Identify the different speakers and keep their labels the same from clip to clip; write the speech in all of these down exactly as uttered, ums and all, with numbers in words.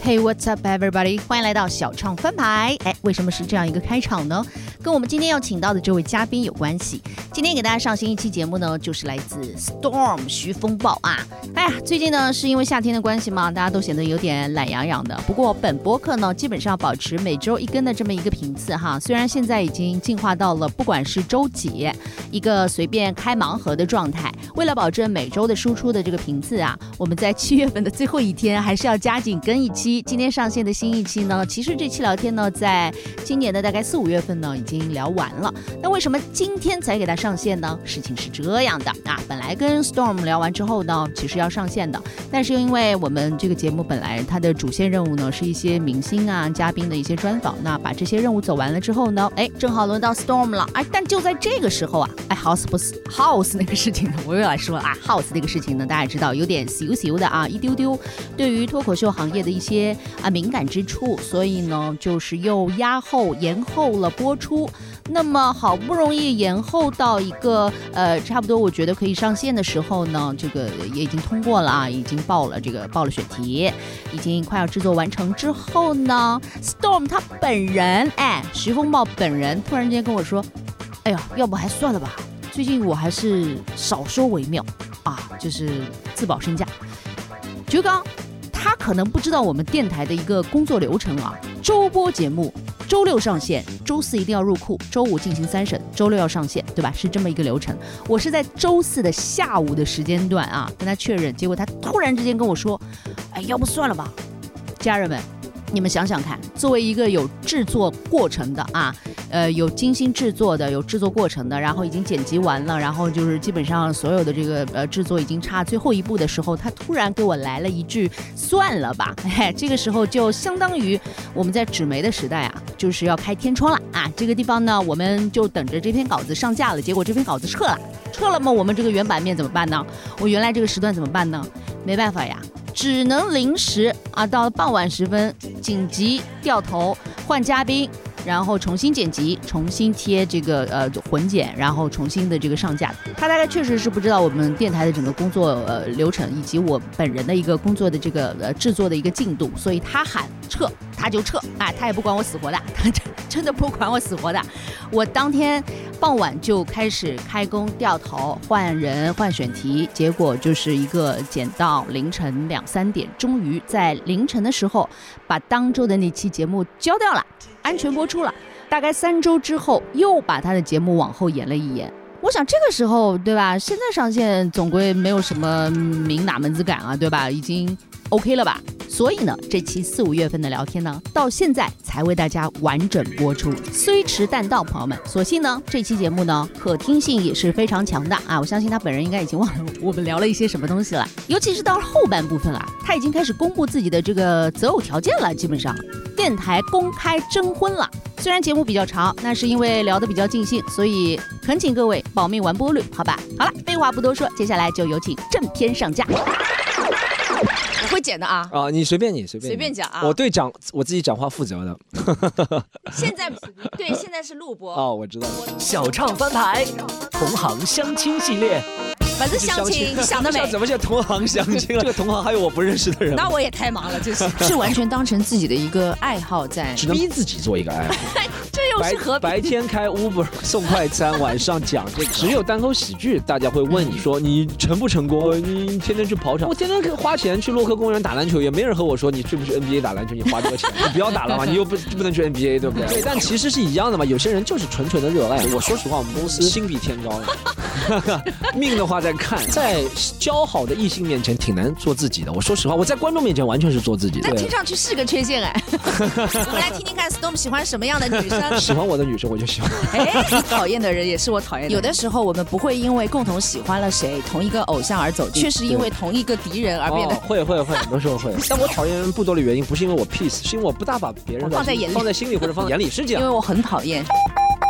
Speaker 1: Hey, what's up, everybody? 欢迎来到小唱翻牌。哎，为什么是这样一个开场呢？跟我们今天要请到的这位嘉宾有关系。今天给大家上新一期节目呢，就是来自 Storm 徐风暴啊。哎呀，最近呢是因为夏天的关系嘛，大家都显得有点懒洋洋的。不过本播客呢，基本上保持每周一更的这么一个频次哈。虽然现在已经进化到了不管是周几一个随便开盲盒的状态，为了保证每周的输出的这个频次啊，我们在七月份的最后一天还是要加紧更一期。今天上线的新一期呢，其实这期聊天呢，在今年的大概四五月份呢已经聊完了。那为什么今天才给它上线呢？事情是这样的啊，本来跟 Storm 聊完之后呢，其实要上线的，但是因为我们这个节目本来它的主线任务呢是一些明星啊、嘉宾的一些专访，那把这些任务走完了之后呢，哎，正好轮到 Storm 了，哎，但就在这个时候啊，哎 ，House 不是 House 那个事情呢，我又来说啊 ，House 那个事情呢，大家也知道有点咻咻的啊，一丢丢，对于脱口秀行业的一些啊敏感之处，所以呢，就是又压后延后了播出。那么好不容易延后到一个呃差不多我觉得可以上线的时候呢，这个也已经通过了啊，已经报了这个报了选题，已经快要制作完成之后呢 ，Storm 他本人哎，徐风暴本人突然之间跟我说，哎呀，要不还算了吧，最近我还是少说为妙啊，就是自保身价。菊刚他可能不知道我们电台的一个工作流程啊，周播节目。周六上线，周四一定要入库，周五进行三审，周六要上线，对吧？是这么一个流程。我是在周四的下午的时间段啊，跟他确认，结果他突然之间跟我说：“哎，要不算了吧？”家人们，你们想想看，作为一个有制作过程的啊。呃，有精心制作的，有制作过程的，然后已经剪辑完了，然后就是基本上所有的这个呃制作已经差最后一步的时候，他突然给我来了一句算了吧，嘿，这个时候就相当于我们在纸媒的时代啊，就是要开天窗了啊，这个地方呢，我们就等着这篇稿子上架了，结果这篇稿子撤了，撤了嘛，我们这个原版面怎么办呢？我原来这个时段怎么办呢？没办法呀，只能临时啊，到傍晚时分紧急掉头换嘉宾。然后重新剪辑，重新贴这个呃混剪，然后重新的这个上架。他大概确实是不知道我们电台的整个工作呃流程，以及我本人的一个工作的这个呃制作的一个进度，所以他喊撤他就撤啊，他也不管我死活的，他真的不管我死活的。我当天傍晚就开始开工掉头换人换选题，结果就是一个剪到凌晨两三点，终于在凌晨的时候把当周的那期节目交掉了。安全播出了，大概三周之后又把他的节目往后延了一延。我想这个时候对吧，现在上线总归没有什么明哪门子感啊，对吧，已经 OK 了吧。所以呢，这期四五月份的聊天呢，到现在才为大家完整播出，虽迟但到，朋友们。所幸呢，这期节目呢，可听性也是非常强的啊！我相信他本人应该已经忘了我们聊了一些什么东西了，尤其是到了后半部分了，他已经开始公布自己的这个择偶条件了，基本上电台公开征婚了。虽然节目比较长，那是因为聊得比较尽兴，所以恳请各位保命完播率，好吧？好了，废话不多说，接下来就有请正片上架。
Speaker 2: 我会剪的啊！
Speaker 3: 啊，你随便你随便
Speaker 2: 随便讲啊！
Speaker 3: 我对讲我自己讲话负责的。
Speaker 2: 现在对，现在是录播
Speaker 3: 哦，我知道。
Speaker 4: 小唱翻牌，同行相亲系列。
Speaker 2: 反正相亲想得美，
Speaker 3: 怎么叫同行相亲了？这个同行还有我不认识的人，
Speaker 2: 那我也太忙了，就是是完全当成自己的一个爱好在，
Speaker 3: 只能逼自己做一个爱好。
Speaker 2: 这又是何必？
Speaker 3: 白天开 Uber 送快餐，晚上讲这个。只有单口喜剧，大家会问你说你成不成功？你天天去跑场，我天天花钱去洛克公园打篮球，也没人和我说你去不去 N B A 打篮球，你花这个钱，你不要打了嘛，你又不不能去 N B A， 对不对？对，但其实是一样的嘛。有些人就是纯纯的热爱。我说实话，我们公司心比天高的，命的话在看，在姣好的异性面前挺难做自己的。我说实话，我在观众面前完全是做自己的。
Speaker 2: 那听上去是个缺陷哎。我们来听听看 ，Storm 喜欢什么样的女生？
Speaker 3: 喜欢我的女生我就喜欢。
Speaker 2: 哎，讨厌的人也是我讨厌的。有的时候我们不会因为共同喜欢了谁、同一个偶像而走近，却是因为同一个敌人而变得。
Speaker 3: 哦、会会会，很多时候会。但我讨厌不多的原因不是因为我 peace， 是因为我不大把别人
Speaker 2: 放在眼里、
Speaker 3: 放在心里或者放在眼里，是这样。
Speaker 2: 因为我很讨厌。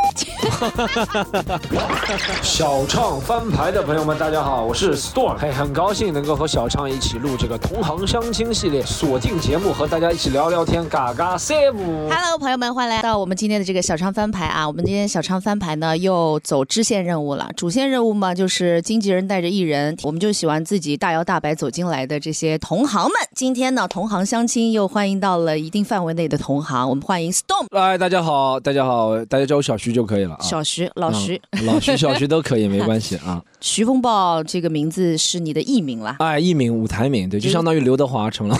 Speaker 3: 小唱翻牌的朋友们，大家好，我是 Storm， 嘿，很高兴能够和小唱一起录这个同行相亲系列，锁定节目和大家一起聊聊天，嘎嘎 save。Hello，
Speaker 1: 朋友们，欢迎来到我们今天的这个小唱翻牌啊！我们今天小唱翻牌呢，又走支线任务了。主线任务嘛，就是经纪人带着艺人，我们就喜欢自己大摇大摆走进来的这些同行们。今天呢，同行相亲又欢迎到了一定范围内的同行，我们欢迎 Storm。
Speaker 3: 来，大家好，大家好，大家叫我小徐就可以了啊。
Speaker 1: 小徐，老徐，
Speaker 3: 嗯、老徐、小徐都可以，没关系啊。
Speaker 1: 徐风暴这个名字是你的艺名了，
Speaker 3: 哎，艺名、舞台名，对，就相当于刘德华成了。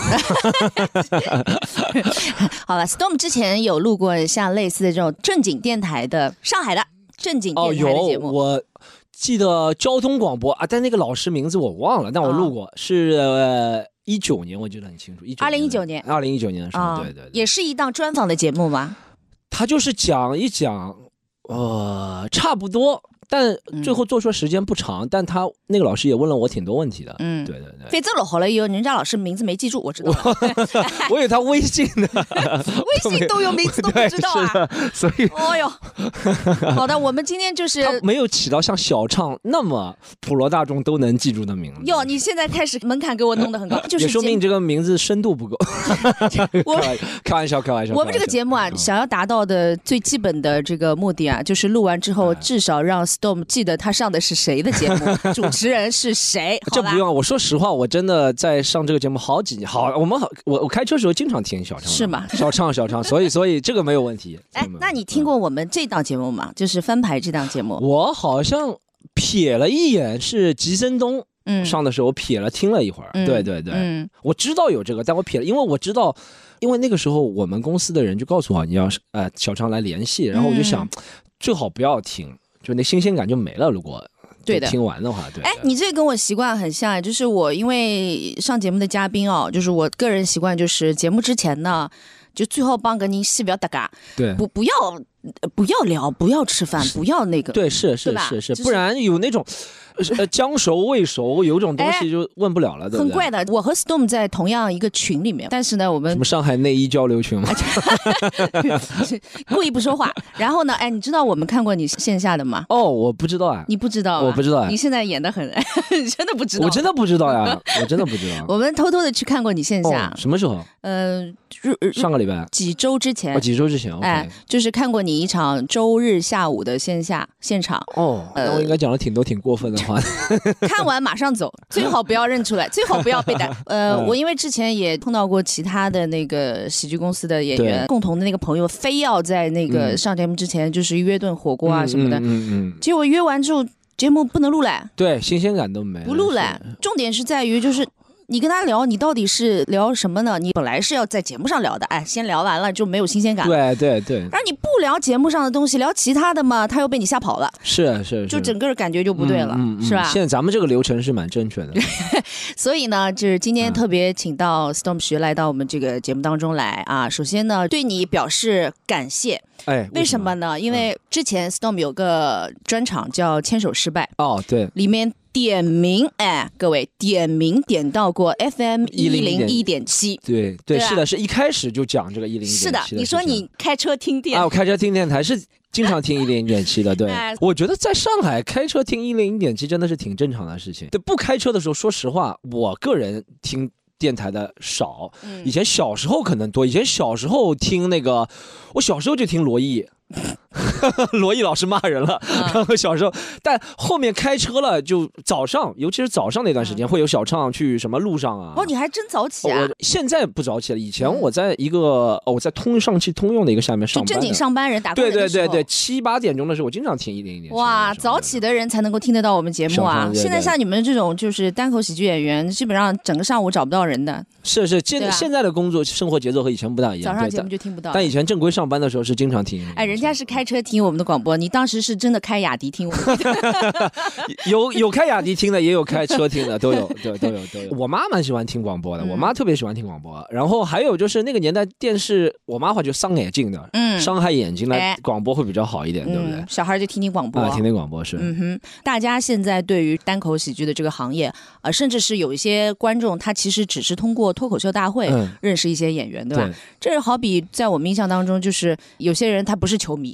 Speaker 1: 好了 ，Storm 之前有录过像类似的这种正经电台的上海的正经电台的节目。
Speaker 3: 哦，有，我记得交通广播啊，但那个老师名字我忘了，但我录过，哦、是呃一九年，我记得很清楚，
Speaker 1: 二零一九年，
Speaker 3: 二零一九年的时候，哦、对, 对对，
Speaker 1: 也是一档专访的节目吗？
Speaker 3: 他就是讲一讲，呃，差不多。但最后做出时间不长，嗯、但他那个老师也问了我挺多问题的。嗯，对对对。
Speaker 1: 非这了好了以后，人家老师名字没记住，我知道。
Speaker 3: 我有他微信的，
Speaker 1: 微信都有名字都不知道啊。
Speaker 3: 所以，
Speaker 1: 哦哟，好的，我们今天就是
Speaker 3: 他没有起到像小唱那么普罗大众都能记住的名字。
Speaker 1: 哟，你现在开始门槛给我弄得很高，就是
Speaker 3: 也说明你这个名字深度不够。我开玩笑，开玩笑。
Speaker 1: 我们这个节目啊，嗯、想要达到的最基本的这个目的啊，就是录完之后至少让Storm 记得他上的是谁的节目，主持人是谁。
Speaker 3: 这不用，我说实话，我真的在上这个节目好几年。好，我们好，我我开车的时候经常听小唱，
Speaker 1: 是吗？
Speaker 3: 小唱小唱，所以所以这个没有问题。
Speaker 1: 哎，那你听过我们这档节目吗？就是翻牌这档节目。
Speaker 3: 我好像瞥了一眼，是吉森东。嗯，上的时候我瞥了听了一会儿，嗯、对对对，嗯，我知道有这个，但我瞥了，因为我知道，因为那个时候我们公司的人就告诉我你要呃小唱来联系，然后我就想、嗯、最好不要听。就那新鲜感就没了，如果对的听完的话，对。
Speaker 1: 哎，你这个跟我习惯很像，就是我因为上节目的嘉宾哦，就是我个人习惯就是节目之前呢，就最后帮个您细不要大嘎，
Speaker 3: 对，
Speaker 1: 不不要不要聊，不要吃饭，不要那个，
Speaker 3: 对，是是是是，不然有那种。呃，将熟未熟，有种东西就问不了了，哎、对不对？
Speaker 1: 很怪的。我和 Storm 在同样一个群里面，但是呢，我们
Speaker 3: 什么上海内衣交流群吗？
Speaker 1: 故意不说话。然后呢，哎，你知道我们看过你线下的吗？
Speaker 3: 哦，我不知道啊。
Speaker 1: 你不知道、啊？
Speaker 3: 我不知道、啊。
Speaker 1: 你现在演得很，真的不知道。
Speaker 3: 我真的不知道呀，我真的不知道。
Speaker 1: 我们偷偷的去看过你线下，
Speaker 3: 哦、什么时候？
Speaker 1: 呃，
Speaker 3: 上个礼拜，
Speaker 1: 几周之前。
Speaker 3: 哦，几周之前。
Speaker 1: 哎，
Speaker 3: okay
Speaker 1: 就是看过你一场周日下午的线下现场。
Speaker 3: 哦，那我应该讲了挺多挺过分的话。
Speaker 1: 看完马上走，最好不要认出来，最好不要被逮。呃，嗯、我因为之前也碰到过其他的那个喜剧公司的演员，共同的那个朋友，非要在那个上节目之前就是约顿火锅啊什么的，嗯嗯嗯嗯、结果约完之后节目不能录了，
Speaker 3: 对，新鲜感都没了，
Speaker 1: 不录了。重点是在于就是。你跟他聊，你到底是聊什么呢？你本来是要在节目上聊的，哎，先聊完了就没有新鲜感。
Speaker 3: 对对对。
Speaker 1: 而你不聊节目上的东西，聊其他的嘛，他又被你吓跑了。
Speaker 3: 是是是。
Speaker 1: 就整个感觉就不对了，
Speaker 3: 嗯嗯嗯、
Speaker 1: 是吧？
Speaker 3: 现在咱们这个流程是蛮正确的。
Speaker 1: 所以呢，就是今天特别请到 Storm 徐来到我们这个节目当中来啊。首先呢，对你表示感谢。
Speaker 3: 哎，
Speaker 1: 为什么呢？因为之前 Storm 有个专场叫《牵手失败》。
Speaker 3: 哦，对。
Speaker 1: 里面。点名，哎，各位点名点到过 F M 一零一点七，
Speaker 3: 对对，是的，是一开始就讲这个一零一点七。
Speaker 1: 是的，你说你开车听电
Speaker 3: 啊，我开车听电台是经常听一零一点七的，对。我觉得在上海开车听一零一点七真的是挺正常的事情。对，不开车的时候，说实话，我个人听电台的少，以前小时候可能多，以前小时候听那个，我小时候就听罗毅。罗毅老师骂人了，
Speaker 1: 啊、
Speaker 3: 然后小时候，但后面开车了，就早上，尤其是早上那段时间，嗯、会有小唱去什么路上啊。
Speaker 1: 哦，你还真早起啊！
Speaker 3: 我现在不早起了，以前我在一个，哦、我在通上汽通用的一个下面上班，
Speaker 1: 就正经上班人打工的
Speaker 3: 对对对对，七八点钟的时候，我经常听一点一点。
Speaker 1: 哇，早起的人才能够听得到我们节目啊！现在像你们这种就是单口喜剧演员，基本上整个上午找不到人的。
Speaker 3: 是是，现现在的工作生活节奏和以前不大一样。
Speaker 1: 早上节目就听不到，
Speaker 3: 但以前正规上班的时候是经常听。
Speaker 1: 哎，人家是开车听我们的广播，你当时是真的开雅迪听我们的。
Speaker 3: 有有开雅迪听的，也有开车听的，都有，对，都有都有。我妈蛮喜欢听广播的，我妈特别喜欢听广播。然后还有就是那个年代电视，我妈话就伤眼睛的，嗯，伤害眼睛的广播会比较好一点，对不对？
Speaker 1: 小孩就听听广播，
Speaker 3: 啊，听听广播是。
Speaker 1: 嗯哼，大家现在对于单口喜剧的这个行业，呃，甚至是有一些观众，他其实只是通过脱口秀大会。认识一些演员，对吧？对，这是好比在我们印象当中，就是有些人他不是球迷，他大概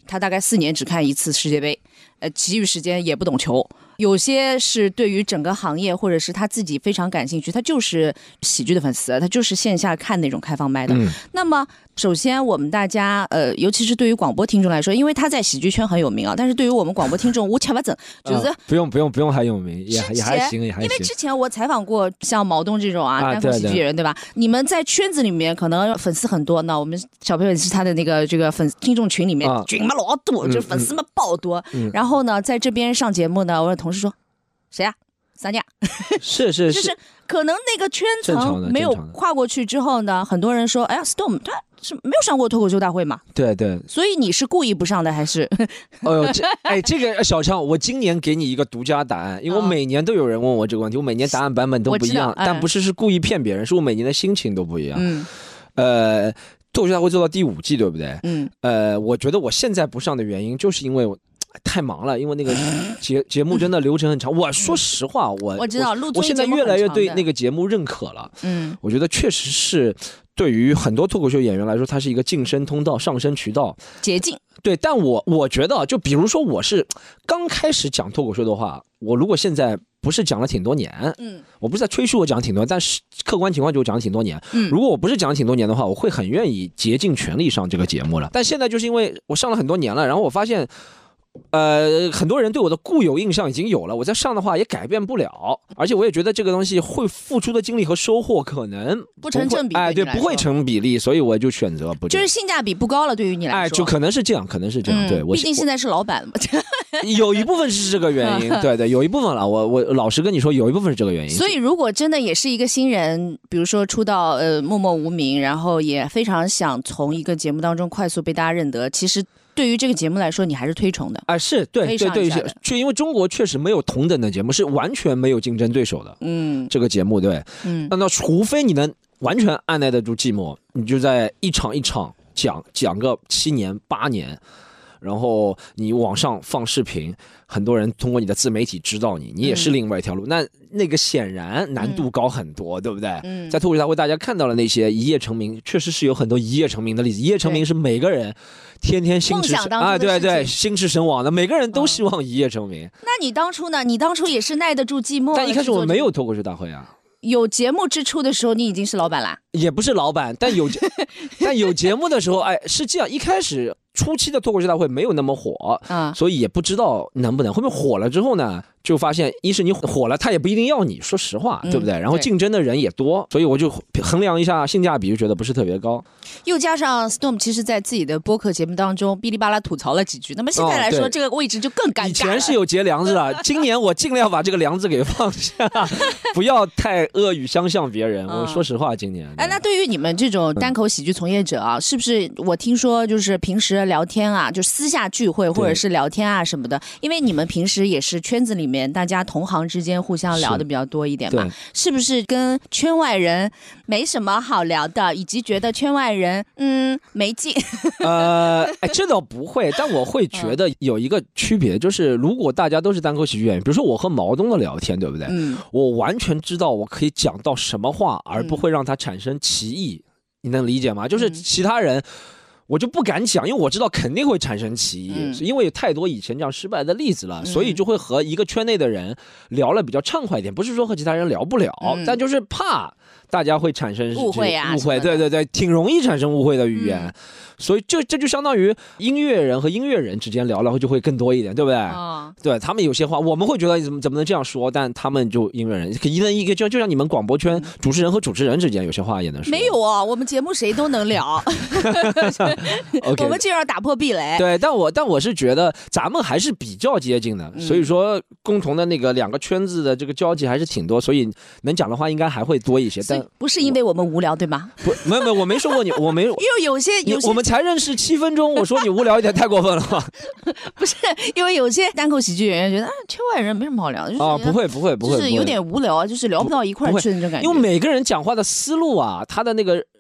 Speaker 2: 四年只看一次世界杯，呃，其余时间也不懂球。有些是对于整个行业或者是他自己非常感兴趣，他就是喜剧的粉丝，他就是线下看那种开放麦的。嗯、那么首先我们大家呃，尤其是对于广播听众来说，因为他在喜剧圈很有名啊，但是对于我们广播听众，我切不整，就是、
Speaker 3: 呃、不用不用不用还有名，也也还行也还行。
Speaker 2: 因为之前我采访过像毛东这种啊单口喜剧人， 对, 对吧？你们在圈子里面可能粉丝很多，那我们小朋友是他的那个这个粉听众群里面群嘛老多，就粉丝们爆多。嗯、然后呢，在这边上节目呢，我的同事说谁呀、啊？三亚
Speaker 3: 是是是，
Speaker 2: 就是可能那个圈层没有跨过去之后呢，很多人说，哎呀 ，Storm 他是没有上过脱口秀大会嘛？
Speaker 3: 对对，
Speaker 2: 所以你是故意不上的还是？
Speaker 3: 哦，这哎，这个小畅，我今年给你一个独家答案，因为我每年都有人问我这个问题，我每年答案版本都不一样，哎、但不是是故意骗别人，是我每年的心情都不一样。嗯，呃，脱口秀大会做到第五季，对不对？嗯，呃，我觉得我现在不上的原因，就是因为我。太忙了，因为那个节节目真的流程很长。我说实话，我
Speaker 2: 我知道，
Speaker 3: 我, 我现在越来越对那个节目认可了。嗯，我觉得确实是对于很多脱口秀演员来说，它是一个晋升通道、上升渠道、
Speaker 2: 捷径。
Speaker 3: 对，但我我觉得，就比如说我是刚开始讲脱口秀的话，我如果现在不是讲了挺多年，嗯，我不是在吹嘘我讲了挺多年，但是客观情况就我讲了挺多年。嗯，如果我不是讲了挺多年的话，我会很愿意竭尽全力上这个节目了。但现在就是因为我上了很多年了，然后我发现。呃，很多人对我的固有印象已经有了，我再上的话也改变不了，而且我也觉得这个东西会付出的精力和收获可能
Speaker 2: 不成正比，
Speaker 3: 哎，对，不会成比例，所以我就选择不，
Speaker 2: 就是性价比不高了，对于你来说，
Speaker 3: 哎，就可能是这样，可能是这样，嗯、对，我
Speaker 2: 毕竟现在是老板嘛，
Speaker 3: 有一部分是这个原因，对对，有一部分了，我我老实跟你说，有一部分是这个原因。
Speaker 2: 所以如果真的也是一个新人，比如说出道呃默默无名，然后也非常想从一个节目当中快速被大家认得，其实。对于这个节目来说，你还是推崇的
Speaker 3: 啊、呃？是对对对，就因为中国确实没有同等的节目，是完全没有竞争对手的。嗯，这个节目对，嗯，那除非你能完全按耐得住寂寞，你就在一场一场讲讲个七年八年。然后你网上放视频，很多人通过你的自媒体知道你，你也是另外一条路。嗯、那那个显然难度高很多，嗯、对不对？嗯，在脱口秀大会大家看到了那些一夜成名，确实是有很多一夜成名的例子。一夜成名是每个人天天心驰啊，对对，心驰神往的，每个人都希望一夜成名。嗯、
Speaker 2: 那你当初呢？你当初也是耐得住寂寞。
Speaker 3: 但一开始我没有脱口秀大会啊。
Speaker 2: 有节目之初的时候，你已经是老板啦？
Speaker 3: 也不是老板，但有但有节目的时候，哎，是这样。一开始初期的脱口秀大会没有那么火，嗯，所以也不知道能不能。后面火了之后呢，就发现一是你火了，他也不一定要你，说实话，对不对？嗯、然后竞争的人也多，所以我就衡量一下性价比，就觉得不是特别高。
Speaker 2: 又加上 Storm 其实在自己的播客节目当中哔哩吧啦吐槽了几句，那么现在来说、哦、这个位置就更尴尬了。以
Speaker 3: 前是有结梁子的，今年我尽量把这个梁子给放下，不要太恶语相向别人。嗯、我说实话，今年。
Speaker 2: 哎，那对于你们这种单口喜剧从业者啊，是不是我听说就是平时聊天啊，就私下聚会或者是聊天啊什么的，因为你们平时也是圈子里面大家同行之间互相聊的比较多一点嘛， 是, 是不是跟圈外人没什么好聊的，以及觉得圈外人嗯没劲？
Speaker 3: 呃，哎，这倒不会，但我会觉得有一个区别，就是如果大家都是单口喜剧演员，比如说我和毛东的聊天，对不对？嗯，我完全知道我可以讲到什么话，而不会让他产生歧义，嗯、你能理解吗？就是其他人。我就不敢讲，因为我知道肯定会产生歧义，嗯、因为有太多以前这样失败的例子了，嗯、所以就会和一个圈内的人聊了比较畅快一点，不是说和其他人聊不了，嗯、但就是怕大家会产生
Speaker 2: 误会啊，
Speaker 3: 误会，对对对，挺容易产生误会的语言，嗯、所以这这就相当于音乐人和音乐人之间聊了就会更多一点，对不对？哦、对他们有些话我们会觉得怎么怎么能这样说，但他们就音乐人一人一个就就像你们广播圈、嗯、主持人和主持人之间有些话也能说。
Speaker 2: 没有啊，我们节目谁都能聊。Okay, 我们就要打破壁垒。
Speaker 3: 对，但我但我是觉得咱们还是比较接近的，嗯、所以说共同的那个两个圈子的这个交集还是挺多，所以能讲的话应该还会多一些。但
Speaker 2: 不是因为我们无聊对吗？
Speaker 3: 不，没有没有，我没说过你，我没有。
Speaker 2: 因为有些有些
Speaker 3: 我们才认识七分钟，我说你无聊一点太过分了吧？
Speaker 2: 不是，因为有些单口喜剧演员觉得啊，圈外人没什么好聊，就是
Speaker 3: 啊，不会不会不会，
Speaker 2: 就是有点无聊啊，就是聊不到一块去的那种感觉。
Speaker 3: 因为每个人讲话的思路啊，他的那个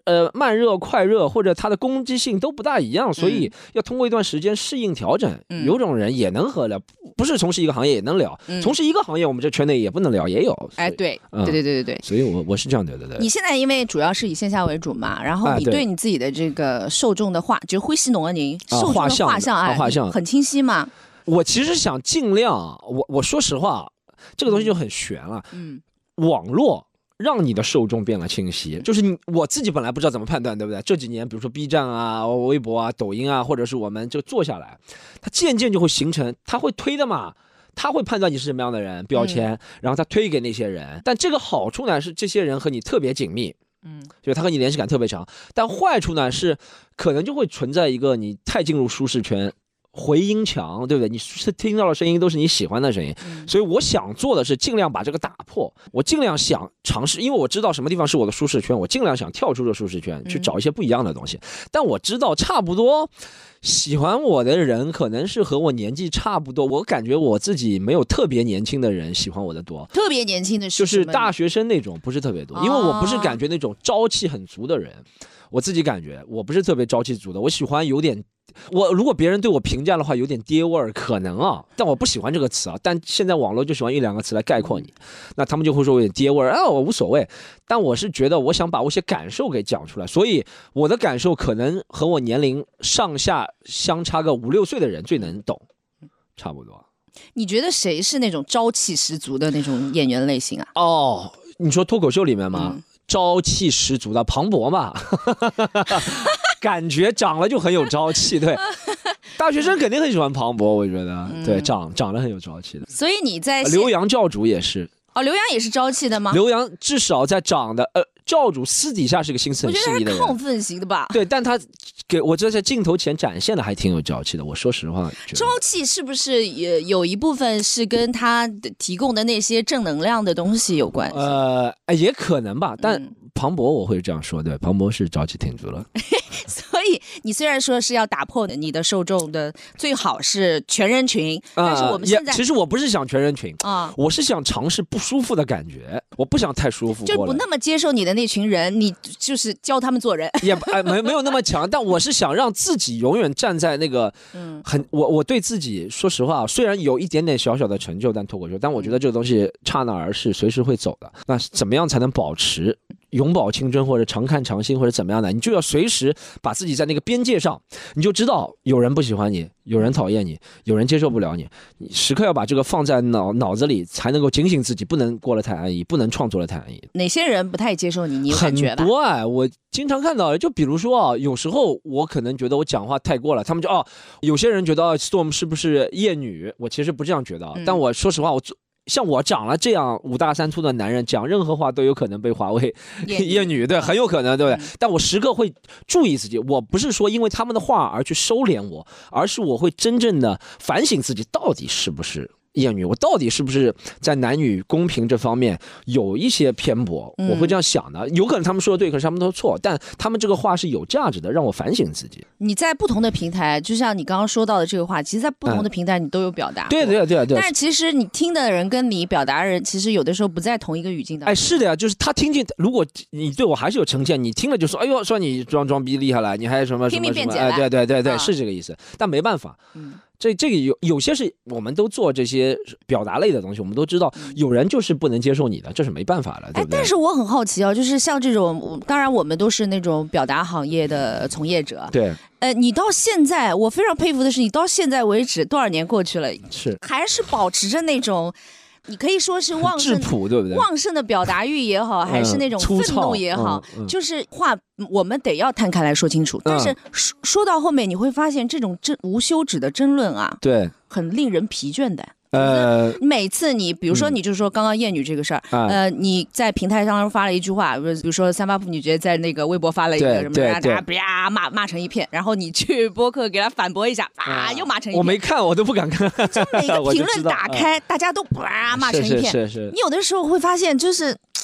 Speaker 3: 呃慢热、快热或者它的攻击性都不大一样，所以要通过一段时间适应调整。嗯、有种人也能和聊，不是从事一个行业也能聊，嗯、从事一个行业我们这圈内也不能聊，也有。
Speaker 2: 哎，对，
Speaker 3: 嗯、
Speaker 2: 对对对对对。
Speaker 3: 所以我我是这样觉得的。
Speaker 2: 你现在因为主要是以线下为主嘛，然后你对你自己的这个受众的画，就灰西农啊，您受众的画像哎，画像很清晰吗？
Speaker 3: 我其实想尽量，我我说实话，这个东西就很悬了。嗯，网络让你的受众变得清晰，就是你我自己本来不知道怎么判断，对不对？这几年，比如说 B 站啊、微博啊、抖音啊，或者是我们就做下来，它渐渐就会形成，它会推的嘛。他会判断你是什么样的人，标签，嗯、然后他推给那些人。但这个好处呢是这些人和你特别紧密，嗯，就是他和你联系感特别强。但坏处呢是可能就会存在一个你太进入舒适圈。回音墙，对不对？你是听到的声音都是你喜欢的声音，嗯、所以我想做的是尽量把这个打破。我尽量想尝试，因为我知道什么地方是我的舒适圈，我尽量想跳出这舒适圈，去找一些不一样的东西。嗯、但我知道，差不多喜欢我的人可能是和我年纪差不多。我感觉我自己没有特别年轻的人喜欢我的多，
Speaker 2: 特别年轻的是
Speaker 3: 就是大学生那种，不是特别多，因为我不是感觉那种朝气很足的人。我自己感觉我不是特别朝气足的，我喜欢有点。我如果别人对我评价的话，有点爹味儿，可能啊，但我不喜欢这个词啊。但现在网络就喜欢一两个词来概括你，那他们就会说有点爹味儿啊，我无所谓。但我是觉得我想把我一些感受给讲出来，所以我的感受可能和我年龄上下相差个五六岁的人最能懂，差不多。
Speaker 2: 你觉得谁是那种朝气十足的那种演员类型啊？
Speaker 3: 哦，你说脱口秀里面吗？嗯、朝气十足的庞博嘛。感觉长了就很有朝气，对，大学生肯定很喜欢庞博，我觉得，嗯、对，长长得很有朝气的。
Speaker 2: 所以你在
Speaker 3: 刘洋教主也是
Speaker 2: 哦，刘洋也是朝气的吗？
Speaker 3: 刘洋至少在长得呃，教主私底下是个心思很细腻的人，
Speaker 2: 我觉得他是亢奋型的吧？
Speaker 3: 对，但他给我这在镜头前展现的还挺有朝气的。我说实话，
Speaker 2: 朝气是不是也有一部分是跟他提供的那些正能量的东西有关系？
Speaker 3: 呃，也可能吧，但。嗯庞博我会这样说，对，庞博是朝气挺足了。
Speaker 2: 所以你虽然说是要打破你的受众的，最好是全人群，呃、但是我们现在
Speaker 3: 其实我不是想全人群啊，我是想尝试不舒服的感觉，我不想太舒服，
Speaker 2: 就不那么接受你的那群人，你就是教他们做人，
Speaker 3: 也哎没没有那么强，但我是想让自己永远站在那个，嗯，很我我对自己说实话，虽然有一点点小小的成就，但脱口秀，但我觉得这个东西刹那而逝，随时会走的。那怎么样才能保持？永葆青春或者常看常新或者怎么样的，你就要随时把自己在那个边界上，你就知道有人不喜欢你，有人讨厌你，有人接受不了你，你时刻要把这个放在脑脑子里，才能够警醒自己，不能过得太安逸，不能创作得太安逸。
Speaker 2: 哪些人不太接受你？你有感觉吧？
Speaker 3: 很多哎，我经常看到，就比如说啊，有时候我可能觉得我讲话太过了，他们就哦，有些人觉得 Storm 是不是厌女？我其实不这样觉得，嗯、但我说实话，我像我长了这样五大三粗的男人，讲任何话都有可能被划为厌女，对，很有可能，对不对？嗯、但我时刻会注意自己，我不是说因为他们的话而去收敛我，而是我会真正的反省自己，到底是不是厌女，我到底是不是在男女公平这方面有一些偏颇，嗯、我会这样想的。有可能他们说的对，可是他们都错，但他们这个话是有价值的，让我反省自己。
Speaker 2: 你在不同的平台，就像你刚刚说到的这个话，其实在不同的平台你都有表达、嗯、
Speaker 3: 对对对对。
Speaker 2: 但是其实你听的人跟你表达的人，其实有的时候不在同一个语境当中。
Speaker 3: 哎，是的呀，就是他听进，如果你对我还是有成见，你听了就说，哎呦，说你装装逼厉害了，你还什么什么什么，哎，对对对对，啊、是这个意思。但没办法，嗯。这这个有有些是我们都做这些表达类的东西，我们都知道有人就是不能接受你的，这是没办法的，对不对？
Speaker 2: 哎，但是我很好奇啊，就是像这种，当然我们都是那种表达行业的从业者，
Speaker 3: 对，
Speaker 2: 呃，你到现在，我非常佩服的是，你到现在为止多少年过去了，
Speaker 3: 是还
Speaker 2: 是保持着那种。你可以说是旺盛，
Speaker 3: 质朴，对不对？
Speaker 2: 旺盛的表达欲也好，还是那种愤怒也好，
Speaker 3: 嗯嗯、
Speaker 2: 就是话我们得要摊开来说清楚。嗯、但是说说到后面，你会发现这种争无休止的争论啊，
Speaker 3: 对，
Speaker 2: 很令人疲倦的。
Speaker 3: 呃，
Speaker 2: 每次你比如说，你就说刚刚厌女这个事儿，嗯、呃，你在平台上发了一句话，比如说三八妇女节在那个微博发了一个什么，大家啪骂骂成一片，然后你去播客给他反驳一下，啊，又骂成一片。
Speaker 3: 我没看，我都不敢看。
Speaker 2: 就每个评论打开，大家都啪骂成一片。
Speaker 3: 是是是是。
Speaker 2: 你有的时候会发现，就是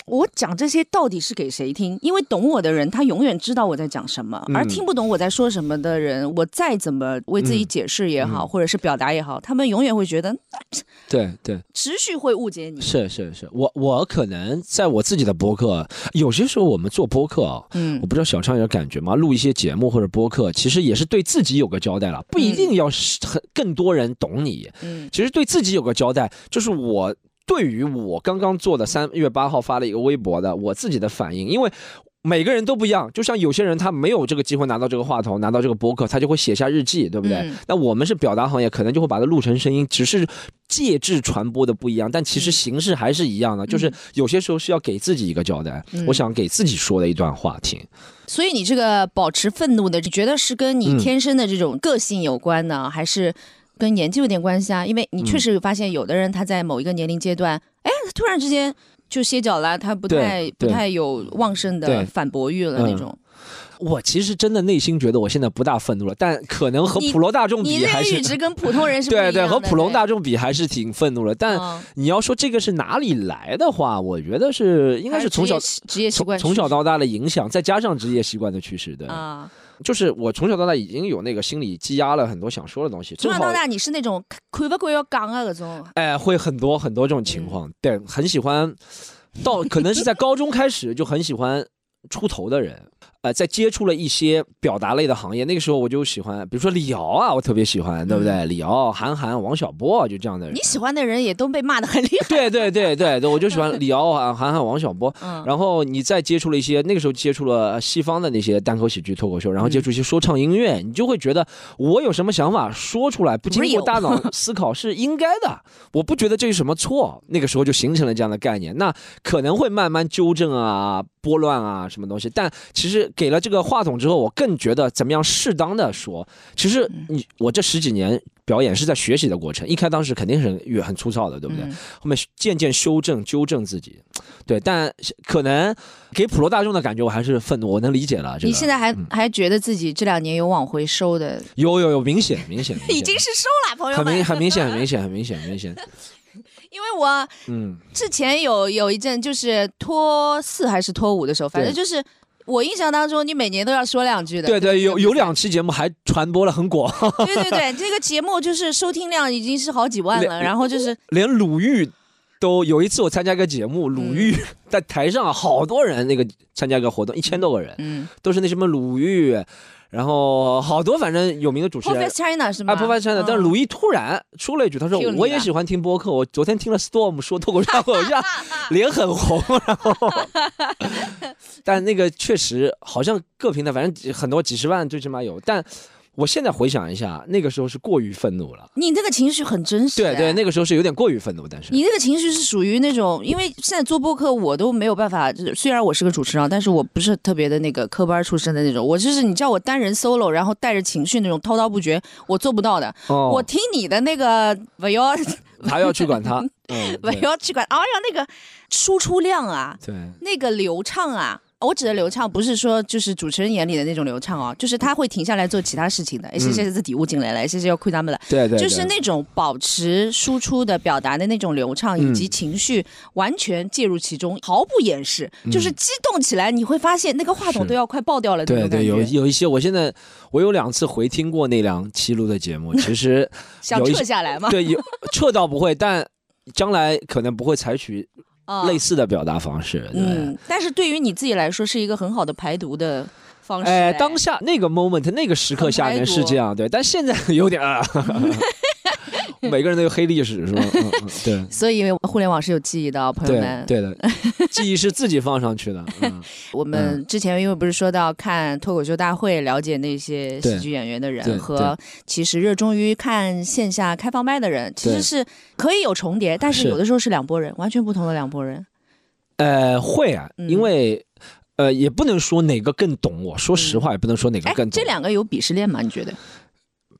Speaker 2: 我讲这些到底是给谁听？因为懂我的人，他永远知道我在讲什么，
Speaker 3: 嗯、
Speaker 2: 而听不懂我在说什么的人，我再怎么为自己解释也好，嗯、或者是表达也好，他们永远会觉得，
Speaker 3: 对对，
Speaker 2: 持续会误解你。
Speaker 3: 是是是，我我可能在我自己的播客，有些时候我们做播客啊，嗯，我不知道小畅有感觉吗？录一些节目或者播客，其实也是对自己有个交代了，不一定要很更多人懂你，嗯，其实对自己有个交代，就是我。对于我刚刚做的三月八号发了一个微博的我自己的反应，因为每个人都不一样，就像有些人他没有这个机会拿到这个话筒，拿到这个播客，他就会写下日记，对不对？嗯、那我们是表达行业，可能就会把它录成声音，只是介质传播的不一样，但其实形式还是一样的，嗯、就是有些时候是要给自己一个交代，嗯、我想给自己说的一段话听。
Speaker 2: 所以你这个保持愤怒的，你觉得是跟你天生的这种个性有关呢，嗯、还是？跟年纪有点关系啊，因为你确实有发现有的人他在某一个年龄阶段，哎、嗯，突然之间就歇脚了，他不太不太有旺盛的反驳欲了那种。
Speaker 3: 嗯、我其实真的内心觉得我现在不大愤怒了，但可能和普罗大众比还是
Speaker 2: 你这个阈值跟普通人是不一样的。
Speaker 3: 对对，和普罗大众比还是挺愤怒了。但你要说这个是哪里来的话，我觉得是应该是从小
Speaker 2: 职业习惯
Speaker 3: 从小到大的影响，再加上职业习惯的趋势。对啊。就是我从小到大已经有那个心理积压了很多想说的东西。
Speaker 2: 从小到大你是那种看不惯要讲啊那种，
Speaker 3: 哎，会很多很多这种情况。嗯、对，很喜欢，到可能是在高中开始就很喜欢出头的人。呃，在接触了一些表达类的行业，那个时候我就喜欢，比如说李敖啊，我特别喜欢，对不对？嗯、李敖、韩寒、王小波，就这样的人。
Speaker 2: 你喜欢的人也都被骂得很厉害。
Speaker 3: 对对对对对，我就喜欢李敖、韩寒、王小波。嗯、然后你再接触了一些，那个时候接触了西方的那些单口喜剧、脱口秀，然后接触一些说唱音乐，嗯、你就会觉得我有什么想法说出来，不经过大脑思考是应该的，我不觉得这是什么错。那个时候就形成了这样的概念，那可能会慢慢纠正啊、拨乱啊什么东西，但其实给了这个话筒之后，我更觉得怎么样适当的说。其实你我这十几年表演是在学习的过程，一开当时肯定是很粗糙的，对不对？嗯、后面渐渐修正纠正自己，对。但可能给普罗大众的感觉，我还是愤怒，我能理解了。这个、
Speaker 2: 你现在还、
Speaker 3: 嗯、
Speaker 2: 还觉得自己这两年有往回收的？
Speaker 3: 有有有，明显明显，
Speaker 2: 已经是收了，朋友们，
Speaker 3: 很明很明显很明显很明显很明显。
Speaker 2: 因为我嗯之前有有一阵就是托四还是托五的时候，反正就是。我印象当中，你每年都要说两句的。
Speaker 3: 对对，有有两期节目还传播了很广。
Speaker 2: 对对对，这个节目就是收听量已经是好几万了，然后就是
Speaker 3: 连鲁豫都有一次我参加一个节目，鲁豫、嗯、在台上好多人，那个参加一个活动，一千多个人，嗯，都是那什么鲁豫。然后好多反正有名的主持人
Speaker 2: Professor China 是吗？
Speaker 3: 啊 Professor China、嗯、但是鲁豫突然说了一句，他说我也喜欢听播客，我昨天听了 Storm 说脱口秀，我一下脸很红，然后但那个确实好像各平台反正很多几十万最起码有，但我现在回想一下，那个时候是过于愤怒了。
Speaker 2: 你那个情绪很真实、
Speaker 3: 欸。对对，那个时候是有点过于愤怒，但是
Speaker 2: 你那个情绪是属于那种，因为现在做播客我都没有办法，虽然我是个主持人，但是我不是特别的那个科班出身的那种，我就是你叫我单人 solo， 然后带着情绪那种滔滔不绝，我做不到的。哦、我听你的那个，不要
Speaker 3: 还要去管他，
Speaker 2: 嗯、不要去管。哎呀，那个输出量啊，
Speaker 3: 对，
Speaker 2: 那个流畅啊。我指的流畅不是说就是主持人眼里的那种流畅哦，就是他会停下来做其他事情的。谢谢这底物进来了，谢谢要亏他们了。
Speaker 3: 对 对, 对，
Speaker 2: 就是那种保持输出的表达的那种流畅，以及情绪完全介入其中，毫不掩饰，嗯、就是激动起来，你会发现那个话筒都要快爆掉了。
Speaker 3: 对对，有有一些，我现在我有两次回听过那两期录的节目，其实
Speaker 2: 想撤下来吗？
Speaker 3: 对，有撤倒不会，但将来可能不会采取。类似的表达方式，对，
Speaker 2: 嗯，但是对于你自己来说是一个很好的排毒的方式。
Speaker 3: 哎，当下那个 moment 那个时刻下面是这样，对，但现在有点啊，每个人都有黑历史是吧？嗯嗯、对，
Speaker 2: 所以互联网是有记忆的，朋友们。
Speaker 3: 对, 对的，记忆是自己放上去的。嗯、
Speaker 2: 我们之前因为不是说到看脱口秀大会，了解那些喜剧演员的人和其实热衷于看线下开放麦的人，其实是可以有重叠，但是有的时候是两拨人，完全不同的两拨人。
Speaker 3: 呃，会啊，嗯、因为呃也不能说哪个更懂我，说实话，也不能说哪个更懂、
Speaker 2: 嗯。这两个有鄙视链吗？你觉得？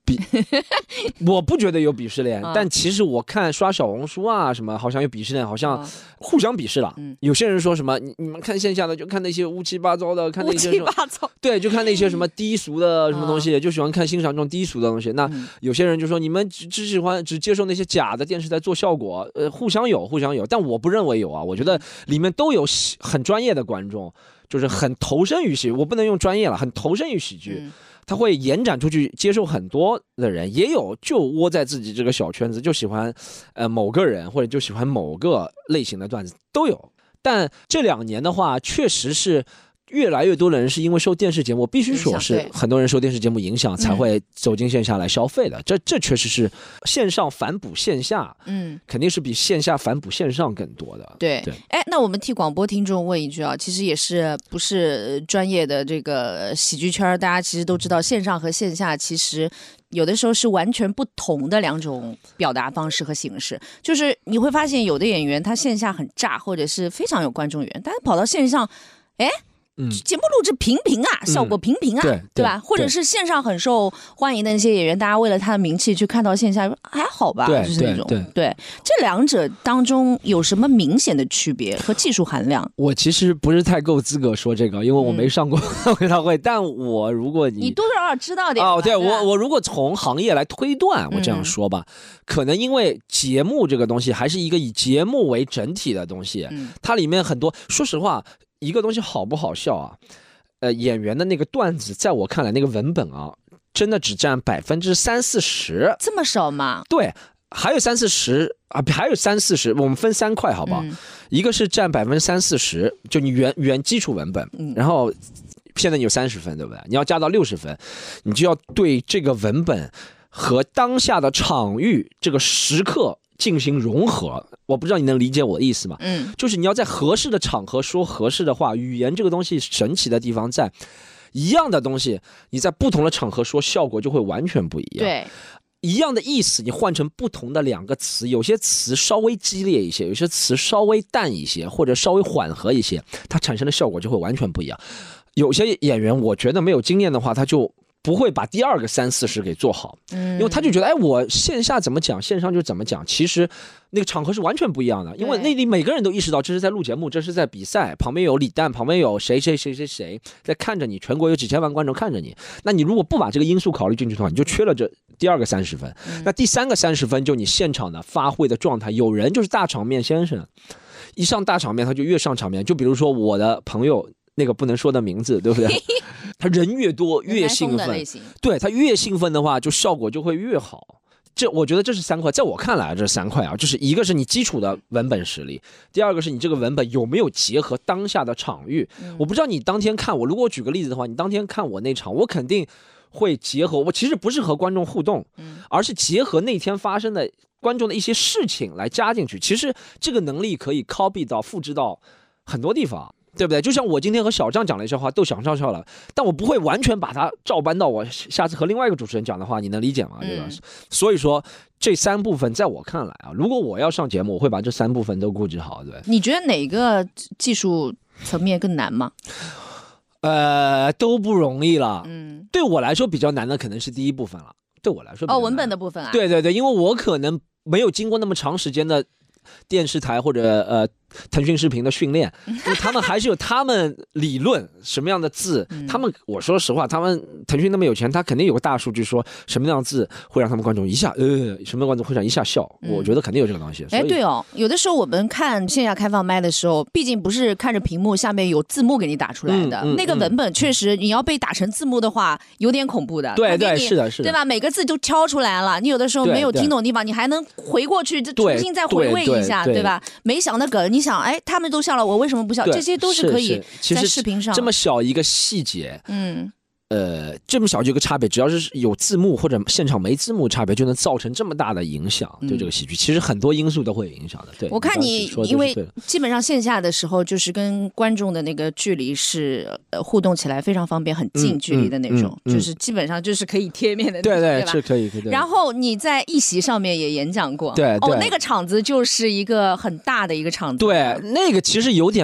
Speaker 3: 比，我不觉得有鄙视链，
Speaker 2: 啊
Speaker 3: 但其实我看刷小红书啊什么，好像有鄙视链，好像互相鄙视了。
Speaker 2: 嗯
Speaker 3: 有些人说什么，你你们看线下的就看那些乌七八糟的，看那
Speaker 2: 乌七
Speaker 3: 些什么
Speaker 2: 八糟，
Speaker 3: 对，就看那些什么低俗的什么东西，就喜欢看欣赏这种低俗的东西。那
Speaker 2: 嗯
Speaker 3: 有些人就说你们只只喜欢只接受那些假的电视台做效果，呃，互相有互相有，但我不认为有啊，我觉得里面都有喜很专业的观众。就是很投身于喜剧，我不能用专业了，很投身于喜剧，
Speaker 2: 嗯
Speaker 3: 他会延展出去接受很多的人，也有就窝在自己这个小圈子，就喜欢呃某个人或者就喜欢某个类型的段子都有。但这两年的话，确实是越来越多的人是因为受电视节目，必须说是很多人受电视节目影响才会走进线下来消费的。嗯、这这确实是线上反哺线下，嗯，肯定是比线下反哺线上更多的。
Speaker 2: 对对，哎，那我们替广播听众问一句啊，其实也是不是专业的这个喜剧圈，大家其实都知道，线上和线下其实有的时候是完全不同的两种表达方式和形式。就是你会发现，有的演员他线下很炸，或者是非常有观众缘，但是跑到线上，哎。嗯、节目录制平平啊，效果平平啊，嗯、对, 对吧？或者是线上很受欢迎的那些演员，大家为了他的名气去看到线下还好吧，
Speaker 3: 对
Speaker 2: 就是那种
Speaker 3: 对, 对,
Speaker 2: 对。这两者当中有什么明显的区别和技术含量？
Speaker 3: 我其实不是太够资格说这个，因为我没上过回答会。嗯、但我如果你
Speaker 2: 你多少知道点
Speaker 3: 哦，对我我如果从行业来推断，我这样说吧，嗯、可能因为节目这个东西还是一个以节目为整体的东西，嗯、它里面很多，说实话。一个东西好不好笑啊？呃，演员的那个段子，在我看来，那个文本啊，真的只占百分之三四十，
Speaker 2: 这么少吗？
Speaker 3: 对，还有三四十啊，还有三四十，我们分三块好不好？嗯、一个是占百分之三四十，就你原原基础文本，嗯、然后现在你有三十分，对不对？你要加到六十分，你就要对这个文本和当下的场域这个时刻进行融合。我不知道你能理解我的意思吗？嗯，就是你要在合适的场合说合适的话。语言这个东西神奇的地方在，一样的东西你在不同的场合说，效果就会完全不一样。
Speaker 2: 对，
Speaker 3: 一样的意思，你换成不同的两个词，有些词稍微激烈一些，有些词稍微淡一些，或者稍微缓和一些，它产生的效果就会完全不一样。有些演员，我觉得没有经验的话，他就不会把第二个三四十给做好，嗯，因为他就觉得，哎，我线下怎么讲，线上就怎么讲，其实那个场合是完全不一样的，因为那里每个人都意识到这是在录节目，这是在比赛，旁边有李诞，旁边有谁谁谁谁谁在看着你，全国有几千万观众看着你，那你如果不把这个因素考虑进去的话，你就缺了这第二个三十分，嗯、那第三个三十分就你现场的发挥的状态，有人就是大场面先生，一上大场面他就越上场面，就比如说我的朋友。那个不能说的名字，对不对？他人越多越兴奋，对他越兴奋的话，就效果就会越好。这我觉得这是三块，在我看来这是三块啊，就是一个是你基础的文本实力，第二个是你这个文本有没有结合当下的场域。嗯、我不知道你当天看我，如果我举个例子的话，你当天看我那场，我肯定会结合，我其实不是和观众互动，而是结合那天发生的观众的一些事情来加进去。其实这个能力可以 copy 到复制到很多地方。对不对？就像我今天和小张讲了一些话，逗小张笑了，但我不会完全把它照搬到我下次和另外一个主持人讲的话，你能理解吗？对吧？嗯、所以说这三部分在我看来啊，如果我要上节目，我会把这三部分都顾及好。对，
Speaker 2: 你觉得哪个技术层面更难吗？
Speaker 3: 呃，都不容易了。嗯，对我来说比较难的可能是第一部分了。对我来说
Speaker 2: 哦，文本的部分啊。
Speaker 3: 对对对，因为我可能没有经过那么长时间的电视台或者呃。腾讯视频的训练，因为他们还是有他们理论什么样的字，嗯、他们我说实话，他们腾讯那么有钱，他肯定有个大数据说什么样的字会让他们观众一下呃，什么观众会让一下笑，嗯、我觉得肯定有这个东西。
Speaker 2: 哎，对哦，有的时候我们看线下开放麦的时候，毕竟不是看着屏幕下面有字幕给你打出来的，嗯嗯、那个文本确实你要被打成字幕的话，有点恐怖的。
Speaker 3: 对对，是的，是的，
Speaker 2: 对吧？每个字都敲出来了，你有的时候没有听懂的地方，你还能回过去，就重新再回味一下， 对, 对, 对, 对吧？没想那梗，你想，哎，他们都笑了，我为什么不笑？这些都是可以在视频上。
Speaker 3: 这么小一个细节，嗯，呃，这么小就有个差别，只要是有字幕或者现场没字幕差别，就能造成这么大的影响。对这个喜剧，嗯、其实很多因素都会有影响的。对，
Speaker 2: 我看你，因为基本上线下的时候，就是跟观众的那个距离是呃互动起来非常方便，很近距离的那种，嗯嗯嗯、就是基本上就是可以贴面的那种，
Speaker 3: 对对，
Speaker 2: 对吧？
Speaker 3: 是可以。对。
Speaker 2: 然后你在一席上面也演讲过，
Speaker 3: 对，
Speaker 2: 哦，那个场子就是一个很大的一个场子，
Speaker 3: 对，那个其实有点。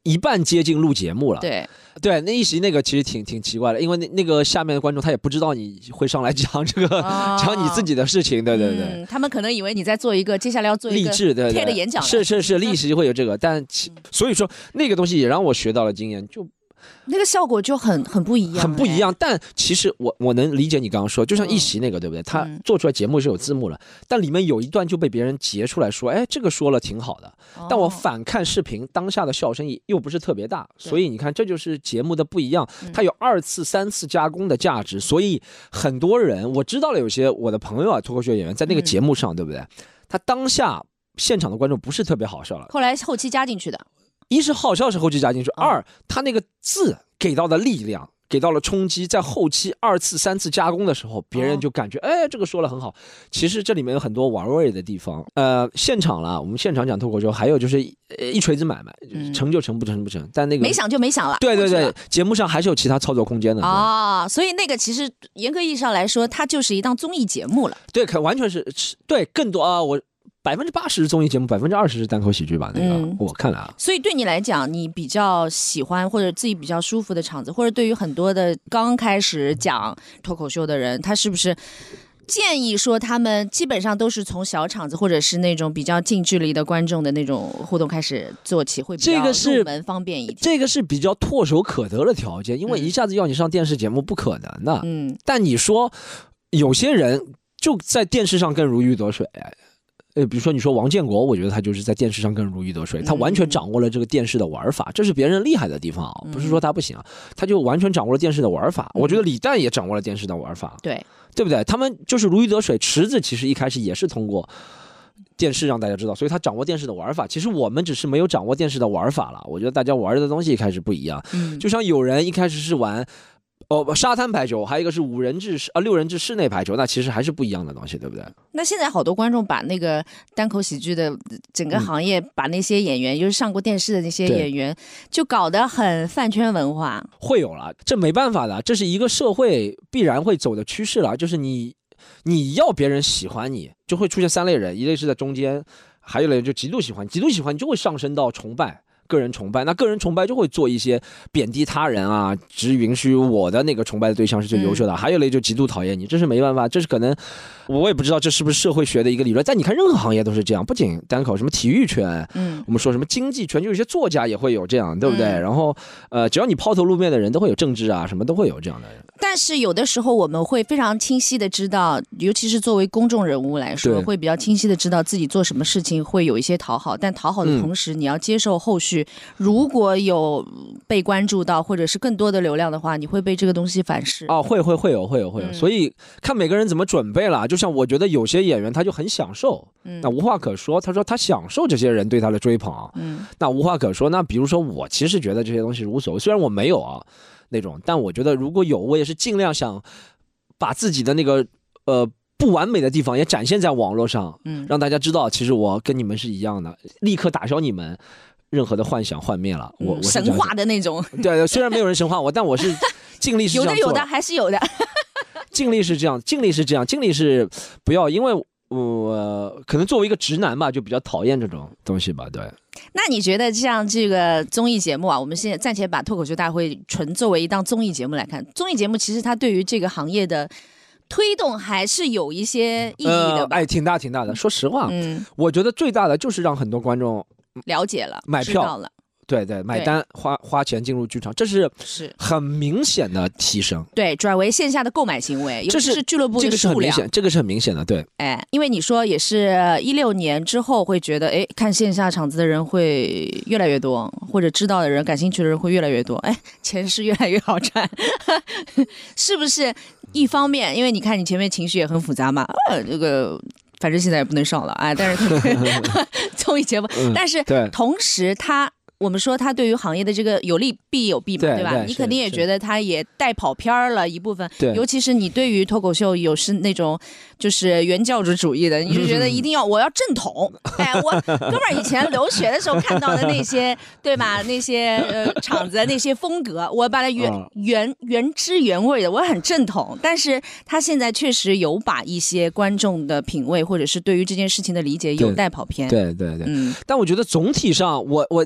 Speaker 3: 一半接近录节目了。
Speaker 2: 对
Speaker 3: 对，那一席那个其实挺挺奇怪的，因为那那个下面的观众他也不知道你会上来讲这个、哦、讲你自己的事情，对对对、
Speaker 2: 嗯，他们可能以为你在做一个接下来要做一个
Speaker 3: 励志对
Speaker 2: T E D 演讲，
Speaker 3: 是是是，历史会有这个，但所以说那个东西也让我学到了经验，就。
Speaker 2: 那个效果就很很不一样，
Speaker 3: 很不一样。但其实我我能理解你刚刚说，就像一席那个，对不对？他做出来节目是有字幕了，但里面有一段就被别人截出来说，哎，这个说了挺好的。但我反看视频，当下的笑声又不是特别大，所以你看，这就是节目的不一样，它有二次、三次加工的价值。所以很多人我知道了，有些我的朋友啊，脱口秀演员在那个节目上，对不对？他当下现场的观众不是特别好笑了，
Speaker 2: 后来后期加进去的。
Speaker 3: 一是好笑是后期加进去，二他那个字给到的力量，给到了冲击，在后期二次、三次加工的时候，别人就感觉，哎，这个说了很好。其实这里面有很多玩味的地方。呃，现场了，我们现场讲脱口秀，还有就是一锤子买卖，成就成，不成不成。但那个
Speaker 2: 没想就没想了。
Speaker 3: 对对对，节目上还是有其他操作空间的
Speaker 2: 啊。所以那个其实严格意义上来说，它就是一档综艺节目了。
Speaker 3: 对，可完全是对更多啊，我。百分之八十是综艺节目，百分之二十是单口喜剧吧？那个、嗯、我看了啊。
Speaker 2: 所以对你来讲，你比较喜欢或者自己比较舒服的场子，或者对于很多的刚开始讲脱口秀的人，他是不是建议说他们基本上都是从小场子或者是那种比较近距离的观众的那种互动开始做起，会比较入门方便一点？
Speaker 3: 这个是比较唾手可得的条件，因为一下子要你上电视节目不可能的。嗯，但你说有些人就在电视上更如鱼得水。呃，比如说你说王建国，我觉得他就是在电视上更如鱼得水，他完全掌握了这个电视的玩法，这是别人厉害的地方啊，不是说他不行啊，他就完全掌握了电视的玩法。我觉得李诞也掌握了电视的玩法，
Speaker 2: 对
Speaker 3: 对不对？他们就是如鱼得水。池子其实一开始也是通过电视让大家知道，所以他掌握电视的玩法。其实我们只是没有掌握电视的玩法了。我觉得大家玩的东西一开始不一样，嗯、就像有人一开始是玩。哦，沙滩排球，还有一个是五人制啊六人制室内排球，那其实还是不一样的东西，对不对？
Speaker 2: 那现在好多观众把那个单口喜剧的整个行业，嗯、把那些演员，就是上过电视的那些演员，就搞得很饭圈文化。
Speaker 3: 会有了，这没办法的，这是一个社会必然会走的趋势了。就是你你要别人喜欢你，就会出现三类人，一类是在中间，还有一类就极度喜欢，极度喜欢就会上升到崇拜。个人崇拜，那个人崇拜就会做一些贬低他人啊，只允许我的那个崇拜的对象是最优秀的。嗯、还有类就极度讨厌你，这是没办法，这是可能我也不知道这是不是社会学的一个理论。但你看任何行业都是这样，不仅单口，什么体育圈，嗯，我们说什么经济圈，就有些作家也会有这样，对不对？嗯、然后呃，只要你抛头露面的人都会有政治啊，什么都会有这样的人。
Speaker 2: 但是有的时候我们会非常清晰的知道，尤其是作为公众人物来说，会比较清晰的知道自己做什么事情会有一些讨好，但讨好的同时，嗯、你要接受后续。如果有被关注到，或者是更多的流量的话，你会被这个东西反噬
Speaker 3: 哦，会会会有会有会有、嗯，所以看每个人怎么准备了。就像我觉得有些演员他就很享受，嗯，那无话可说。他说他享受这些人对他的追捧，嗯，那无话可说。那比如说我其实觉得这些东西无所谓，虽然我没有啊那种，但我觉得如果有，我也是尽量想把自己的那个呃。不完美的地方也展现在网络上，嗯，让大家知道，其实我跟你们是一样的，立刻打消你们任何的幻想幻灭了。我、嗯、我
Speaker 2: 神话的那种，
Speaker 3: 对，虽然没有人神话我，但我是尽力是这样做。
Speaker 2: 有的有的还是有的，
Speaker 3: 尽力是这样，尽力是这样，尽力是不要，因为我、呃、可能作为一个直男吧，就比较讨厌这种东西吧，对。
Speaker 2: 那你觉得像这个综艺节目啊，我们现在暂且把脱口秀大会纯作为一档综艺节目来看，综艺节目其实它对于这个行业的推动还是有一些意义的吧、
Speaker 3: 呃、哎，挺大挺大的。说实话，嗯，我觉得最大的就是让很多观众
Speaker 2: 了解了、
Speaker 3: 买票了，对对，买单花花钱进入剧场，这是是很明显的提升。
Speaker 2: 对，转为线下的购买行为，尤其是俱乐部的数量，
Speaker 3: 这个是很明显，这个是很明显的。对，
Speaker 2: 哎，因为你说也是一六年之后会觉得，哎，看线下场子的人会越来越多，或者知道的人、感兴趣的人会越来越多，哎，钱是越来越好赚，是不是？一方面，因为你看你前面情绪也很复杂嘛，呃，这个反正现在也不能上了，哎，但是综艺节目，嗯、但是同时它。我们说它对于行业的这个有利必有弊嘛， 对, 对吧？你肯定也觉得它也带跑偏了一部分，尤其是你对于脱口秀有是那种就是原教旨主义的，你就觉得一定要我要正统。哎，我哥们儿以前留学的时候看到的那些，对吧？那些呃场子那些风格，我把它原原原汁原味的，我很正统。但是他现在确实有把一些观众的品味或者是对于这件事情的理解有带跑偏。
Speaker 3: 对对对，嗯。但我觉得总体上，我我我。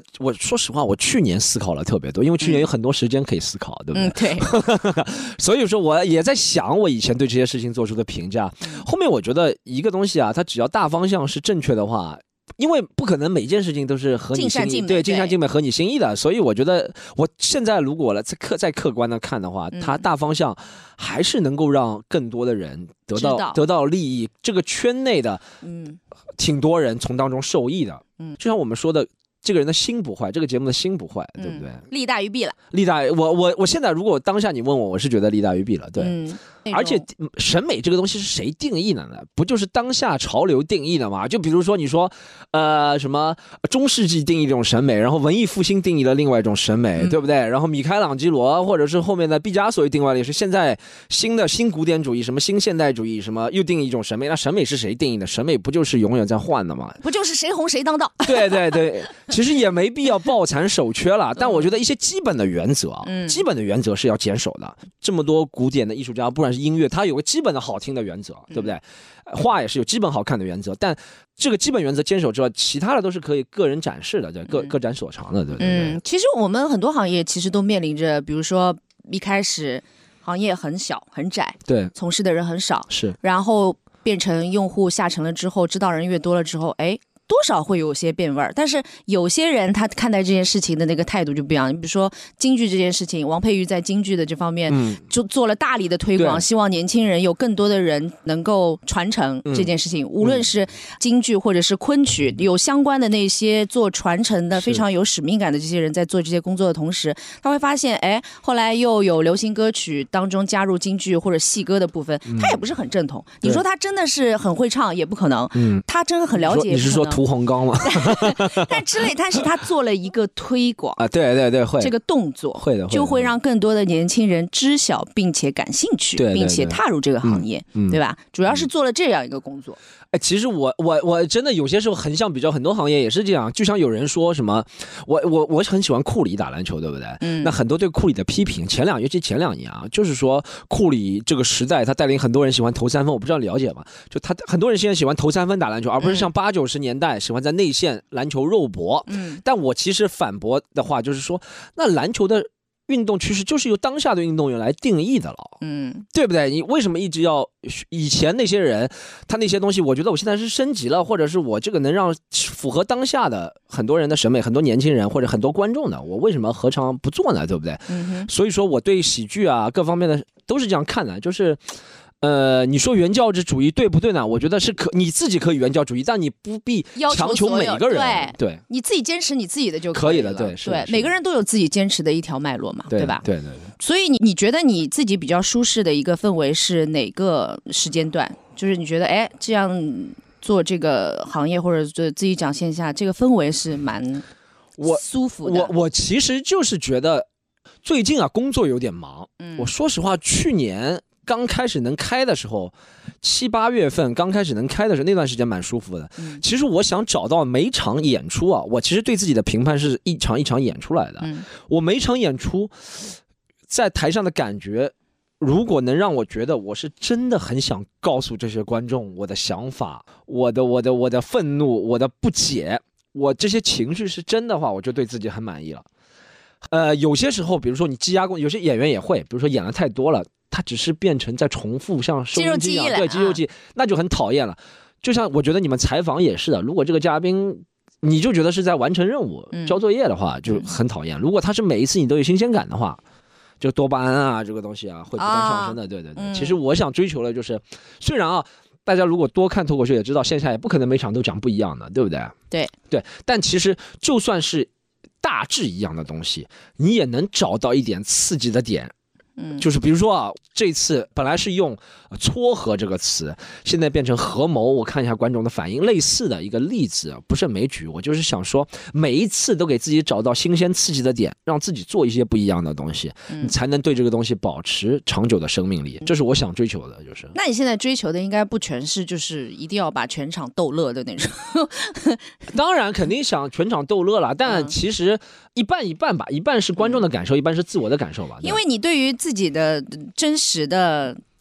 Speaker 3: 说实话，我去年思考了特别多，因为去年有很多时间可以思考，对不对？
Speaker 2: 嗯，对。
Speaker 3: 所以说我也在想我以前对这些事情做出的评价。后面我觉得一个东西啊，它只要大方向是正确的话。因为不可能每件事情都是合你心意，对，尽善尽美合你心意的，所以我觉得我现在如果来再客再客观的看的话，它大方向还是能够让更多的人得到得到利益，这个圈内的嗯挺多人从当中受益的，嗯，就像我们说的。这个人的心不坏，这个节目的心不坏，对不对？
Speaker 2: 嗯、利大于弊了。
Speaker 3: 利大，我我我现在如果当下你问我，我是觉得利大于弊了，对。嗯、而且审美这个东西是谁定义的呢？不就是当下潮流定义的吗？就比如说你说，呃，什么中世纪定义这种审美，然后文艺复兴定义了另外一种审美，嗯、对不对？然后米开朗基罗或者是后面的毕加索定位也是现在新的新古典主义，什么新现代主义，什么又定义一种审美。那审美是谁定义的？审美不就是永远在换的吗？
Speaker 2: 不就是谁红谁当道？
Speaker 3: 对对对。其实也没必要抱残守缺了，但我觉得一些基本的原则啊，嗯、基本的原则是要坚守的。这么多古典的艺术家，不管是音乐，它有个基本的好听的原则，对不对？嗯、画也是有基本好看的原则，但这个基本原则坚守之外，其他的都是可以个人展示的，对，各、嗯、各展所长的，对不对？
Speaker 2: 嗯，其实我们很多行业其实都面临着，比如说一开始行业很小很窄，
Speaker 3: 对，
Speaker 2: 从事的人很少，
Speaker 3: 是，然
Speaker 2: 后变成用户下沉了之后，知道人越多了之后，哎。多少会有些变味儿，但是有些人他看待这件事情的那个态度就不一样。你比如说京剧这件事情，王佩瑜在京剧的这方面就做了大力的推广，嗯、希望年轻人有更多的人能够传承这件事情。嗯、无论是京剧或者是昆曲，有相关的那些做传承的非常有使命感的这些人在做这些工作的同时，他会发现，哎，后来又有流行歌曲当中加入京剧或者戏歌的部分，他也不是很正统。嗯、你说他真的是很会唱也不可能，嗯、他真的很了解也不可能。
Speaker 3: 你是说屠洪刚吗？
Speaker 2: 但之类，但是他做了一个推广
Speaker 3: 啊，对对对，会
Speaker 2: 这个动作，
Speaker 3: 会的，
Speaker 2: 就会让更多的年轻人知晓并且感兴趣，
Speaker 3: 对对对，
Speaker 2: 并且踏入这个行业，嗯、对吧？主要是做了这样一个工作。
Speaker 3: 哎，其实我我我真的有些时候横向比较，很多行业也是这样。就像有人说什么，我我我很喜欢库里打篮球，对不对？嗯。那很多对库里的批评，前两尤其前两年啊，就是说库里这个时代，他带领很多人喜欢投三分，我不知道了解吗？就他很多人现在喜欢投三分打篮球，而不是像八九十年代喜欢在内线篮球肉搏。嗯。但我其实反驳的话就是说，那篮球的运动趋势就是由当下的运动员来定义的了，嗯，对不对？你为什么一直要以前那些人，他那些东西，我觉得我现在是升级了，或者是我这个能让符合当下的很多人的审美，很多年轻人或者很多观众的，我为什么何尝不做呢？对不对？嗯、所以说我对喜剧啊各方面的都是这样看的，就是。呃，你说原教旨主义对不对呢？我觉得是可，你自己可以原教旨义，但你不必强求每个人。
Speaker 2: 对，对你自己坚持你自己的就
Speaker 3: 可以
Speaker 2: 了。
Speaker 3: 可以了，对，是
Speaker 2: 对，每个人都有自己坚持的一条脉络嘛，
Speaker 3: 对
Speaker 2: 吧？
Speaker 3: 对对对。
Speaker 2: 所以你你觉得你自己比较舒适的一个氛围是哪个时间段？就是你觉得，哎，这样做这个行业或者自己讲线下，这个氛围是蛮舒服的。
Speaker 3: 我我我其实就是觉得最近啊，工作有点忙。嗯，我说实话，去年。刚开始能开的时候，七八月份刚开始能开的时候，那段时间蛮舒服的。嗯、其实我想找到每场演出啊，我其实对自己的评判是一场一场演出来的。嗯、我每场演出在台上的感觉，如果能让我觉得我是真的很想告诉这些观众我的想法、我的我的我的愤怒、我的不解，我这些情绪是真的话，我就对自己很满意了。呃，有些时候，比如说你积压工，有些演员也会，比如说演了太多了。它只是变成在重复，像收音机一样，对肌肉记忆，那就很讨厌了。就像我觉得你们采访也是的，如果这个嘉宾你就觉得是在完成任务、嗯、交作业的话，就很讨厌。如果他是每一次你都有新鲜感的话，就多巴胺啊这个东西啊会不断上升的。啊、对对对、嗯，其实我想追求的就是，虽然啊，大家如果多看脱口秀也知道，线下也不可能每场都讲不一样的，对不对？
Speaker 2: 对
Speaker 3: 对，但其实就算是大致一样的东西，你也能找到一点刺激的点。嗯，就是比如说啊，这次本来是用“撮合”这个词，现在变成“合谋”。我看一下观众的反应，类似的一个例子，不是没举。我就是想说，每一次都给自己找到新鲜刺激的点，让自己做一些不一样的东西，嗯、你才能对这个东西保持长久的生命力。这是我想追求的，就是。
Speaker 2: 那你现在追求的应该不全是就是一定要把全场逗乐的那种。
Speaker 3: 当然，肯定想全场逗乐了，但其实一半一半吧，一半是观众的感受，一半是自我的感受吧。
Speaker 2: 因为你对于自己的真实的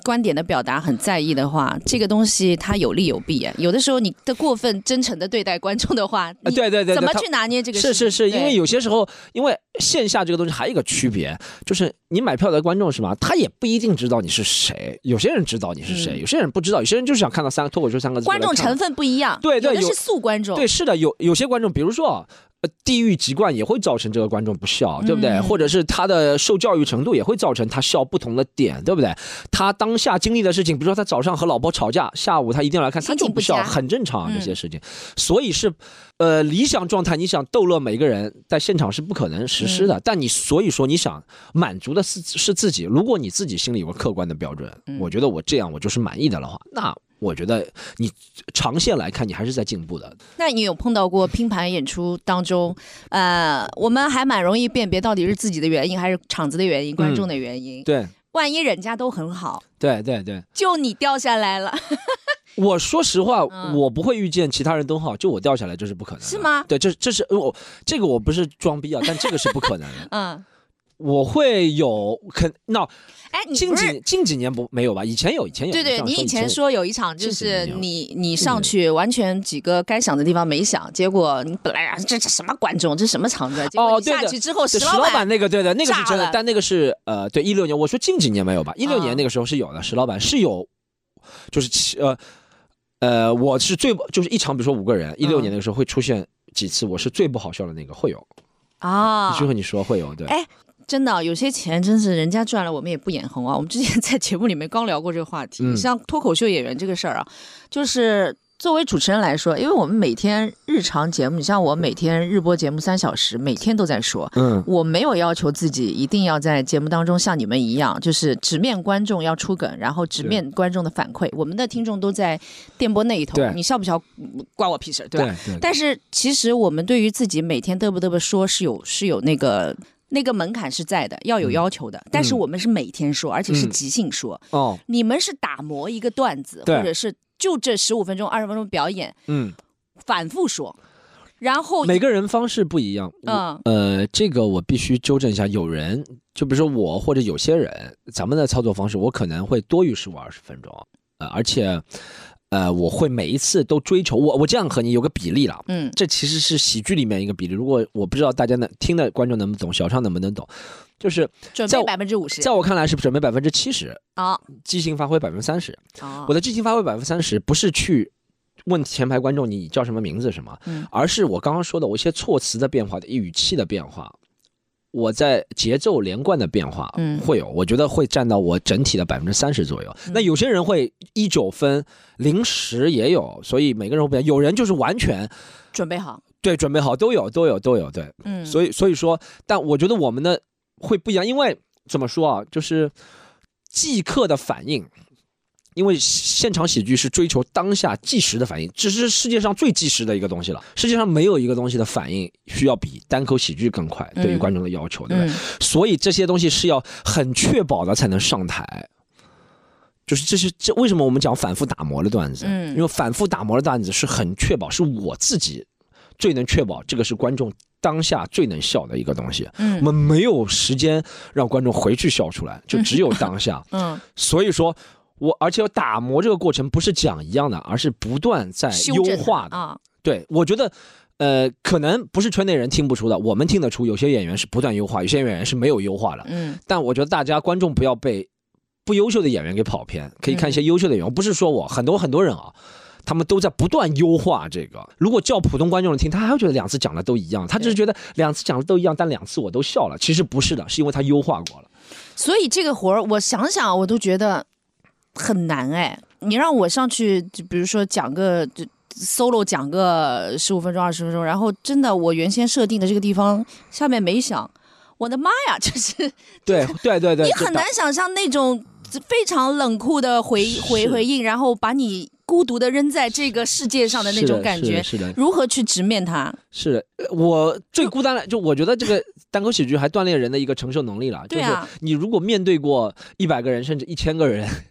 Speaker 2: 观点的表达很在意的话，这个东西它有利有弊。有的时候你的过分真诚的对待观众的话，
Speaker 3: 呃、对对对，
Speaker 2: 怎么去拿捏这个事？
Speaker 3: 是是是，因为有些时候，因为线下这个东西还有一个区别，就是你买票的观众是吧？他也不一定知道你是谁，有些人知道你是谁，嗯、有些人不知道，有些人就是想看到三个脱口秀三个字。
Speaker 2: 观众成分不一样，
Speaker 3: 对对，
Speaker 2: 有的是素观众，
Speaker 3: 对，是的，有有些观众，比如说。地域籍贯也会造成这个观众不笑，对不对？嗯、或者是他的受教育程度也会造成他笑不同的点，对不对？他当下经历的事情，比如说他早上和老婆吵架，下午他一定要来看，他就不笑，很正常、啊、这些事情。所以是，呃，理想状态，你想逗乐每个人，在现场是不可能实施的。嗯、但你所以说你想满足的是是自己，如果你自己心里有个客观的标准，嗯、我觉得我这样我就是满意的了话，那。我觉得你长线来看，你还是在进步的。
Speaker 2: 那你有碰到过拼盘演出当中，呃，我们还蛮容易辨别到底是自己的原因，还是场子的原因、观众的原因。
Speaker 3: 嗯、对，
Speaker 2: 万一人家都很好，
Speaker 3: 对对对，
Speaker 2: 就你掉下来了。
Speaker 3: 我说实话，嗯、我不会预见其他人都好，就我掉下来，这是不可能的。
Speaker 2: 是吗？
Speaker 3: 对，这这是我这个我不是装逼啊，但这个是不可能的。
Speaker 2: 嗯。
Speaker 3: 我会有肯那，
Speaker 2: 哎，你
Speaker 3: 近几近几年不没有吧？以前有，以前有。
Speaker 2: 对对，你以前说有一场就是你你上去完全几个该想的地方没想，结果你本来啊这这什么观众，这什么场子？结果你下去之后，石
Speaker 3: 老板那个对的，那个是真的，但那个是呃对一六年，我说近几年没有吧？一六年那个时候是有的，石老板是有，就是呃呃我是最就是一场，比如说五个人，一六年那个时候会出现几次，我是最不好笑的那个会有啊，必须和你说会有对。
Speaker 2: 哎。真的有些钱真是人家赚了，我们也不眼红啊。我们之前在节目里面刚聊过这个话题，嗯、像脱口秀演员这个事儿啊，就是作为主持人来说，因为我们每天日常节目，你像我每天日播节目三小时，每天都在说，嗯，我没有要求自己一定要在节目当中像你们一样，就是直面观众要出梗，然后直面观众的反馈。我们的听众都在电波那一头，你笑不笑关我屁事，对吧？对对。但是其实我们对于自己每天嘚不嘚不说是有是有那个。那个门槛是在的，要有要求的，嗯、但是我们是每天说，嗯、而且是即兴说。哦，你们是打磨一个段子，或者是就这十五分钟、二十分钟表演，嗯，反复说，然后
Speaker 3: 每个人方式不一样。嗯，呃，这个我必须纠正一下，有人就比如说我或者有些人，咱们的操作方式，我可能会多于十五二十分钟，呃，而且。呃，我会每一次都追求我，我这样和你有个比例了，嗯，这其实是喜剧里面一个比例。如果我不知道大家能听的观众能不能懂，小畅能不能懂，就是
Speaker 2: 准备百分之五十，
Speaker 3: 在我看来是准备百分之七十啊，即兴发挥百分之三十。我的即兴发挥百分之三十不是去问前排观众你叫什么名字什么，嗯，而是我刚刚说的我一些措辞的变化的语气的变化。我在节奏连贯的变化会有，嗯、我觉得会占到我整体的百分之三十左右。嗯、那有些人会一九分，零十也有，所以每个人会不一样。有人就是完全
Speaker 2: 准备好，
Speaker 3: 对，准备好都有，都有，都有，对，嗯，所以所以说，但我觉得我们的会不一样，因为怎么说啊，就是即刻的反应。因为现场喜剧是追求当下即时的反应，这是世界上最即时的一个东西了。世界上没有一个东西的反应需要比单口喜剧更快，对于观众的要求，对吧？嗯、所以这些东西是要很确保的才能上台。就是这是这为什么我们讲反复打磨的段子？嗯，因为反复打磨的段子是很确保，是我自己最能确保这个是观众当下最能笑的一个东西。嗯，我们没有时间让观众回去笑出来，就只有当下。嗯，所以说。我而且打磨这个过程不是讲一样的，而是不断在优化的。啊、对，我觉得，呃，可能不是圈内人听不出的，我们听得出。有些演员是不断优化，有些演员是没有优化的。嗯，但我觉得大家观众不要被不优秀的演员给跑偏，可以看一些优秀的演员。嗯、不是说我很多很多人啊，他们都在不断优化这个。如果叫普通观众听，他还会觉得两次讲的都一样，他只是觉得两次讲的都一样，但两次我都笑了。其实不是的，是因为他优化过了。
Speaker 2: 所以这个活儿，我想想我都觉得。很难哎，你让我上去，就比如说讲个 solo 讲个十五分钟、二十分钟，然后真的我原先设定的这个地方下面没想，我的妈呀，就是
Speaker 3: 对对对对，
Speaker 2: 你很难想象那种非常冷酷的回回回应，然后把你孤独的扔在这个世界上的那种感觉，
Speaker 3: 是的，是的，
Speaker 2: 如何去直面它？是
Speaker 3: 的，我最孤单的，就我觉得这个单口喜剧还锻炼人的一个承受能力了。
Speaker 2: 对啊，
Speaker 3: 就是你如果面对过一百个人甚至一千个人。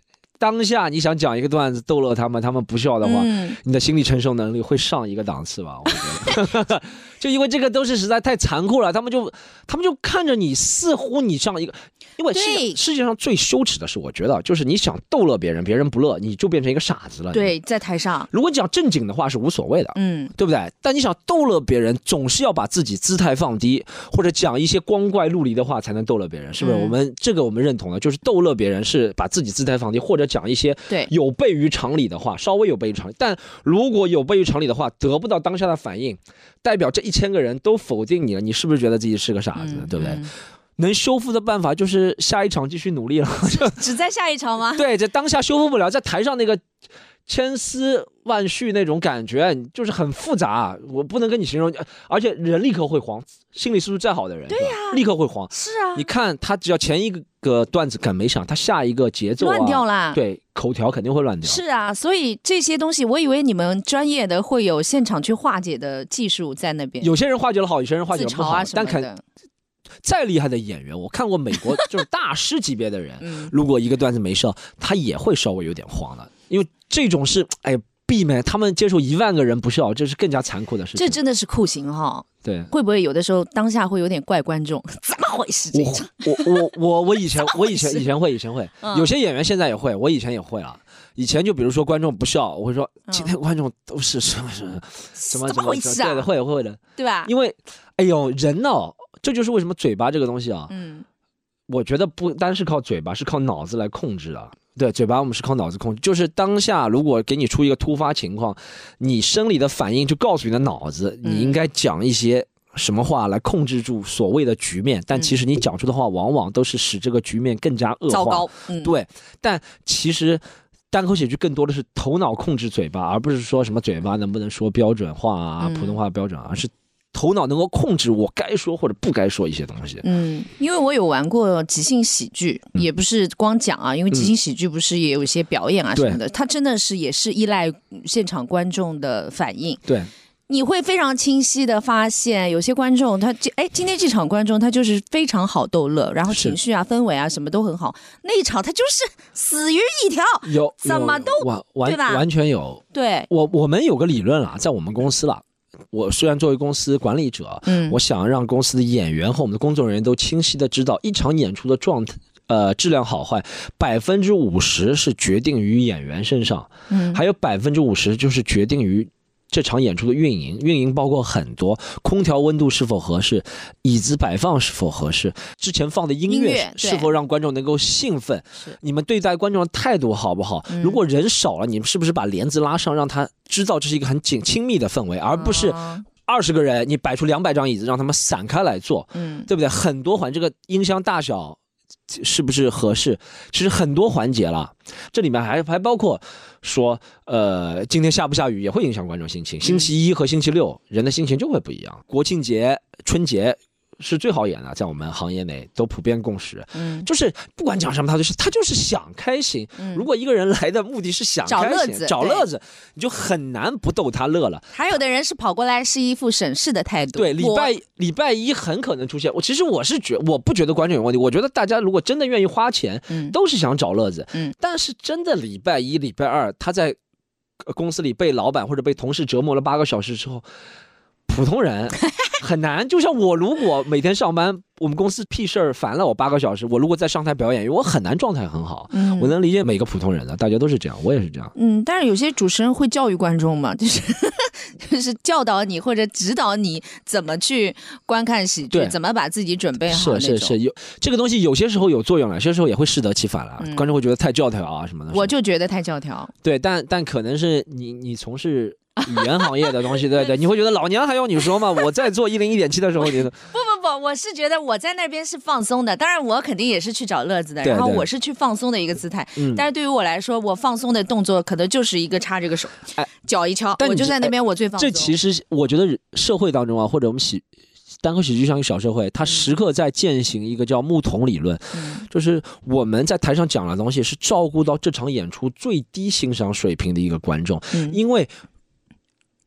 Speaker 3: 当下你想讲一个段子逗乐他们，他们不笑的话，
Speaker 2: 嗯、
Speaker 3: 你的心理承受能力会上一个档次吧？我觉得，就因为这个都是实在太残酷了，他们就他们就看着你，似乎你像一个，因为世世界上最羞耻的是，我觉得就是你想逗乐别人，别人不乐，你就变成一个傻子了。
Speaker 2: 对，在台上，
Speaker 3: 如果讲正经的话是无所谓的，嗯，对不对？但你想逗乐别人，总是要把自己姿态放低，或者讲一些光怪陆离的话才能逗乐别人，是不是？嗯、我们这个我们认同的，就是逗乐别人是把自己姿态放低，或者讲一些有悖于常理的话，稍微有悖于常理。但如果有悖于常理的话，得不到当下的反应，代表这一千个人都否定你了，你是不是觉得自己是个傻子？嗯、对不对？嗯能修复的办法就是下一场继续努力了，就
Speaker 2: 只在下一场吗？
Speaker 3: 对，在当下修复不了，在台上那个千丝万绪那种感觉，就是很复杂，我不能跟你形容。而且人立刻会慌，心理素质再好的人，
Speaker 2: 对呀、啊，
Speaker 3: 立刻会慌。
Speaker 2: 是啊，
Speaker 3: 你看他只要前一个段子梗没上，他下一个节奏、啊、
Speaker 2: 乱掉啦，
Speaker 3: 对，口条肯定会乱掉。
Speaker 2: 是啊，所以这些东西，我以为你们专业的会有现场去化解的技术在那边。
Speaker 3: 有些人化解的好，有些人化解的不好，
Speaker 2: 啊、
Speaker 3: 但肯。再厉害的演员，我看过美国就是大师级别的人，
Speaker 2: 嗯、
Speaker 3: 如果一个段子没上，他也会稍微有点慌的，因为这种是哎避免他们接受一万个人不笑，这是更加残酷的事情。
Speaker 2: 这真的是酷刑哈、哦。
Speaker 3: 对，
Speaker 2: 会不会有的时候当下会有点怪观众？怎么回事？这场
Speaker 3: 我我我我以前我以前以前会以前会、嗯，有些演员现在也会，我以前也会了。以前就比如说观众不笑，我会说、嗯、今天观众都是什么什么什么
Speaker 2: 怎么回事啊？
Speaker 3: 对的，会会的，
Speaker 2: 对吧？
Speaker 3: 因为哎呦人呢、哦，这就是为什么嘴巴这个东西啊，
Speaker 2: 嗯，
Speaker 3: 我觉得不单是靠嘴巴，是靠脑子来控制的。对，嘴巴我们是靠脑子控制，就是当下如果给你出一个突发情况，你生理的反应就告诉你的脑子，你应该讲一些什么话来控制住所谓的局面，但其实你讲出的话往往都是使这个局面更加恶化。
Speaker 2: 糟糕，嗯、
Speaker 3: 对，但其实单口喜剧更多的是头脑控制嘴巴，而不是说什么嘴巴能不能说标准话啊、嗯、普通话标准，而是头脑能够控制我该说或者不该说一些东西。
Speaker 2: 嗯，因为我有玩过即兴喜剧、嗯、也不是光讲啊，因为即兴喜剧不是也有一些表演啊什么的、嗯、它真的是也是依赖现场观众的反应。
Speaker 3: 对，
Speaker 2: 你会非常清晰的发现有些观众他哎，今天这场观众他就是非常好逗乐，然后情绪啊氛围啊什么都很好，那一场他就是死鱼一条，
Speaker 3: 有
Speaker 2: 怎么都
Speaker 3: 完
Speaker 2: 对吧？
Speaker 3: 完全有。
Speaker 2: 对，
Speaker 3: 我我们有个理论啦，在我们公司啦，我虽然作为公司管理者，嗯，我想让公司的演员和我们的工作人员都清晰的知道，一场演出的状态，呃，质量好坏，百分之五十是决定于演员身上，嗯，还有百分之五十就是决定于这场演出的运营。运营包括很多，空调温度是否合适，椅子摆放是否合适，之前放的音乐, 音乐是否让观众能够兴奋，你们对待观众的态度好不好、嗯、如果人少了，你们是不是把帘子拉上，让他知道这是一个很紧亲密的氛围，而不是二十个人你摆出两百张椅子让他们散开来坐，嗯，对不对？很多环，这个音箱大小是不是合适，其实很多环节了，这里面还还包括说呃，今天下不下雨也会影响观众心情，星期一和星期六人的心情就会不一样，国庆节春节是最好演的，在我们行业内都普遍共识，嗯，就是不管讲什么他就是他就是想开心、嗯、如果一个人来的目的是想开心找乐子找乐子，你就很难不逗他乐了。
Speaker 2: 还有的人是跑过来是一副审视的态度。
Speaker 3: 对，礼拜礼拜一很可能出现，我其实我是觉我不觉得观众有问题，我觉得大家如果真的愿意花钱、嗯、都是想找乐子，嗯，但是真的礼拜一礼拜二他在公司里被老板或者被同事折磨了八个小时之后，普通人很难。就像我如果每天上班，我们公司屁事儿烦了我八个小时，我如果在上台表演，我很难状态很好、嗯、我能理解每个普通人的，大家都是这样，我也是这样。
Speaker 2: 嗯，但是有些主持人会教育观众嘛，就是就是教导你或者指导你怎么去观看喜剧，怎么把自己准备好那种。
Speaker 3: 是是是，有这个东西有些时候有作用了，有些时候也会适得其反了、嗯、观众会觉得太教条啊什么的。
Speaker 2: 我就觉得太教条。
Speaker 3: 对，但但可能是你你从事语言行业的东西，对对，你会觉得老娘还要你说吗？我在做一零一点七的时候，你不
Speaker 2: 不不，我是觉得我在那边是放松的，当然我肯定也是去找乐子的，然后我是去放松的一个姿态。嗯，但是对于我来说，我放松的动作可能就是一个插这个手，哎，脚一敲，我就在那边我最放松。
Speaker 3: 这其实我觉得社会当中啊，或者我们喜单口喜剧像一个小社会，它时刻在践行一个叫木桶理论、嗯、就是我们在台上讲的东西是照顾到这场演出最低欣赏水平的一个观众、嗯、因为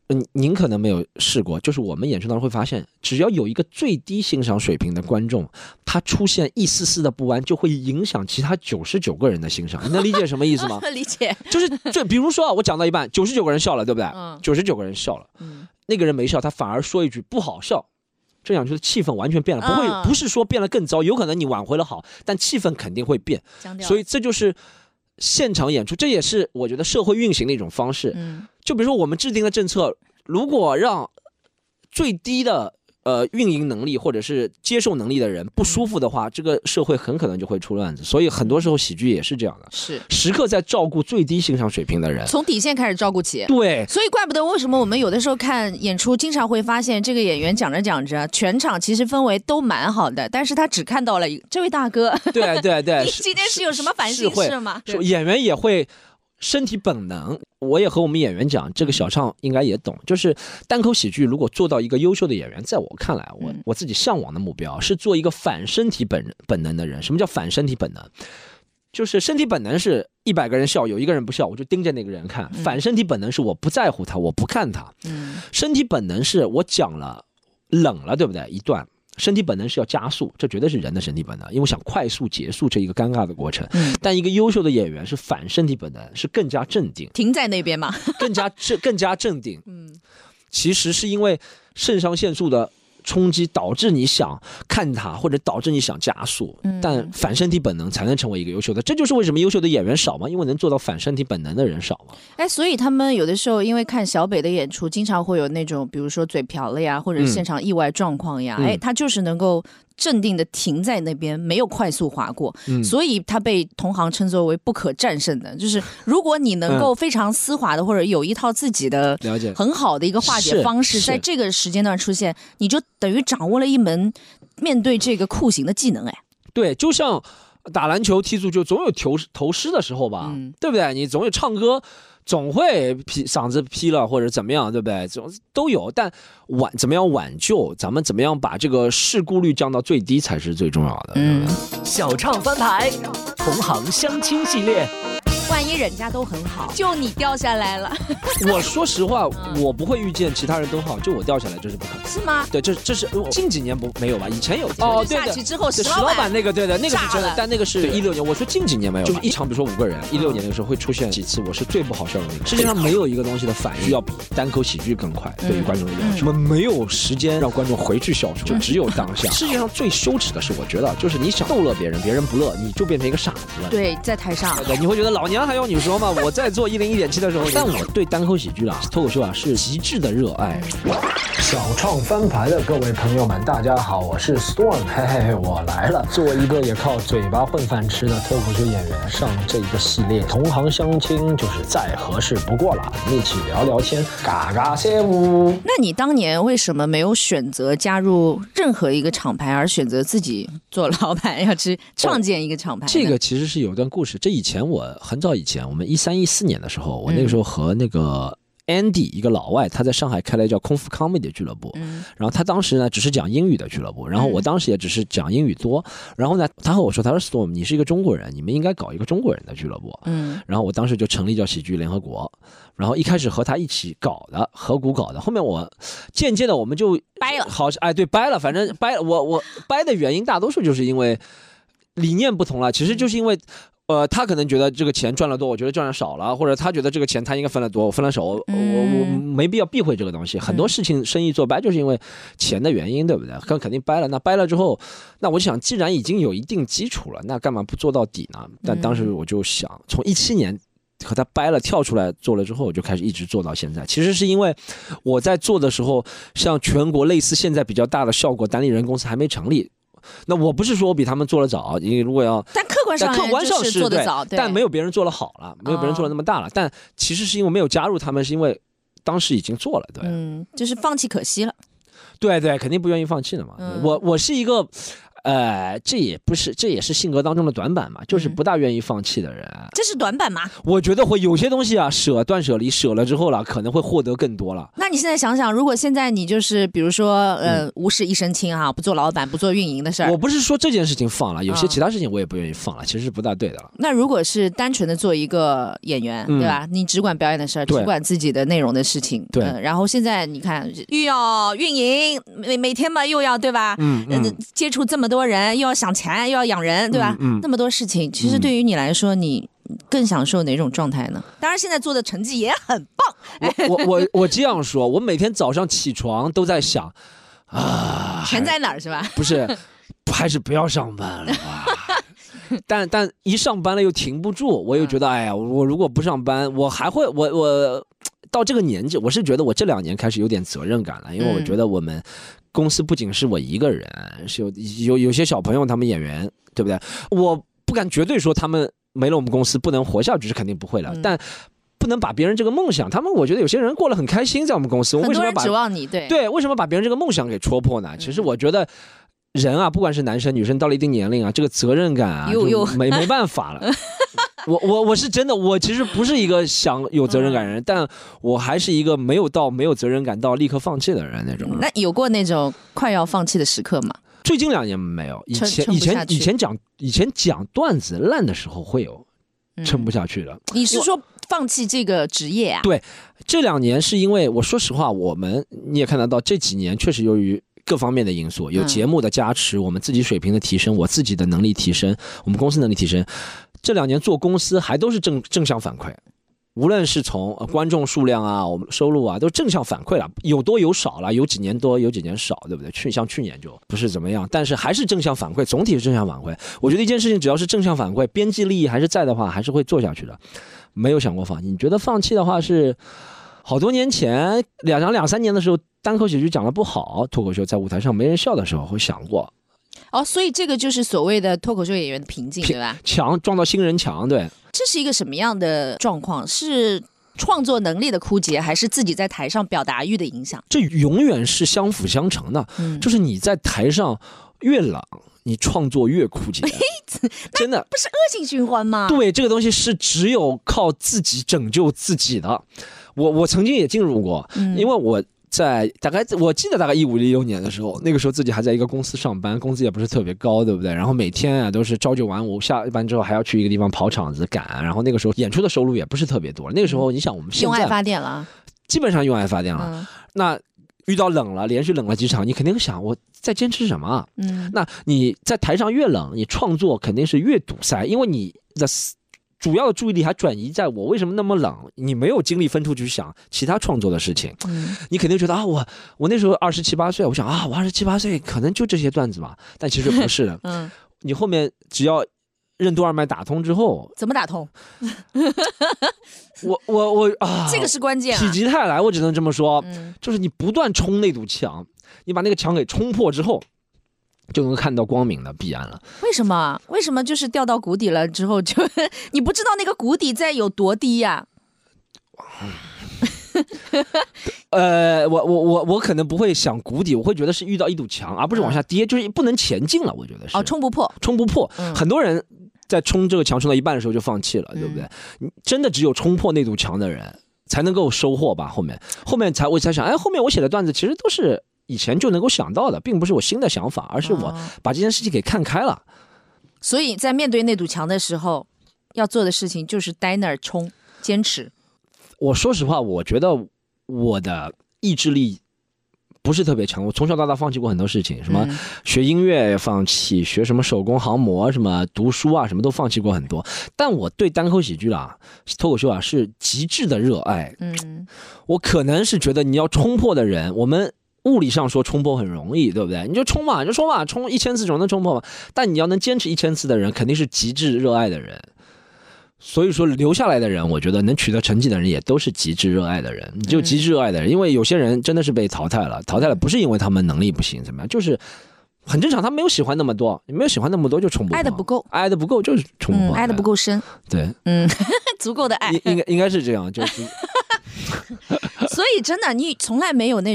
Speaker 3: 嗯，您可能没有试过，就是我们演出当中会发现，只要有一个最低欣赏水平的观众，他出现一丝丝的不安，就会影响其他九十九个人的欣赏。你能理解什么意思吗？
Speaker 2: 理解，
Speaker 3: 就是就比如说啊，我讲到一半，九十九个人笑了，对不对？
Speaker 2: 嗯，
Speaker 3: 九十九个人笑了，嗯，那个人没笑，他反而说一句不好笑。这样就是气氛完全变了，不会、嗯、不是说变了更糟，有可能你挽回了好，但气氛肯定会变，所以这就是现场演出，这也是我觉得社会运行的一种方式。嗯，就比如说我们制定的政策，如果让最低的呃运营能力或者是接受能力的人不舒服的话，这个社会很可能就会出乱子。所以很多时候喜剧也是这样的，
Speaker 2: 是
Speaker 3: 时刻在照顾最低欣赏水平的人，
Speaker 2: 从底线开始照顾起。
Speaker 3: 对，
Speaker 2: 所以怪不得为什么我们有的时候看演出，经常会发现这个演员讲着讲着，全场其实氛围都蛮好的，但是他只看到了这位大哥。
Speaker 3: 对对对，
Speaker 2: 你今天是有什么烦心事吗？
Speaker 3: 演员也会。身体本能，我也和我们演员讲，这个小畅应该也懂，就是单口喜剧如果做到一个优秀的演员，在我看来，我我自己向往的目标是做一个反身体本本能的人。什么叫反身体本能？就是身体本能是一百个人笑，有一个人不笑，我就盯着那个人看。反身体本能是我不在乎他，我不看他。身体本能是我讲了冷了，对不对？一段。身体本能是要加速，这绝对是人的身体本能，因为我想快速结束这一个尴尬的过程。嗯、但一个优秀的演员是反身体本能，是更加镇定，
Speaker 2: 停在那边嘛，
Speaker 3: 更加更加镇定。嗯，其实是因为肾上腺素的冲击导致你想看它，或者导致你想加速，嗯、但反身体本能才能成为一个优秀的。这就是为什么优秀的演员少嘛，因为能做到反身体本能的人少嘛。
Speaker 2: 哎，所以他们有的时候因为看小北的演出，经常会有那种比如说嘴瓢了呀，或者现场意外状况呀，嗯、哎，他就是能够镇定的停在那边，没有快速划过，嗯、所以他被同行称作为不可战胜的。就是如果你能够非常丝滑的，或者有一套自己的很好的一个化解方式，在这个时间段出现，你就等于掌握了一门面对这个酷刑的技能。哎，
Speaker 3: 对，就像打篮球、踢足球，总有投投失的时候吧，嗯、对不对？你总有唱歌。总会劈嗓子劈了或者怎么样，对不对？总都有，但挽怎么样挽救，咱们怎么样把这个事故率降到最低才是最重要的。嗯，
Speaker 4: 小唱翻牌，同行相亲系列。
Speaker 2: 万一人家都很好，就你掉下来了。
Speaker 3: 我说实话，我不会遇见其他人都好，就我掉下来，这是不可能。
Speaker 2: 是吗？
Speaker 3: 对，这这是近几年不没有吧？以前有。
Speaker 2: 哦，对的。下去之后，石
Speaker 3: 老板那个，对的，那个是真的，但那个是一六年。我说近几年没有，就是一场，比如说五个人，一六年的时候会出现几次，我是最不好笑的那个。世界上没有一个东西的反应要比单口喜剧更快，对于观众的要求。我们没有时间让观众回去笑出，就只有当下。世界上最羞耻的是，我觉得就是你想逗乐别人，别人不乐，你就变成一个傻子了。
Speaker 2: 对，在台上，
Speaker 3: 对，你会觉得老娘还用你说吗？我在做一零一点七的时候，但我对单口喜剧啊、脱口秀啊是极致的热爱。
Speaker 5: 小创翻牌的各位朋友们，大家好，我是 Storm， 嘿嘿嘿，我来了。作为一个也靠嘴巴混饭吃的脱口秀演员，上这个系列同行相亲就是再合适不过了，一起聊聊天，嘎嘎谢呜。
Speaker 2: 那你当年为什么没有选择加入任何一个厂牌，而选择自己做老板，要去创建一个厂牌、哦？
Speaker 3: 这个其实是有段故事。这以前我很早以前，我们一三一四年的时候，我那个时候和那个 Andy 一个老外，他在上海开了一叫空腹 comedy 的俱乐部，嗯、然后他当时呢只是讲英语的俱乐部，然后我当时也只是讲英语多，然后呢他和我说，他说 Storm 你是一个中国人，你们应该搞一个中国人的俱乐部，嗯，然后我当时就成立叫喜剧联合国，然后一开始和他一起搞的，合股搞的，后面我渐渐的我们就
Speaker 2: 掰了，
Speaker 3: 好哎对掰了，反正掰了，我我掰的原因大多数就是因为理念不同了，其实就是因为。呃，他可能觉得这个钱赚了多，我觉得赚的少了，或者他觉得这个钱他应该分了多，我分了少，我、嗯、我我没必要避讳这个东西。很多事情生意做掰就是因为钱的原因，对不对？肯肯定掰了，那掰了之后，那我就想，既然已经有一定基础了，那干嘛不做到底呢？但当时我就想，从一七年和他掰了跳出来做了之后，我就开始一直做到现在。其实是因为我在做的时候，像全国类似现在比较大的效果单立人公司还没成立。那我不是说我比他们做得早，因为如果要
Speaker 2: 但客观上
Speaker 3: 客观上是
Speaker 2: 做得早，对，
Speaker 3: 但没有别人做得好了，没有别人做得那么大了。哦、但其实是因为没有加入他们，是因为当时已经做了，对，
Speaker 2: 嗯，就是放弃可惜了。
Speaker 3: 对对，肯定不愿意放弃的嘛。嗯、我我是一个。 呃，这也不是，这也是性格当中的短板嘛，就是不大愿意放弃的人。嗯、
Speaker 2: 这是短板吗？
Speaker 3: 我觉得会有些东西啊，舍断舍离，舍了之后了，可能会获得更多了。
Speaker 2: 那你现在想想，如果现在你就是比如说呃、嗯、无事一身轻啊，不做老板，不做运营的事儿，
Speaker 3: 我不是说这件事情放了，有些其他事情我也不愿意放了，嗯、其实是不大对的了。
Speaker 2: 那如果是单纯的做一个演员，嗯、对吧？你只管表演的事儿，只管自己的内容的事情，
Speaker 3: 对。
Speaker 2: 呃、然后现在你看，又要运营，每每天嘛又要对吧？嗯嗯、呃，接触这么多人，又要想钱，又要养人，对吧？嗯嗯、那么多事情，其实对于你来说，你更享受哪种状态呢？当然，现在做的成绩也很棒。
Speaker 3: 我我我我这样说，我每天早上起床都在想，啊，
Speaker 2: 钱在哪儿是吧？
Speaker 3: 不是，还是不要上班了吧。但但一上班了又停不住，我又觉得，哎呀，我如果不上班，我还会我我到这个年纪，我是觉得我这两年开始有点责任感了，因为我觉得我们公司不仅是我一个人，是有有有些小朋友他们演员，对不对？我不敢绝对说他们没了我们公司不能活下去，是肯定不会了，嗯、但不能把别人这个梦想，他们我觉得有些人过得很开心，在我们公司，我为什么把
Speaker 2: 很多人指望你对
Speaker 3: 对为什么把别人这个梦想给戳破呢？其实我觉得。人啊，不管是男生女生，到了一定年龄啊，这个责任感啊，
Speaker 2: 又又
Speaker 3: 没没办法了。我我我是真的，我其实不是一个想有责任感的人，嗯、但我还是一个没有到没有责任感到立刻放弃的人那种。
Speaker 2: 那有过那种快要放弃的时刻吗？
Speaker 3: 最近两年没有，以前以前以前讲以前讲段子烂的时候会有，撑不下去了。
Speaker 2: 嗯、你是说放弃这个职业啊？
Speaker 3: 对，这两年是因为我说实话，我们你也看得到，这几年确实由于。各方面的因素，有节目的加持，嗯、我们自己水平的提升，我自己的能力提升，我们公司能力提升。这两年做公司还都是正正向反馈，无论是从观众数量啊，我们收入啊，都正向反馈了，有多有少了，有几年多，有几年少，对不对？去像去年就不是怎么样，但是还是正向反馈，总体是正向反馈。我觉得一件事情只要是正向反馈，边际利益还是在的话，还是会做下去的，没有想过放弃。你觉得放弃的话是？好多年前，两两两三年的时候，单口喜剧讲得不好，脱口秀在舞台上没人笑的时候，会想过。
Speaker 2: 哦，所以这个就是所谓的脱口秀演员的瓶颈，对吧？
Speaker 3: 墙撞到新人墙，对。
Speaker 2: 这是一个什么样的状况？是创作能力的枯竭，还是自己在台上表达欲的影响？
Speaker 3: 这永远是相辅相成的。嗯，就是你在台上越冷，你创作越枯竭。真的
Speaker 2: 不是恶性循环吗？
Speaker 3: 对，这个东西是只有靠自己拯救自己的。我我曾经也进入过，嗯、因为我在大概我记得大概一五一六年的时候，那个时候自己还在一个公司上班，工资也不是特别高，对不对？然后每天啊都是朝九晚五，下班之后还要去一个地方跑场子赶，然后那个时候演出的收入也不是特别多。那个时候你想我们现在
Speaker 2: 用爱发电了，
Speaker 3: 基本上用爱发电了。嗯、那遇到冷了，连续冷了几场，你肯定想我在坚持什么啊？嗯，那你在台上越冷，你创作肯定是越堵塞，因为你的主要的注意力还转移在我为什么那么冷，你没有精力分出去想其他创作的事情。嗯，你肯定觉得啊，我我那时候二十七八岁，我想啊，我二十七八岁可能就这些段子吧，但其实不是的。嗯，你后面只要任督二脉打通之后，
Speaker 2: 怎么打通？
Speaker 3: 我我我啊，
Speaker 2: 这个是关键、啊。
Speaker 3: 否极泰来，我只能这么说，嗯、就是你不断冲那堵墙，你把那个墙给冲破之后。就能看到光明的彼岸了。
Speaker 2: 为什么？为什么就是掉到谷底了之后就你不知道那个谷底在有多低呀、
Speaker 3: 啊？呃，我我我我可能不会想谷底，我会觉得是遇到一堵墙，而不是往下跌，嗯、就是不能前进了。我觉得是
Speaker 2: 哦，冲不破，
Speaker 3: 冲不破。嗯、很多人在冲这个墙冲到一半的时候就放弃了，嗯、对不对？真的只有冲破那堵墙的人才能够收获吧。后面后面才我才想，哎，后面我写的段子其实都是。以前就能够想到的，并不是我新的想法，而是我把这件事情给看开了。
Speaker 2: 所以在面对那堵墙的时候，要做的事情就是待那儿冲，坚持。
Speaker 3: 我说实话，我觉得我的意志力不是特别强。我从小到大放弃过很多事情，什么学音乐也放弃，学什么手工航模，什么读书啊，什么都放弃过很多。但我对单口喜剧啦、脱口秀啊是极致的热爱。嗯，我可能是觉得你要冲破的人，我们。物理上说冲破很容易，对不对？你就冲嘛，你就冲嘛，冲一千次总能冲破嘛。但你要能坚持一千次的人，肯定是极致热爱的人。所以说留下来的人，我觉得能取得成绩的人也都是极致热爱的人。就极致热爱的人，因为有些人真的是被淘汰了，淘汰了不是因为他们能力不行怎么样，就是很正常，他没有喜欢那么多，你没有喜欢那么多就冲不破，
Speaker 2: 爱的不够，
Speaker 3: 爱的不够就是冲不破，
Speaker 2: 嗯、爱的不够深，
Speaker 3: 对，
Speaker 2: 嗯，足够的爱，
Speaker 3: 应该应该是这样，就是。
Speaker 2: 所以真的，你从来没有那种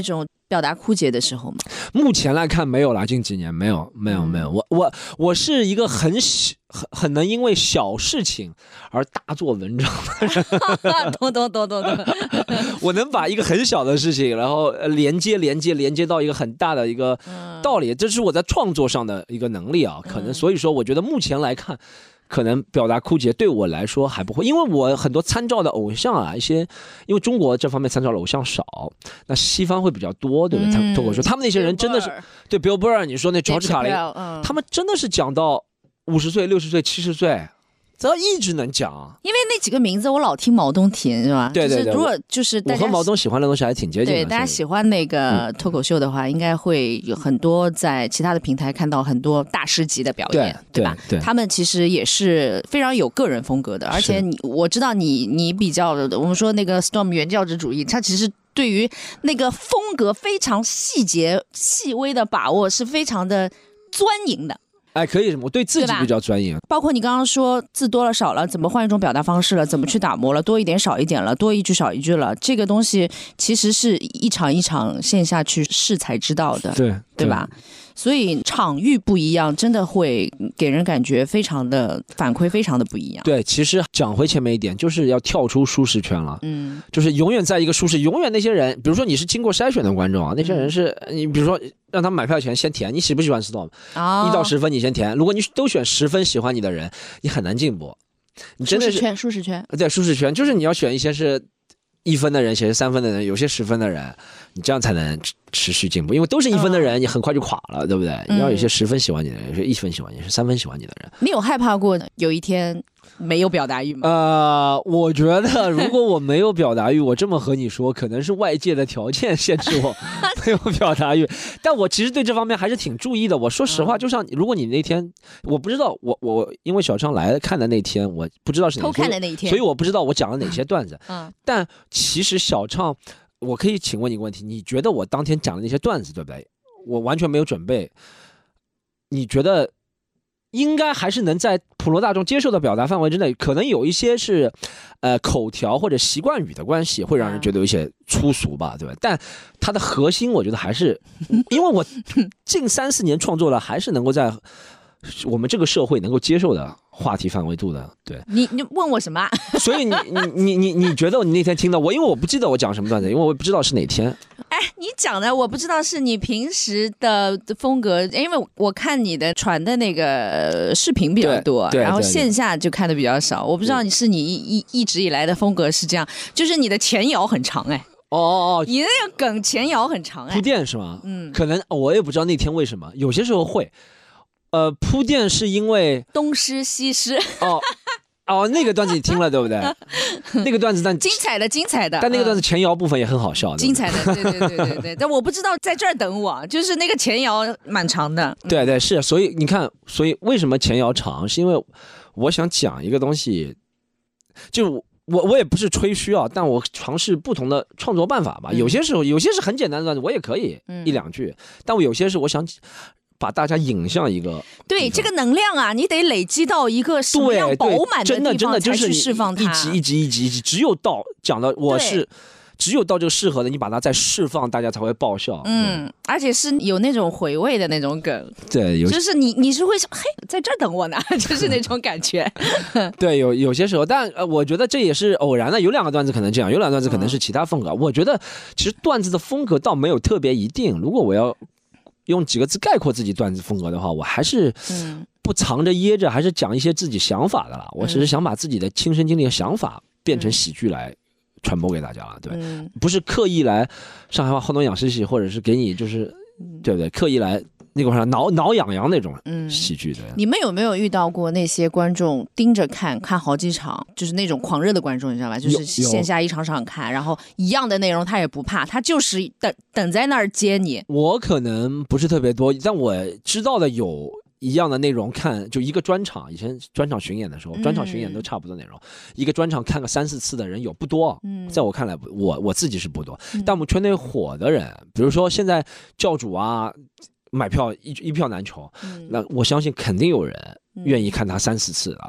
Speaker 2: 表达枯竭的时候吗？
Speaker 3: 目前来看没有啦，近几年没有，没有，没有。我我我是一个很很很能因为小事情而大做文章的人。
Speaker 2: 懂懂懂懂懂。
Speaker 3: 我能把一个很小的事情，然后连接连接连接到一个很大的一个道理，这是我在创作上的一个能力啊。可能所以说，我觉得目前来看。可能表达枯竭对我来说还不会，因为我很多参照的偶像啊，一些因为中国这方面参照的偶像少，那西方会比较多，对不对？他脱口秀，他们那些人真的是对 Bill Burr， 你说那乔治卡林，他们真的是讲到五十岁、六十岁、七十岁。只要一直能讲，
Speaker 2: 因为那几个名字我老听毛东提，是吧？
Speaker 3: 对对对。
Speaker 2: 就是、如果就是大家
Speaker 3: 我和毛东喜欢的东西还挺接近的。
Speaker 2: 对，大家喜欢那个脱口秀的话，嗯、应该会有很多在其他的平台看到很多大师级的表演， 对, 对吧？
Speaker 3: 对，
Speaker 2: 他们其实也是非常有个人风格的，而且你我知道你你比较我们说那个 Storm 原教旨主义，他其实对于那个风格非常细节细微的把握是非常的钻营的。
Speaker 3: 哎，可以，我对自己比较专业。
Speaker 2: 包括你刚刚说字多了少了，怎么换一种表达方式了，怎么去打磨了，多一点少一点了，多一句少一句了，这个东西其实是一场一场线下去试才知道的，
Speaker 3: 对
Speaker 2: 对吧？所以场域不一样，真的会给人感觉非常的反馈，非常的不一样。
Speaker 3: 对，其实讲回前面一点，就是要跳出舒适圈了。嗯，就是永远在一个舒适，永远那些人，比如说你是经过筛选的观众啊，那些人是你，比如说让他们买票前先填，你喜不喜欢 Storm？ 哦，一到十分你先填，如果你都选十分喜欢你的人，你很难进步。你真的是
Speaker 2: 舒适圈，舒适圈。
Speaker 3: 对，舒适圈就是你要选一些是一分的人，写是三分的人，有些十分的人，你这样才能持续进步。因为都是一分的人，你很快就垮了，对不对？你要有些十分喜欢你的人，有些一分喜欢你，有些三分喜欢你的人。
Speaker 2: 你有害怕过有一天没有表达欲吗？
Speaker 3: 呃，我觉得如果我没有表达欲，我这么和你说，可能是外界的条件限制我没有表达欲。但我其实对这方面还是挺注意的。我说实话，就像如果你那天，我不知道，我我因为小畅来看的那天，我不知道是哪
Speaker 2: 偷看的那一天，
Speaker 3: 所以我不知道我讲了哪些段子。嗯，但其实小畅，我可以请问你一个问题：你觉得我当天讲的那些段子，对不对？我完全没有准备，你觉得？应该还是能在普罗大众接受的表达范围之内，可能有一些是，呃，口条或者习惯语的关系，会让人觉得有一些粗俗吧，对吧？但它的核心，我觉得还是，因为我近三四年创作了，还是能够在我们这个社会能够接受的话题范围度的。对，
Speaker 2: 你你问我什么？
Speaker 3: 所以你你你你你觉得你那天听到我，因为我不记得我讲什么段子，因为我不知道是哪天。
Speaker 2: 哎，你讲的我不知道是你平时的风格，因为我看你的传的那个视频比较多，然后线下就看的比较少。我不知道你是你一一直以来的风格是这样，就是你的前摇很长哎。
Speaker 3: 哦哦哦，
Speaker 2: 你那个梗前摇很长哎。
Speaker 3: 铺垫是吗？嗯，可能我也不知道那天为什么，有些时候会。呃，铺垫是因为
Speaker 2: 东施西施
Speaker 3: 哦哦，那个段子你听了对不对？那个段子但
Speaker 2: 精彩的精彩的，
Speaker 3: 但那个段子前摇部分也很好笑的，
Speaker 2: 精彩的，对对对对对。但我不知道在这儿等我，就是那个前摇蛮长的。
Speaker 3: 嗯、对对是，所以你看，所以为什么前摇长？是因为我想讲一个东西，就我我也不是吹嘘啊，但我尝试不同的创作办法吧。嗯、有些时候有些是很简单的段子，我也可以、嗯、一两句，但我有些是我想。把大家引向一个
Speaker 2: 对这个能量啊，你得累积到一个什么样饱满的地方才去释放它。
Speaker 3: 一集一集一集一集，只有到讲到我是，只有到这个适合的，你把它再释放，大家才会爆笑。
Speaker 2: 嗯，而且是有那种回味的那种梗。
Speaker 3: 对，有
Speaker 2: 就是你你是会说，嘿，在这儿等我呢，就是那种感觉。
Speaker 3: 对，有有些时候，但呃，我觉得这也是偶然的。有两个段子可能这样，有两个段子可能是其他风格。嗯、我觉得其实段子的风格倒没有特别一定。如果我要用几个字概括自己段子风格的话，我还是不藏着掖着，还是讲一些自己想法的啦。我只是想把自己的亲身经历的想法变成喜剧来传播给大家了，对，嗯、不是刻意来上海话后东养西戏，或者是给你就是对不对？刻意来那个挠挠痒痒那种喜剧的。嗯、
Speaker 2: 你们有没有遇到过那些观众盯着看看好几场，就是那种狂热的观众，你知道吧？就是线下一场场看，然后一样的内容他也不怕，他就是等等在那儿接你。
Speaker 3: 我可能不是特别多，但我知道的有一样的内容看，就一个专场，以前专场巡演的时候，专场巡演都差不多内容，嗯、一个专场看个三四次的人有不多，嗯、在我看来，我我自己是不多。嗯、但我们圈内火的人，比如说现在教主啊。买票一一票难求，嗯、那我相信肯定有人愿意看他三四次了。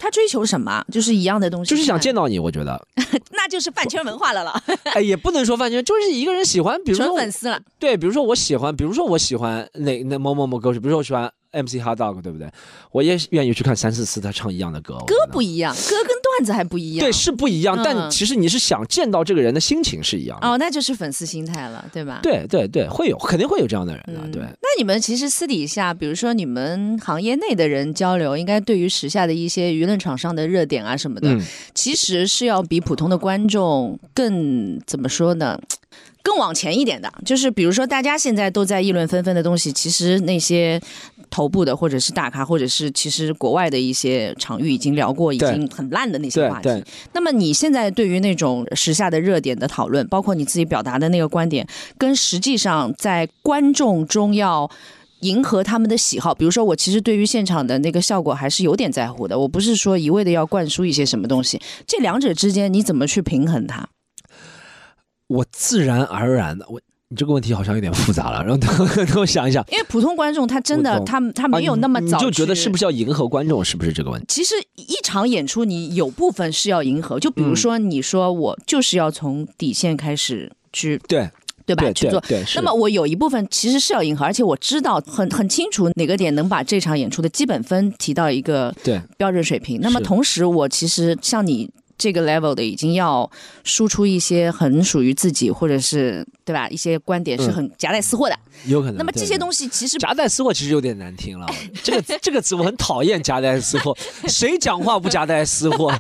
Speaker 2: 他追求什么？就是一样的东西，
Speaker 3: 就是想见到你，我觉得
Speaker 2: 那就是饭圈文化了了。
Speaker 3: 哎，也不能说饭圈，就是一个人喜欢，比如说
Speaker 2: 纯粉丝了。
Speaker 3: 对，比如说我喜欢，比如说我喜欢那那某某某歌手，比如说我喜欢 M C Hot Dog， 对不对？我也愿意去看三四次他唱一样的歌。
Speaker 2: 歌不一样，歌跟段子还不一样。
Speaker 3: 对，是不一样，
Speaker 2: 嗯、
Speaker 3: 但其实你是想见到这个人的心情是一样的。
Speaker 2: 哦，那就是粉丝心态了，对吧？
Speaker 3: 对对对，会有，肯定会有这样的人的、嗯。对。
Speaker 2: 那你们其实私底下，比如说你们行业内的人交流，应该对于时下的一些舆论场上的热点啊什么的，嗯、其实是要比普通的观众更怎么说呢？更往前一点的，就是比如说大家现在都在议论纷纷的东西，其实那些头部的或者是大咖，或者是其实国外的一些场域已经聊过，已经很烂的那些话题。那么你现在对于那种时下的热点的讨论，包括你自己表达的那个观点，跟实际上在观众中要迎合他们的喜好，比如说我其实对于现场的那个效果还是有点在乎的，我不是说一味的要灌输一些什么东西，这两者之间你怎么去平衡它？
Speaker 3: 我自然而然的，我你这个问题好像有点复杂了，然后等我想一想。
Speaker 2: 因为普通观众他真的他他没有那么早、啊你，
Speaker 3: 你就觉得是不是要迎合观众？是不是这个问题？
Speaker 2: 其实一场演出你有部分是要迎合，就比如说你说我就是要从底线开始去
Speaker 3: 对。
Speaker 2: 对吧？
Speaker 3: 对
Speaker 2: 去做
Speaker 3: 对对，
Speaker 2: 那么我有一部分其实是要迎合，而且我知道很很清楚哪个点能把这场演出的基本分提到一个标准水平。那么同时，我其实像你这个 level 的，已经要输出一些很属于自己，或者是对吧？一些观点是很夹带私货的，
Speaker 3: 嗯、有可能。
Speaker 2: 那么这些东西其实
Speaker 3: 夹带私货其实有点难听了，这个这个词我很讨厌夹带私货，谁讲话不夹带私货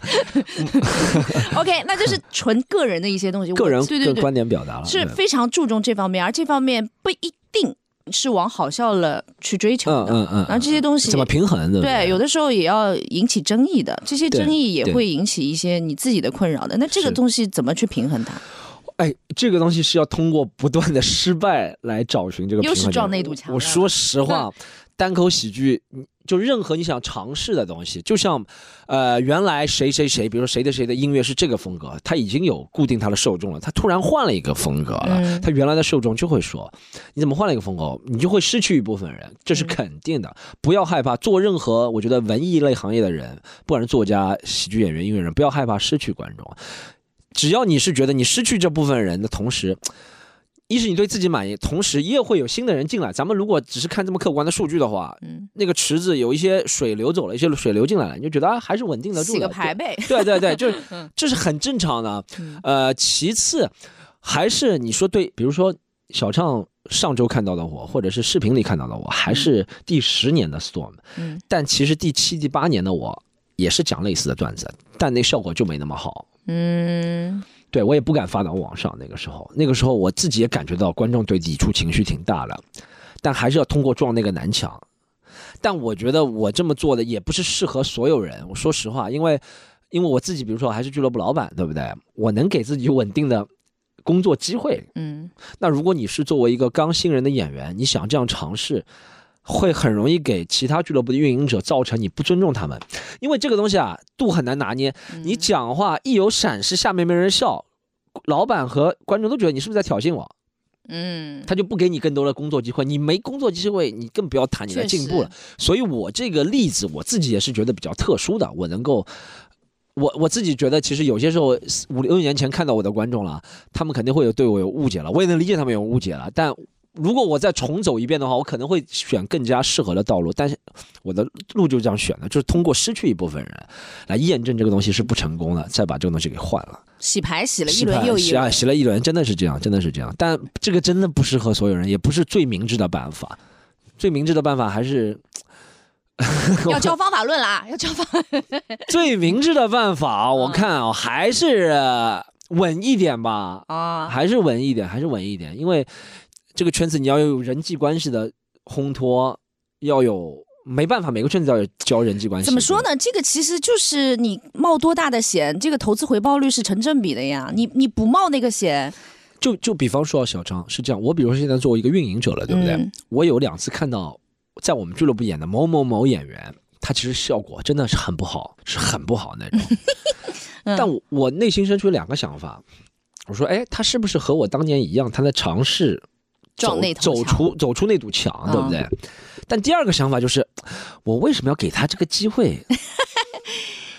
Speaker 2: ？OK， 那就是纯个人的一些东西，
Speaker 3: 个人
Speaker 2: 对对对
Speaker 3: 观点表达了，
Speaker 2: 是非常注重这方面，而这方面不一定是往好笑了去追求的，
Speaker 3: 嗯嗯嗯，
Speaker 2: 然后这些东西
Speaker 3: 怎么平衡的？
Speaker 2: 对，有的时候也要引起争议的，这些争议也会引起一些你自己的困扰的。那这个东西怎么去平衡它？
Speaker 3: 哎，这个东西是要通过不断的失败来找寻这个平衡。
Speaker 2: 又是撞那堵墙。
Speaker 3: 我说实话，单口喜剧就任何你想尝试的东西，就像呃原来谁谁谁，比如说谁的谁的音乐是这个风格，他已经有固定他的受众了，他突然换了一个风格了，嗯、他原来的受众就会说你怎么换了一个风格，你就会失去一部分人，这是肯定的。嗯、不要害怕做任何我觉得文艺类行业的人，不管是作家、喜剧演员、音乐人，不要害怕失去观众。只要你是觉得你失去这部分人的同时，一是你对自己满意，同时也会有新的人进来。咱们如果只是看这么客观的数据的话，嗯，那个池子有一些水流走了，一些水流进来了，你就觉得、啊、还是稳定的住的。
Speaker 2: 洗个牌呗。
Speaker 3: 对对对，就是这是很正常的。呃，其次还是你说对，比如说小畅上周看到的我，或者是视频里看到的我，还是第十年的 Storm，嗯，但其实第七、第八年的我也是讲类似的段子，但那效果就没那么好。嗯，对，我也不敢发到网上。那个时候，那个时候我自己也感觉到观众对抵触情绪挺大的，但还是要通过撞那个南墙。但我觉得我这么做的也不是适合所有人。我说实话，因为因为我自己，比如说还是俱乐部老板，对不对？我能给自己稳定的工作机会。嗯，那如果你是作为一个刚新人的演员，你想这样尝试，会很容易给其他俱乐部的运营者造成你不尊重他们，因为这个东西啊度很难拿捏。你讲话一有闪失，下面没人笑，老板和观众都觉得你是不是在挑衅我，嗯，他就不给你更多的工作机会，你没工作机会，你更不要谈你的进步了。所以我这个例子我自己也是觉得比较特殊的，我能够。我我自己觉得，其实有些时候五六年前看到我的观众了，他们肯定会有对我有误解了，我也能理解他们有误解了，但。如果我再重走一遍的话，我可能会选更加适合的道路，但是我的路就这样选的，就是通过失去一部分人来验证这个东西是不成功的，再把这个东西给换了。
Speaker 2: 洗牌洗了一轮又一轮，
Speaker 3: 洗, 洗了一轮，真的是这样，真的是这样。但这个真的不适合所有人，也不是最明智的办法。最明智的办法还是
Speaker 2: 要教方法论啦，要教方法。
Speaker 3: 最明智的办法，我看啊、哦，还是稳一点吧。啊，还是稳一点，还是稳一点，因为。这个圈子你要有人际关系的烘托，要有没办法，每个圈子要有教人际关系。
Speaker 2: 怎么说呢？这个其实就是你冒多大的险，这个投资回报率是成正比的呀。你你不冒那个险，
Speaker 3: 就就比方说小张是这样，我比如说现在作为一个运营者了，对不对？嗯、我有两次看到在我们俱乐部演的某某某演员，他其实效果真的是很不好，是很不好那种。嗯、但我我内心生出两个想法，我说，哎，他是不是和我当年一样，他在尝试。走, 走出走出那堵墙，对不对？嗯、但第二个想法就是，我为什么要给他这个机会？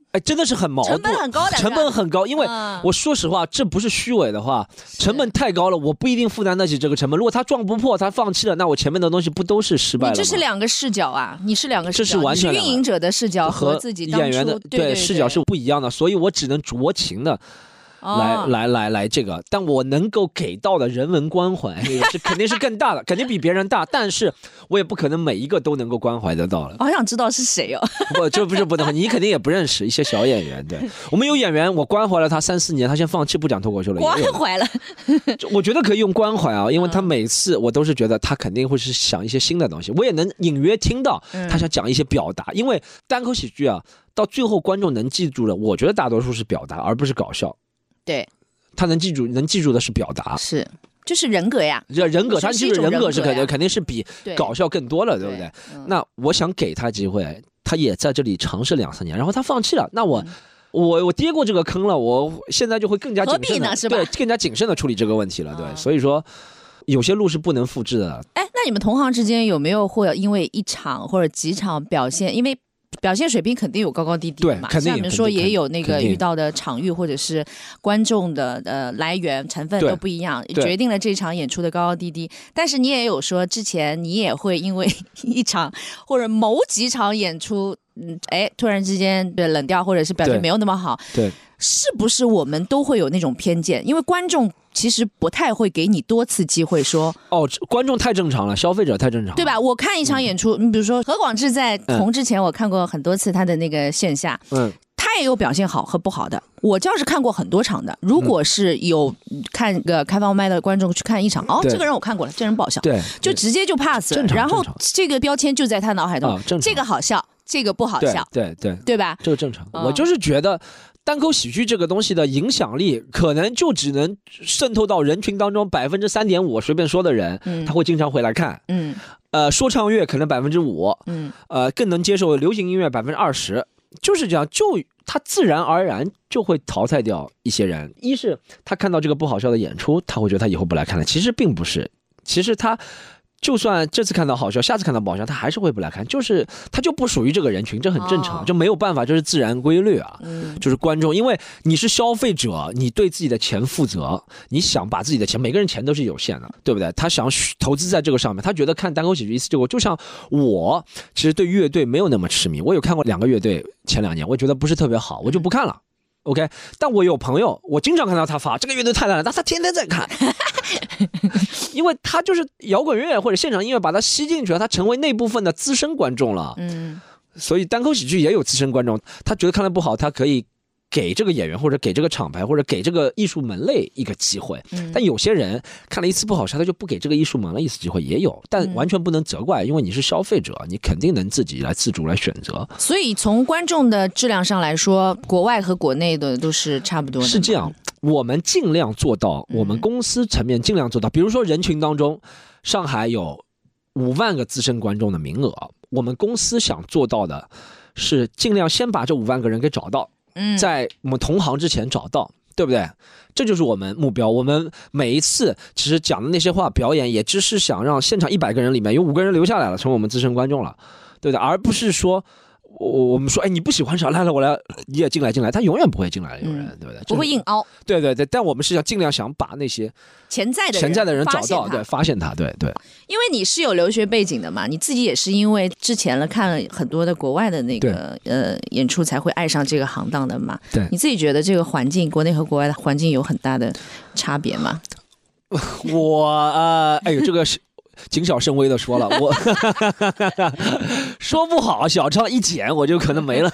Speaker 3: 哎，真的是很矛盾，
Speaker 2: 成本很高的，
Speaker 3: 成本很高，因为我说实话，这不是虚伪的话，成本太高了，我不一定负担得起这个成本。如果他撞不破，他放弃了，那我前面的东西不都是失败了吗？
Speaker 2: 你这是两个视角啊，你是两个视角，
Speaker 3: 这是完全
Speaker 2: 你是运营者的视角和自己当初
Speaker 3: 演员的
Speaker 2: 对, 对, 对
Speaker 3: 视角是不一样的，所以我只能酌情的。来、哦、来来来，这个，但我能够给到的人文关怀是肯定是更大的，肯定比别人大，但是我也不可能每一个都能够关怀得到了。
Speaker 2: 好想知道是谁哦，
Speaker 3: 不，这不是不能，你肯定也不认识一些小演员。对，我们有演员，我关怀了他三四年，他先放弃不讲脱口秀了。
Speaker 2: 关怀了，
Speaker 3: 我觉得可以用关怀啊，因为他每次我都是觉得他肯定会是想一些新的东西，我也能隐约听到他想讲一些表达，因为单口喜剧啊，到最后观众能记住的，我觉得大多数是表达，而不是搞笑。
Speaker 2: 对。
Speaker 3: 他能记住，能记住的是表达，
Speaker 2: 是，就是人格呀，
Speaker 3: 人格，他记住人格是肯定肯定是比
Speaker 2: 对
Speaker 3: 搞笑更多了，对不对？嗯、那我想给他机会，他也在这里尝试两三年，然后他放弃了，那我、嗯、我我跌过这个坑了，我现在就会更加谨慎的，对，更加谨慎的处理这个问题了，对，嗯、所以说有些路是不能复制的。
Speaker 2: 哎，那你们同行之间有没有会因为一场或者几场表现，因为表现水平肯定有高高低低的嘛，像你们说也有那个遇到的场域或者是观众的呃来源成分都不一样，决定了这场演出的高高低低。但是你也有说之前你也会因为一场或者某几场演出，嗯，哎，突然之间的冷掉或者是表现没有那么好，
Speaker 3: 对，
Speaker 2: 是不是我们都会有那种偏见？因为观众其实不太会给你多次机会说
Speaker 3: 哦，观众太正常了，消费者太正常了，
Speaker 2: 对吧？我看一场演出，你、嗯、比如说何广智在红之前，我看过很多次他的那个线下，嗯，他也有表现好和不好的。我倒是看过很多场的，如果是有看个开放麦的观众去看一场，哦，这个人我看过了，这人不好笑，
Speaker 3: 对，
Speaker 2: 就直接就 pass 了，然后这个标签就在他脑海中，
Speaker 3: 哦、
Speaker 2: 这个好笑，这个不好笑，
Speaker 3: 对对 对,
Speaker 2: 对吧？
Speaker 3: 这个正常。嗯、我就是觉得。单口喜剧这个东西的影响力，可能就只能渗透到人群当中百分之三点五，随便说的人，嗯、他会经常回来看。嗯，呃，说唱乐可能百分之五，嗯，呃，更能接受流行音乐百分之二十，就是这样，就他自然而然就会淘汰掉一些人。一是他看到这个不好笑的演出，他会觉得他以后不来看了。其实并不是，其实他。就算这次看到好笑，下次看到不好笑，他还是会不来看，就是他就不属于这个人群，这很正常，哦、就没有办法，这是自然规律啊。嗯、就是观众，因为你是消费者，你对自己的钱负责，你想把自己的钱，每个人钱都是有限的，对不对？他想投资在这个上面，他觉得看单口喜剧一次就够。就像我，其实对乐队没有那么痴迷，我有看过两个乐队，前两年我觉得不是特别好，我就不看了。OK， 但我有朋友，我经常看到他发这个乐队太烂了，但他天天在看，因为他就是摇滚乐或者现场音乐把他吸进去了，他成为那部分的资深观众了。嗯，所以单口喜剧也有资深观众，他觉得看得不好，他可以给这个演员或者给这个厂牌或者给这个艺术门类一个机会。嗯、但有些人看了一次不好笑，他就不给这个艺术门类一次机会，也有，但完全不能责怪，因为你是消费者，你肯定能自己来自主来选择。
Speaker 2: 所以从观众的质量上来说，国外和国内的都是差不多的。
Speaker 3: 是这样，我们尽量做到，我们公司层面尽量做到，比如说人群当中，上海有五万个资深观众的名额，我们公司想做到的是尽量先把这五万个人给找到。在我们同行之前找到，对不对？这就是我们目标。我们每一次其实讲的那些话表演，也只是想让现场一百个人里面有五个人留下来了，成为我们资深观众了，对不对？而不是说我我们说，哎，你不喜欢啥，来来我来，你也进来进来，他永远不会进来，有人、嗯、对不对？
Speaker 2: 不会硬凹。
Speaker 3: 对对对，但我们是想尽量想把那些
Speaker 2: 潜在的人
Speaker 3: 潜在的人找到，对，发现他，对对。
Speaker 2: 因为你是有留学背景的嘛，你自己也是因为之前了看了很多的国外的那个呃演出，才会爱上这个行当的嘛。
Speaker 3: 对，
Speaker 2: 你自己觉得这个环境，国内和国外的环境有很大的差别吗？
Speaker 3: 我呃，哎呦，这个是。谨小慎微的说了，我说不好，小唱一剪我就可能没了。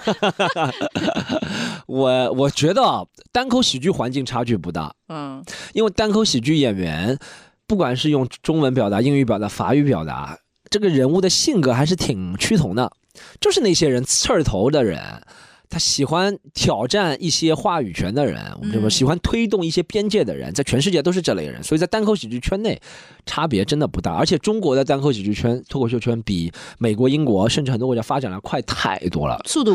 Speaker 3: 我我觉得单口喜剧环境差距不大，嗯，因为单口喜剧演员，不管是用中文表达、英语表达、法语表达，这个人物的性格还是挺趋同的，就是那些人刺儿头的人。他喜欢挑战一些话语权的人，我们这么喜欢推动一些边界的人，在全世界都是这类人，所以在单口喜剧圈内差别真的不大。而且中国的单口喜剧圈、脱口秀圈比美国、英国甚至很多国家发展的快太多了，
Speaker 2: 速度快。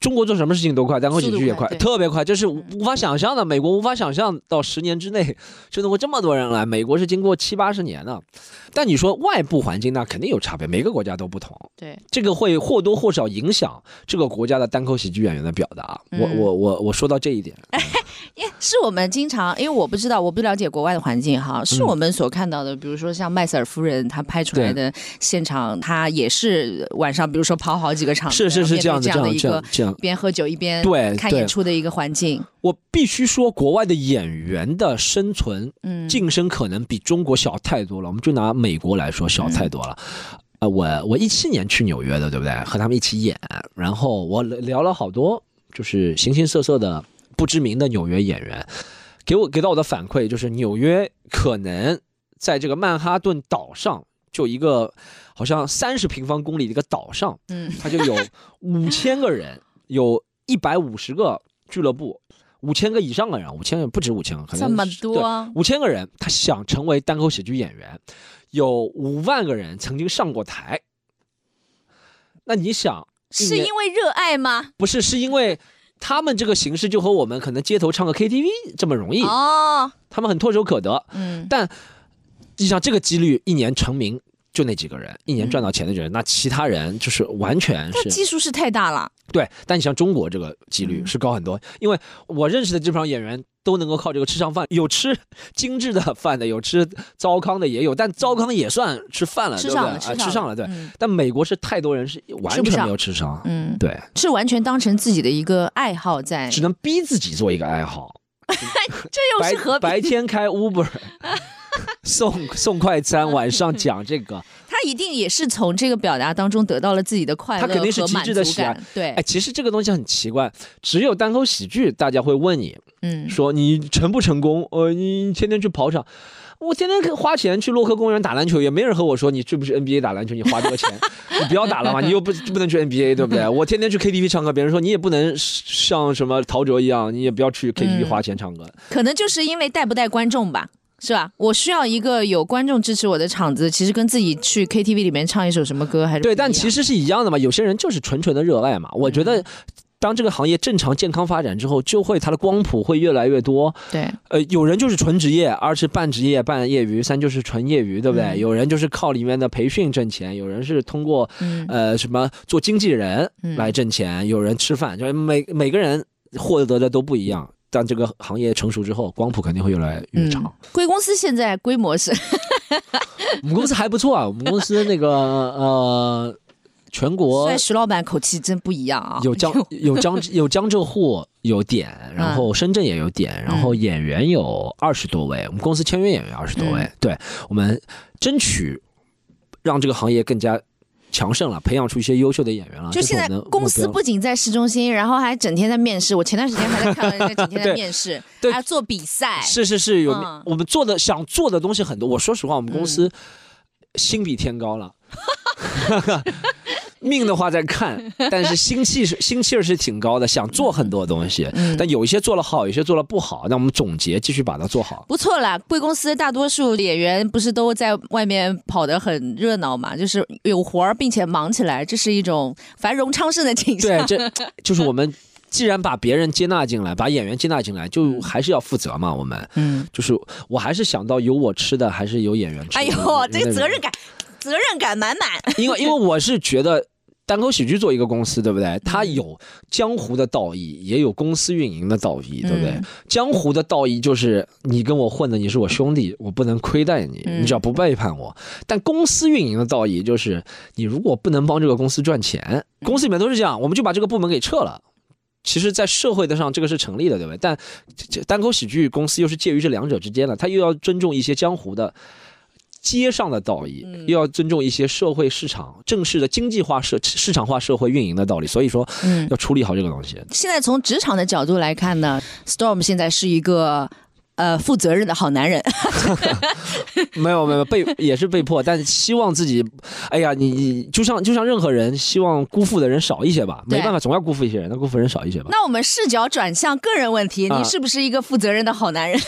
Speaker 3: 中国做什么事情都快，单口喜剧也快，
Speaker 2: 快
Speaker 3: 特别快，这是无法想象的。美国无法想象到十年之内就能够这么多人来，美国是经过七八十年的。但你说外部环境那肯定有差别，每个国家都不同。
Speaker 2: 对，
Speaker 3: 这个会或多或少影响这个国家的单口喜剧演员的表达。
Speaker 2: 嗯、
Speaker 3: 我我我我说到这一点。
Speaker 2: 是我们经常，因为我不知道，我不了解国外的环境哈，是我们所看到的，嗯、比如说像麦瑟尔夫人她拍出来的现场，她也是晚上，比如说跑好几个场，
Speaker 3: 是是是这样
Speaker 2: 这样的一个
Speaker 3: 这样
Speaker 2: 一边喝酒一边
Speaker 3: 对
Speaker 2: 看演出的一个环境。
Speaker 3: 我必须说，国外的演员的生存、嗯、晋升可能比中国小太多了。我们就拿美国来说，小太多了。嗯呃，我我一七年去纽约的，对不对？和他们一起演，然后我聊了好多，就是形形色色的不知名的纽约演员，给我给到我的反馈就是，纽约可能在这个曼哈顿岛上，就一个好像三十平方公里的一个岛上，嗯，它就有五千个人，有一百五十个俱乐部。五千个以上的人，五千个不止五千个，可能
Speaker 2: 这么多，
Speaker 3: 五千个人，他想成为单口喜剧演员，有五万个人曾经上过台。那你想，
Speaker 2: 是因为热爱吗？
Speaker 3: 不是，是因为他们这个形式就和我们可能街头唱个 K T V 这么容易哦，他们很唾手可得。嗯，但你想这个几率，一年成名就那几个人，一年赚到钱的人，嗯、那其他人就是完全是
Speaker 2: 基数是太大了。
Speaker 3: 对，但你像中国这个几率是高很多，嗯、因为我认识的这帮演员都能够靠这个吃上饭，有吃精致的饭的，有吃糟糠的也有，但糟糠也算吃饭了，
Speaker 2: 吃上了，
Speaker 3: 对不对？
Speaker 2: 吃上了，
Speaker 3: 吃上了，对。
Speaker 2: 嗯、
Speaker 3: 但美国是太多人是完全没有吃上，嗯，对，
Speaker 2: 是完全当成自己的一个爱好在，
Speaker 3: 只能逼自己做一个爱好。
Speaker 2: 这又是何必？
Speaker 3: 白天开 Uber 送送快餐，晚上讲这个。
Speaker 2: 他一定也是从这个表达当中得到了自己的快乐和满足感，
Speaker 3: 他肯定是极致的喜爱。
Speaker 2: 对，
Speaker 3: 哎，其实这个东西很奇怪，只有单口喜剧，大家会问你，嗯，说你成不成功？呃，你天天去跑场，我天天花钱去洛克公园打篮球，也没人和我说你是不是 N B A 打篮球，你花这个钱，你不要打了嘛，你又不不能去 N B A， 对不对？我天天去 K T V 唱歌，别人说你也不能像什么陶喆一样，你也不要去 K T V 花钱唱歌。
Speaker 2: 嗯、可能就是因为带不带观众吧。是吧？我需要一个有观众支持我的场子，其实跟自己去 K T V 里面唱一首什么歌还是
Speaker 3: 对，但其实是一样的嘛。有些人就是纯纯的热爱嘛。我觉得，当这个行业正常健康发展之后，就会它的光谱会越来越多。
Speaker 2: 对，
Speaker 3: 呃，有人就是纯职业，二是半职业半业余，三就是纯业余，对不对？嗯、有人就是靠里面的培训挣钱，有人是通过、嗯、呃什么做经纪人来挣钱，嗯、有人吃饭，就是每每个人获得的都不一样。但这个行业成熟之后，光谱肯定会越来越长。嗯、
Speaker 2: 贵公司现在规模是，
Speaker 3: 我们公司还不错啊。我们公司那个呃，全国，
Speaker 2: 虽然徐老板口气真不一样啊。
Speaker 3: 有江有江有江浙沪有点，然后深圳也有点，嗯、然后演员有二十多位。我们公司签约演员二十多位，嗯、对我们争取让这个行业更加强盛了，培养出一些优秀的演员了。
Speaker 2: 就现在公司不仅在市中心，然后还整天在面试。我前段时间还在看到人家整天在面试，还要做比赛。
Speaker 3: 是是是，有、嗯、我们做的想做的东西很多。我说实话，我们公司心比天高了。嗯命的话在看，但是心气是心气儿是挺高的，想做很多东西，嗯、但有一些做了好，有些做了不好，那我们总结继续把它做好。
Speaker 2: 不错啦，贵公司大多数演员不是都在外面跑得很热闹嘛，就是有活儿并且忙起来，这是一种繁荣昌盛的景象。
Speaker 3: 对，这就是我们既然把别人接纳进来，把演员接纳进来，就还是要负责嘛。我们，嗯，就是我还是想到有我吃的，还是有演员吃的。
Speaker 2: 哎呦，这个责任感，责任感满满。
Speaker 3: 因为因为我是觉得。单口喜剧做一个公司，对不对？它有江湖的道义，也有公司运营的道义，对不对？嗯、江湖的道义就是你跟我混的，你是我兄弟，我不能亏待你，你只要不背叛我。嗯、但公司运营的道义就是，你如果不能帮这个公司赚钱，公司里面都是这样，我们就把这个部门给撤了。其实，在社会的上，这个是成立的，对不对？但单口喜剧公司又是介于这两者之间的，它又要尊重一些江湖的。街上的道义，又要尊重一些社会市场正式的经济化社市场化社会运营的道理，所以说，嗯，要处理好这个东西。
Speaker 2: 现在从职场的角度来看呢 ，Storm 现在是一个呃负责任的好男人。
Speaker 3: 没有没有被也是被迫，但是希望自己，哎呀，你你就像就像任何人，希望辜负的人少一些吧，没办法，总要辜负一些人，那辜负人少一些吧。
Speaker 2: 那我们视角转向个人问题，你是不是一个负责任的好男人？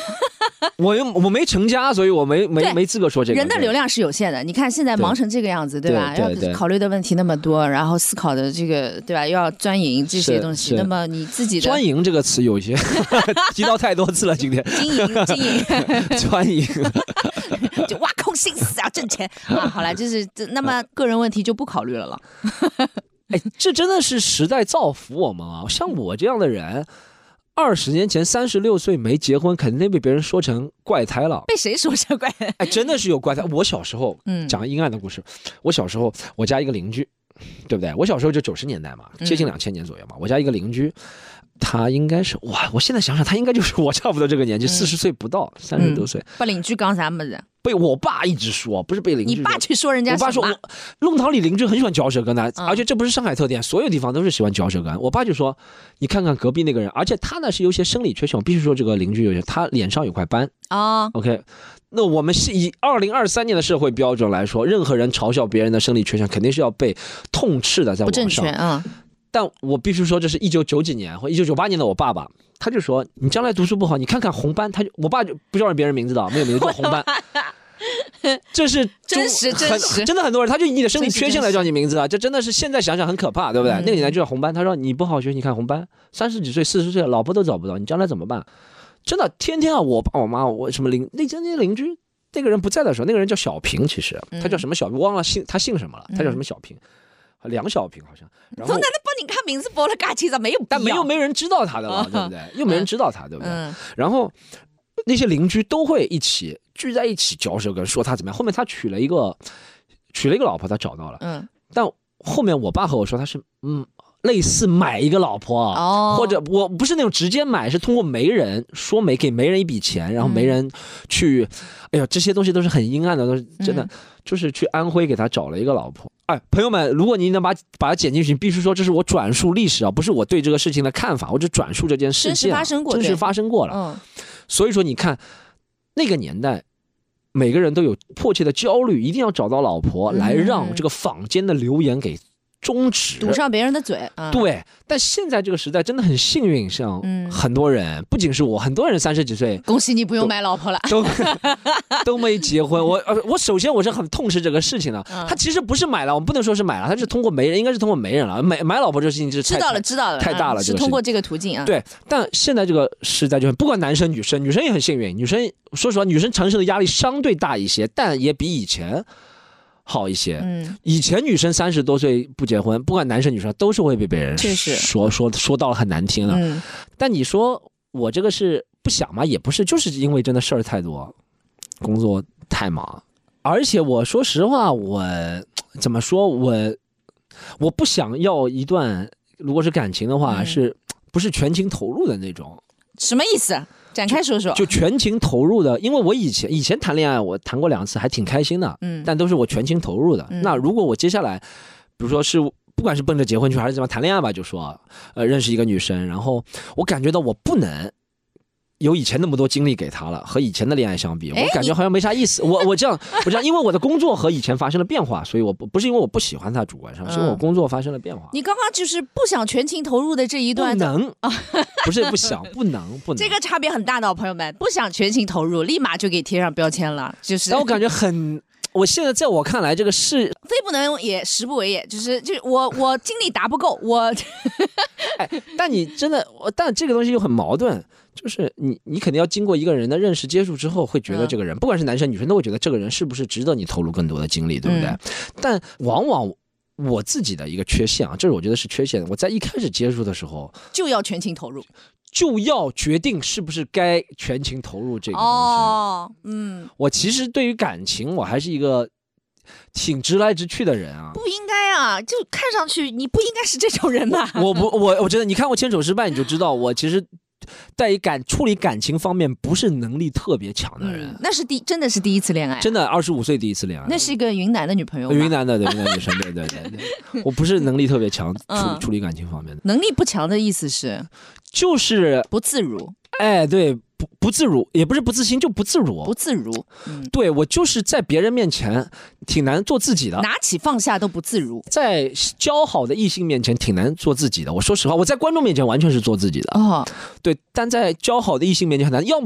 Speaker 3: 我又我没成家，所以我没没没资格说这个。
Speaker 2: 人的流量是有限的，你看现在忙成这个样子，对吧？
Speaker 3: 对对对
Speaker 2: 要考虑的问题那么多，然后思考的这个，对吧？又要钻营这些东西，那么你自己的
Speaker 3: 钻营这个词有一些提到太多次了，今天
Speaker 2: 经营经营
Speaker 3: 钻营
Speaker 2: 就挖空心思要挣钱啊。好了，就是那么个人问题就不考虑了了。
Speaker 3: 哎，这真的是时代造福我们啊！像我这样的人。二十年前三十六岁没结婚，肯定被别人说成怪胎了。
Speaker 2: 被谁说成怪胎？
Speaker 3: 哎，真的是有怪胎。我小时候，嗯，讲阴暗的故事。我小时候，我家一个邻居，对不对？我小时候就九十年代嘛，接近两千年左右嘛。嗯、我家一个邻居，他应该是哇，我现在想想，他应该就是我差不多这个年纪，四十岁不到，三十多岁。
Speaker 2: 把邻居讲啥么子？
Speaker 3: 被我爸一直说，不是被邻居。
Speaker 2: 你爸去说人家什么？
Speaker 3: 我爸说，我弄堂里邻居很喜欢嚼舌根的，嗯、而且这不是上海特点，所有地方都是喜欢嚼舌根。我爸就说，你看看隔壁那个人，而且他呢是有些生理缺陷，我必须说这个邻居有些，他脸上有块斑啊。OK， 那我们是以二零二三年的社会标准来说，任何人嘲笑别人的生理缺陷，肯定是要被痛斥的，在网上。不正确啊。但我必须说，这是一九九几年或一九九八年的我爸爸，他就说，你将来读书不好，你看看红斑，他就我爸就不叫别人名字的，没有名字叫红斑。这是
Speaker 2: 真实真实，
Speaker 3: 真的很多人，他就以你的生理缺陷来叫你名字啊，这真的是现在想想很可怕，对不对？嗯、那个年代就叫红斑，他说你不好学，你看红斑，三十几岁、四十岁，老婆都找不到，你将来怎么办？真的，天天啊，我爸我妈我什么邻那家那邻居，那个人不在的时候，那个人叫小平，其实他叫什么小，我忘了姓他姓什么了，他叫什么小平。梁小平好像，然后
Speaker 2: 难道帮你看名字报了嘎其实没有必要，
Speaker 3: 但没有没人知道他的了，对不对？又没人知道他，对不对？嗯、然后那些邻居都会一起聚在一起嚼舌根，说他怎么样。后面他娶了一个娶了一个老婆，他找到了，嗯，但后面我爸和我说他是嗯。类似买一个老婆啊，哦、或者我不是那种直接买，是通过媒人说媒给媒人一笔钱，然后媒人去，嗯、哎呀，这些东西都是很阴暗的，都是真的，嗯、就是去安徽给他找了一个老婆。哎，朋友们，如果你能把把它剪进去，必须说这是我转述历史啊，不是我对这个事情的看法，我只转述这件事情，真实发生过，真实发生过了。嗯，所以说你看那个年代。每个人都有迫切的焦虑，一定要找到老婆，来让这个坊间的流言给终止，
Speaker 2: 堵上别人的嘴。嗯、
Speaker 3: 对，但现在这个时代真的很幸运，像很多人，嗯、不仅是我，很多人三十几岁，
Speaker 2: 恭喜你不用买老婆了，
Speaker 3: 都都没结婚。我呃，我首先我是很痛斥这个事情的。嗯、他其实不是买了，我们不能说是买了，他是通过媒人，应该是通过媒人了。买买老婆这个事情是
Speaker 2: 知道了，知道了，
Speaker 3: 太大了，
Speaker 2: 嗯、是通过这个途径啊。
Speaker 3: 对，但现在这个时代就很，不管男生女生，女生也很幸运，女生说实话，女生承受的压力相对大一些，但也比以前。好一些，嗯，以前女生三十多岁不结婚，不管男生女生都是会被别人说说说到了很难听了。嗯，但你说我这个是不想吗？也不是，就是因为真的事儿太多，工作太忙，而且我说实话，我怎么说，我我不想要一段，如果是感情的话，嗯、是不是全情投入的那种？
Speaker 2: 什么意思？展开说说。
Speaker 3: 就, 就全情投入的，因为我以前以前谈恋爱，我谈过两次，还挺开心的，嗯，但都是我全情投入的。嗯、那如果我接下来，比如说是不管是奔着结婚去还是怎么谈恋爱吧，就说呃认识一个女生，然后我感觉到我不能有以前那么多精力给她了，和以前的恋爱相比，我感觉好像没啥意思。我我这样我这样，因为我的工作和以前发生了变化，所以我不不是因为我不喜欢她主观上，是因为我工作发生了变化。
Speaker 2: 你刚刚就是不想全情投入的这一段，
Speaker 3: 不能啊，不是不想，不能不能。
Speaker 2: 这个差别很大的，朋友们，不想全情投入，立马就给贴上标签了，就是。
Speaker 3: 但我感觉很。我现在在我看来，这个是
Speaker 2: 非不能也，时不为也，就是就我我精力达不够，我
Speaker 3: 哎，但你真的，但这个东西又很矛盾，就是你你肯定要经过一个人的认识接触之后，会觉得这个人，嗯、不管是男生女生，都会觉得这个人是不是值得你投入更多的精力，对不对？嗯、但往往我自己的一个缺陷啊，这是我觉得是缺陷，我在一开始接触的时候
Speaker 2: 就要全情投入。
Speaker 3: 就要决定是不是该全情投入这个东西。哦，嗯，我其实对于感情，我还是一个挺直来直去的人啊。
Speaker 2: 不应该啊，就看上去你不应该是这种人吧？
Speaker 3: 我不，我我觉得你看过《牵手失败》，你就知道我其实在于感处理感情方面不是能力特别强的人。
Speaker 2: 嗯、那是第真的是第一次恋爱、啊，
Speaker 3: 真的二十五岁第一次恋爱。
Speaker 2: 那是一个云南的女朋友。
Speaker 3: 云南的对云南女生，对对对对，我不是能力特别强，处理、嗯、处理感情方面的。
Speaker 2: 能力不强的意思是。
Speaker 3: 就是
Speaker 2: 不自如，
Speaker 3: 哎，对，不不自如，也不是不自信，就不自如，
Speaker 2: 不自如。
Speaker 3: 嗯，对我就是在别人面前挺难做自己的，
Speaker 2: 拿起放下都不自如，
Speaker 3: 在交好的异性面前挺难做自己的。我说实话，我在观众面前完全是做自己的。哦，对，但在交好的异性面前很难，要么就是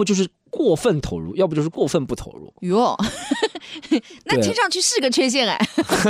Speaker 3: 过分投入，要不就是过分不投入。
Speaker 2: 哟，那听上去是个缺陷哎。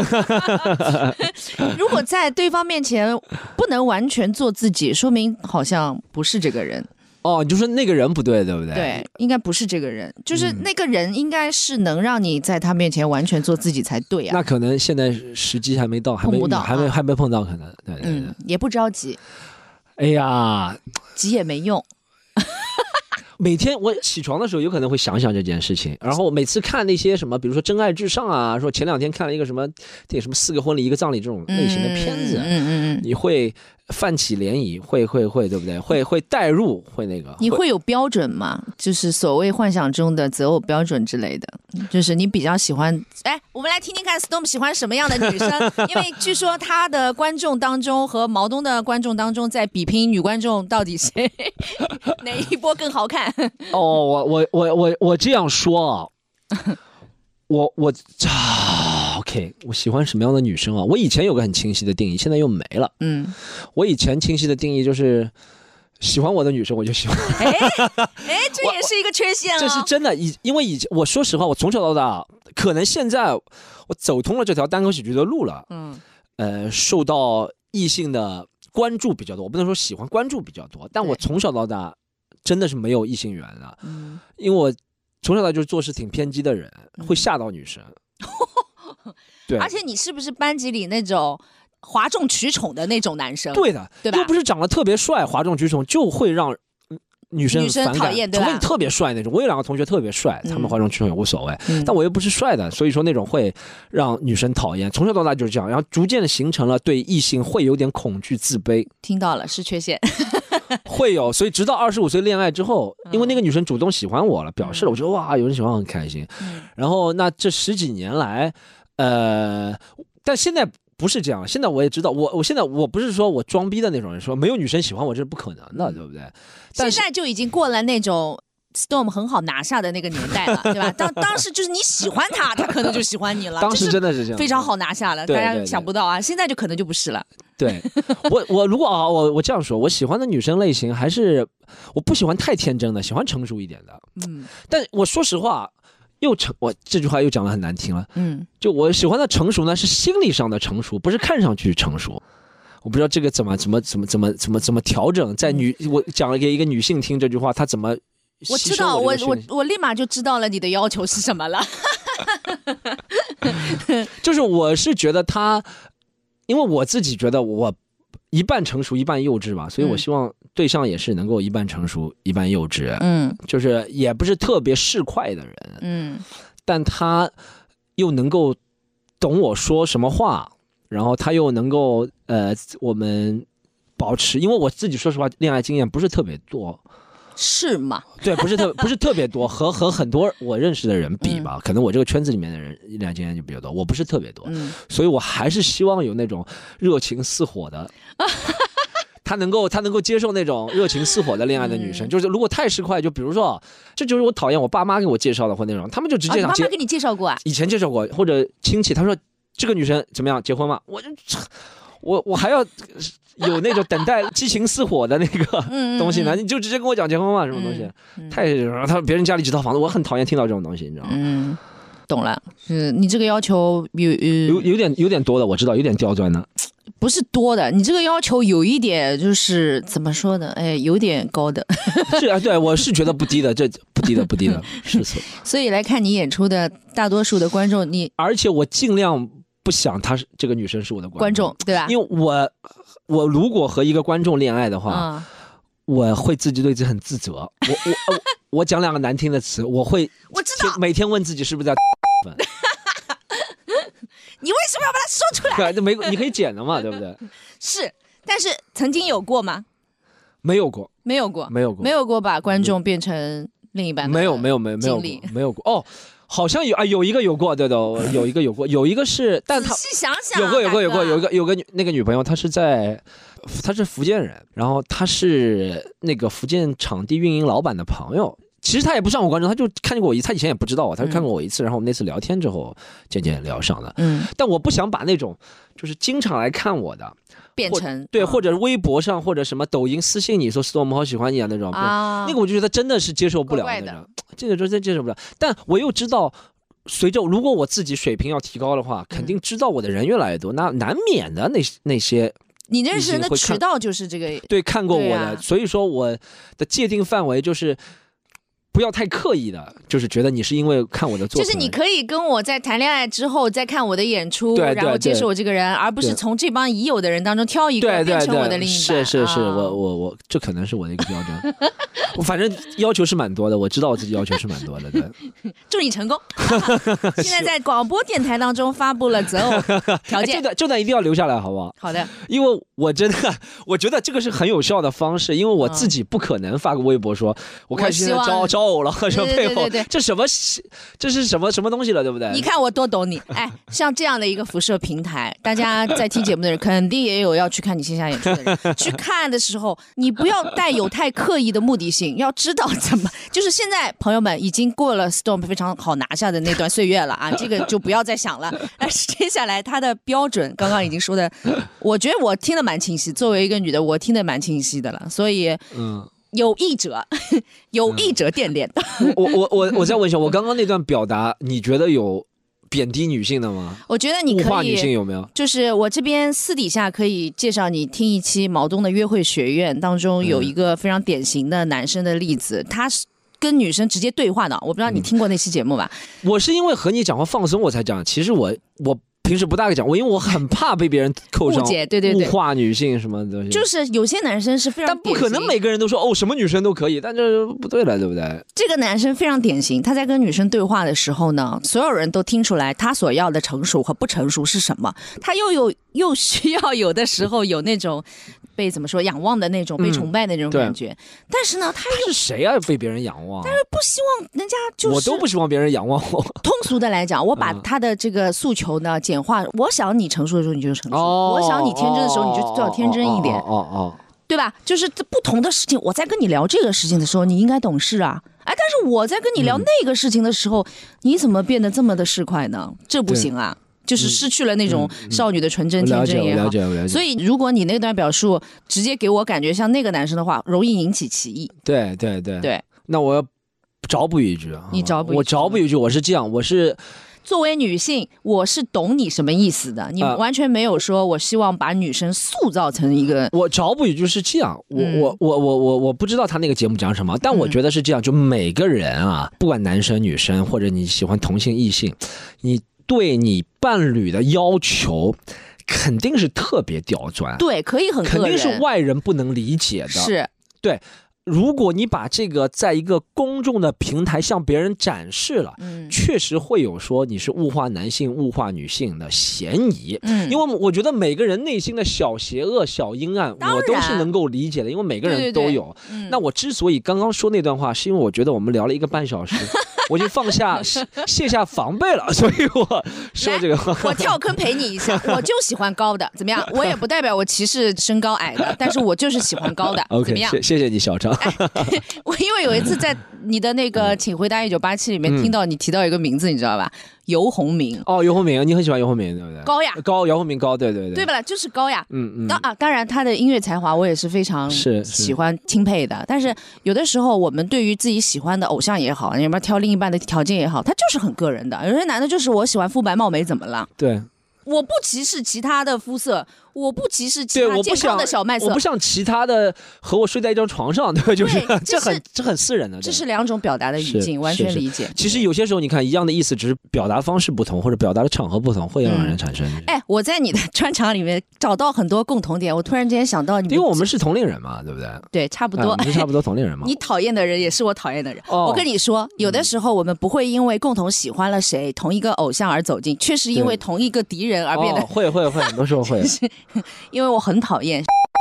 Speaker 2: 如果在对方面前不能完全做自己，说明好像不是这个人。
Speaker 3: 哦，你就说那个人不对，对不对？
Speaker 2: 对，应该不是这个人，就是那个人应该是能让你在他面前完全做自己才对啊。
Speaker 3: 那可能现在时机还没到，还没
Speaker 2: 碰不到，
Speaker 3: 还没还没碰到，可能对对对、
Speaker 2: 嗯，也不着急。
Speaker 3: 哎呀，
Speaker 2: 急也没用。
Speaker 3: 每天我起床的时候有可能会想想这件事情，然后每次看那些什么，比如说《真爱至上》啊，说前两天看了一个什么电什么四个婚礼一个葬礼这种类型的片子，
Speaker 2: 嗯嗯嗯，
Speaker 3: 你会泛起涟漪，会会会，对不对？会会带入，会那个。
Speaker 2: 你会有标准吗？就是所谓幻想中的择偶标准之类的，就是你比较喜欢。哎，我们来听听看 Storm 喜欢什么样的女生，因为据说他的观众当中和毛东的观众当中在比拼女观众到底谁哪一波更好看。
Speaker 3: 哦，我我我我我这样说啊，我我啊 ，OK， 我喜欢什么样的女生啊？我以前有个很清晰的定义，现在又没了。嗯，我以前清晰的定义就是喜欢我的女生我就喜欢。
Speaker 2: 哎哎，这也是一个缺陷啊、哦。
Speaker 3: 这是真的，以因为以前我说实话，我从小到大，可能现在我走通了这条单口喜剧的路了。嗯，呃，受到异性的关注比较多，我不能说喜欢，关注比较多，但我从小到大。真的是没有异性缘的，嗯，因为我从小到大就是做事挺偏激的人，嗯、会吓到女生。对，
Speaker 2: 而且你是不是班级里那种哗众取宠的那种男生？
Speaker 3: 对的，
Speaker 2: 对吧？
Speaker 3: 又不是长得特别帅，哗众取宠就会让女生反感，
Speaker 2: 讨厌，对吧？
Speaker 3: 除非你特别帅那种。我有两个同学特别帅，他们哗众取宠也无所谓，嗯、但我又不是帅的，所以说那种会让女生讨厌。从小到大就是这样，然后逐渐的形成了对异性会有点恐惧、自卑。
Speaker 2: 听到了，是缺陷。
Speaker 3: 会有，所以直到二十五岁恋爱之后，因为那个女生主动喜欢我了，表示了，我觉得哇，有人喜欢我很开心。嗯、然后那这十几年来，呃，但现在不是这样，现在我也知道，我我现在我不是说我装逼的那种人，说没有女生喜欢我这是不可能的，对不对？
Speaker 2: 现在就已经过了那种 Storm 很好拿下的那个年代了，对吧？当当时就是你喜欢他，他可能就喜欢你了。
Speaker 3: 当时真的是这样，
Speaker 2: 非常好拿下了，大家想不到啊！现在就可能就不是了。
Speaker 3: 对我，我如果啊，我我这样说，我喜欢的女生类型还是我不喜欢太天真的，喜欢成熟一点的。嗯，但我说实话，又成我这句话又讲得很难听了。嗯，就我喜欢的成熟呢，是心理上的成熟，不是看上去成熟。我不知道这个怎么怎么怎么怎么怎么怎么调整，在女我讲了给一个女性听这句话，她怎么？
Speaker 2: 我知道，我我我立马就知道了你的要求是什么了。
Speaker 3: 就是我是觉得他，因为我自己觉得我一半成熟一半幼稚吧，所以我希望对象也是能够一半成熟一半幼稚。嗯，就是也不是特别市侩的人。嗯，但他又能够懂我说什么话，然后他又能够呃我们保持，因为我自己说实话恋爱经验不是特别多。
Speaker 2: 是吗？
Speaker 3: 对，不是特不是特别多，和和很多我认识的人比吧，嗯、可能我这个圈子里面的人恋爱经验就比较多，我不是特别多，嗯、所以我还是希望有那种热情似火的，他能够他能够接受那种热情似火的恋爱的女生，嗯、就是如果太市侩，就比如说，这就是我讨厌我爸妈给我介绍的或那种，他们就直接想接，
Speaker 2: 啊、妈妈给你介绍过啊？以
Speaker 3: 前介绍过，或者亲戚他说这个女生怎么样，结婚吗？我就我我还要。有那种等待激情似火的那个东西呢，嗯嗯嗯你就直接跟我讲结婚嘛，什么东西？嗯嗯、太他别人家里几套房子，我很讨厌听到这种东西，你知道吗？嗯，
Speaker 2: 懂了。是你这个要求有
Speaker 3: 有有点有点多的，我知道有点刁钻的。
Speaker 2: 不是多的，你这个要求有一点就是怎么说呢？哎，有点高的。
Speaker 3: 是啊，对，我是觉得不低的，这不低的，不低的，是错。
Speaker 2: 所以来看你演出的大多数的观众，你
Speaker 3: 而且我尽量不想她是这个女生是我的观众，
Speaker 2: 观众对吧？
Speaker 3: 因为我。我如果和一个观众恋爱的话，嗯、我会自己对自己很自责。我我我我讲两个难听的词，我会
Speaker 2: 我知道
Speaker 3: 每天问自己是不是在分。
Speaker 2: 你为什么要把它说出来？
Speaker 3: 这没你可以剪的嘛，对不对？
Speaker 2: 是，但是曾经有过吗？
Speaker 3: 没有过，
Speaker 2: 没有过，
Speaker 3: 没有过，
Speaker 2: 没有过把观众变成另一半的
Speaker 3: 没有没有没有没有没有过哦。好像有啊，有一个有过，对的，有一个有过，有一个是，但他
Speaker 2: 仔细想想，
Speaker 3: 有过有过有过有一个有个那个女朋友，她是在，她是福建人，然后她是那个福建场地运营老板的朋友。其实她也不上我观众，她就看见过我一次，她以前也不知道我，她就看过我一次，然后我们那次聊天之后渐渐聊上了。嗯，但我不想把那种就是经常来看我的。
Speaker 2: 变成
Speaker 3: 对，或者微博上或者什么抖音私信你说 Storm 好喜欢你啊那种啊，那个我就觉得真的是接受不了那种， 这个就真接受不了。但我又知道。随着如果我自己水平要提高的话，肯定知道我的人越来越多，那难免的那那些
Speaker 2: 你认识人的渠道就是这个，
Speaker 3: 对，看过我的，
Speaker 2: 啊、
Speaker 3: 所以说我的界定范围就是不要太刻意的，就是觉得你是因为看我的作品，
Speaker 2: 就是你可以跟我在谈恋爱之后再看我的演出，
Speaker 3: 对对对，
Speaker 2: 然后接受我这个人，而不是从这帮已有的人当中挑一个
Speaker 3: 对对对
Speaker 2: 变成我的另一半。
Speaker 3: 是是是，
Speaker 2: 啊、
Speaker 3: 我我我，这可能是我的一个标准。我反正要求是蛮多的，我知道我自己要求是蛮多的。对，
Speaker 2: 祝你成功。现在在广播电台当中发布了择偶条件，
Speaker 3: 哎、这段这段一定要留下来，好不好？
Speaker 2: 好的，
Speaker 3: 因为我真的我觉得这个是很有效的方式，因为我自己不可能发个微博说，嗯、我看现在招招偶了，什么配偶，对对对对，这什么这是什么什么东西了，对不对？
Speaker 2: 你看我多懂你，哎，像这样的一个辐射平台，大家在听节目的人肯定也有要去看你线下演出的人，去看的时候，你不要带有太刻意的目的性，要知道怎么，就是现在朋友们已经过了 Storm 非常好拿下的那段岁月了啊，这个就不要再想了。但是接下来它的标准刚刚已经说的，我觉得我听得蛮清晰，作为一个女的，我听得蛮清晰的了，所以嗯。有意者，有意者电链。
Speaker 3: 嗯、我我我我再问一下，我刚刚那段表达，你觉得有贬低女性的吗？
Speaker 2: 我觉得你可以
Speaker 3: 物化女性有没有？
Speaker 2: 就是我这边私底下可以介绍你听一期毛东的约会学院当中有一个非常典型的男生的例子，嗯、他是跟女生直接对话的。我不知道你听过那期节目吧？
Speaker 3: 嗯、我是因为和你讲话放松我才讲，其实我我。平时不大讲，我因为我很怕被别人扣上
Speaker 2: 误解，对对对，
Speaker 3: 物化女性什么东西。
Speaker 2: 就是有些男生是非常，
Speaker 3: 但不可能每个人都说哦，什么女生都可以，但这不对了，对不对？
Speaker 2: 这个男生非常典型，他在跟女生对话的时候呢，所有人都听出来他所要的成熟和不成熟是什么，他又有又需要有的时候有那种被怎么说仰望的那种、被崇拜的那种感觉，嗯、但是呢，他
Speaker 3: 是谁啊？被别人仰望？
Speaker 2: 但是不希望人家就是
Speaker 3: 我都不希望别人仰望我。
Speaker 2: 通俗的来讲，我把他的这个诉求呢简化，我想你成熟的时候你就成熟，
Speaker 3: 哦、
Speaker 2: 我想你天真的时候你就最好天真一点，
Speaker 3: 哦哦哦，
Speaker 2: 对吧？就是不同的事情，我在跟你聊这个事情的时候，你应该懂事啊。哎，但是我在跟你聊那个事情的时候，嗯、你怎么变得这么的市侩呢？这不行啊。就是失去了那种少女的纯真天真也好，
Speaker 3: 了解了解了解。
Speaker 2: 所以如果你那段表述直接给我感觉像那个男生的话，容易引起歧义。
Speaker 3: 对对对
Speaker 2: 对。
Speaker 3: 那我要找补一句啊，
Speaker 2: 你找补一句，
Speaker 3: 我找补一句，我是这样，我是
Speaker 2: 作为女性，我是懂你什么意思的，你完全没有说我希望把女生塑造成一个。
Speaker 3: 我找补一句是这样，我、嗯、我我我我我不知道他那个节目讲什么，但我觉得是这样，就每个人啊，不管男生女生，或者你喜欢同性异性，你对你伴侣的要求肯定是特别刁钻，
Speaker 2: 对，可以很个人，
Speaker 3: 肯定是外人不能理解的，
Speaker 2: 是
Speaker 3: 对。如果你把这个在一个公众的平台向别人展示了，
Speaker 2: 嗯，
Speaker 3: 确实会有说你是物化男性、物化女性的嫌疑。
Speaker 2: 嗯，
Speaker 3: 因为我觉得每个人内心的小邪恶、小阴暗，我都是能够理解的，因为每个人都有。
Speaker 2: 对对对嗯、
Speaker 3: 那我之所以刚刚说那段话，是因为我觉得我们聊了一个半小时。我已经放下卸下防备了，所以我说这个话。
Speaker 2: 我跳坑陪你一下，我就喜欢高的，怎么样？我也不代表我歧视身高矮的，但是我就是喜欢高的，
Speaker 3: okay,
Speaker 2: 怎么样？
Speaker 3: 谢谢你，小张。
Speaker 2: 哎、我因为有一次在你的那个《请回答一九八七》里面听到你提到一个名字，嗯、你知道吧？游鸿明。
Speaker 3: 哦，游鸿明，你很喜欢游鸿明，对不对？
Speaker 2: 高呀，
Speaker 3: 高，游鸿明高，对对对，
Speaker 2: 对吧？就是高呀。
Speaker 3: 嗯嗯。
Speaker 2: 当啊，当然他的音乐才华我也是非常喜欢钦佩的，但是有的时候我们对于自己喜欢的偶像也好，你要不要挑另一半的条件也好，他就是很个人的。有些男的就是我喜欢肤白貌美，怎么了？
Speaker 3: 对。
Speaker 2: 我不歧视其他的肤色，我不歧视其他健康的小麦色，
Speaker 3: 我不像其他的和我睡在一张床上，对吧？就是这很这很私人的，
Speaker 2: 这是两种表达的语境，完全理解。
Speaker 3: 其实有些时候你看一样的意思，只是表达方式不同或者表达的场合不同，会让人产生。
Speaker 2: 哎、嗯，我在你的专场里面找到很多共同点，我突然之间想到你们，
Speaker 3: 因为我们是同龄人嘛，对不对？
Speaker 2: 对，差不多，
Speaker 3: 哎、我们是差不多同龄人嘛。
Speaker 2: 你讨厌的人也是我讨厌的人。
Speaker 3: 哦、
Speaker 2: 我跟你说，有的时候我们不会因为共同喜欢了谁、同一个偶像而走近，却是因为同一个敌人而变得、
Speaker 3: 哦、会会会，很多时候会，
Speaker 2: 因为我很讨厌。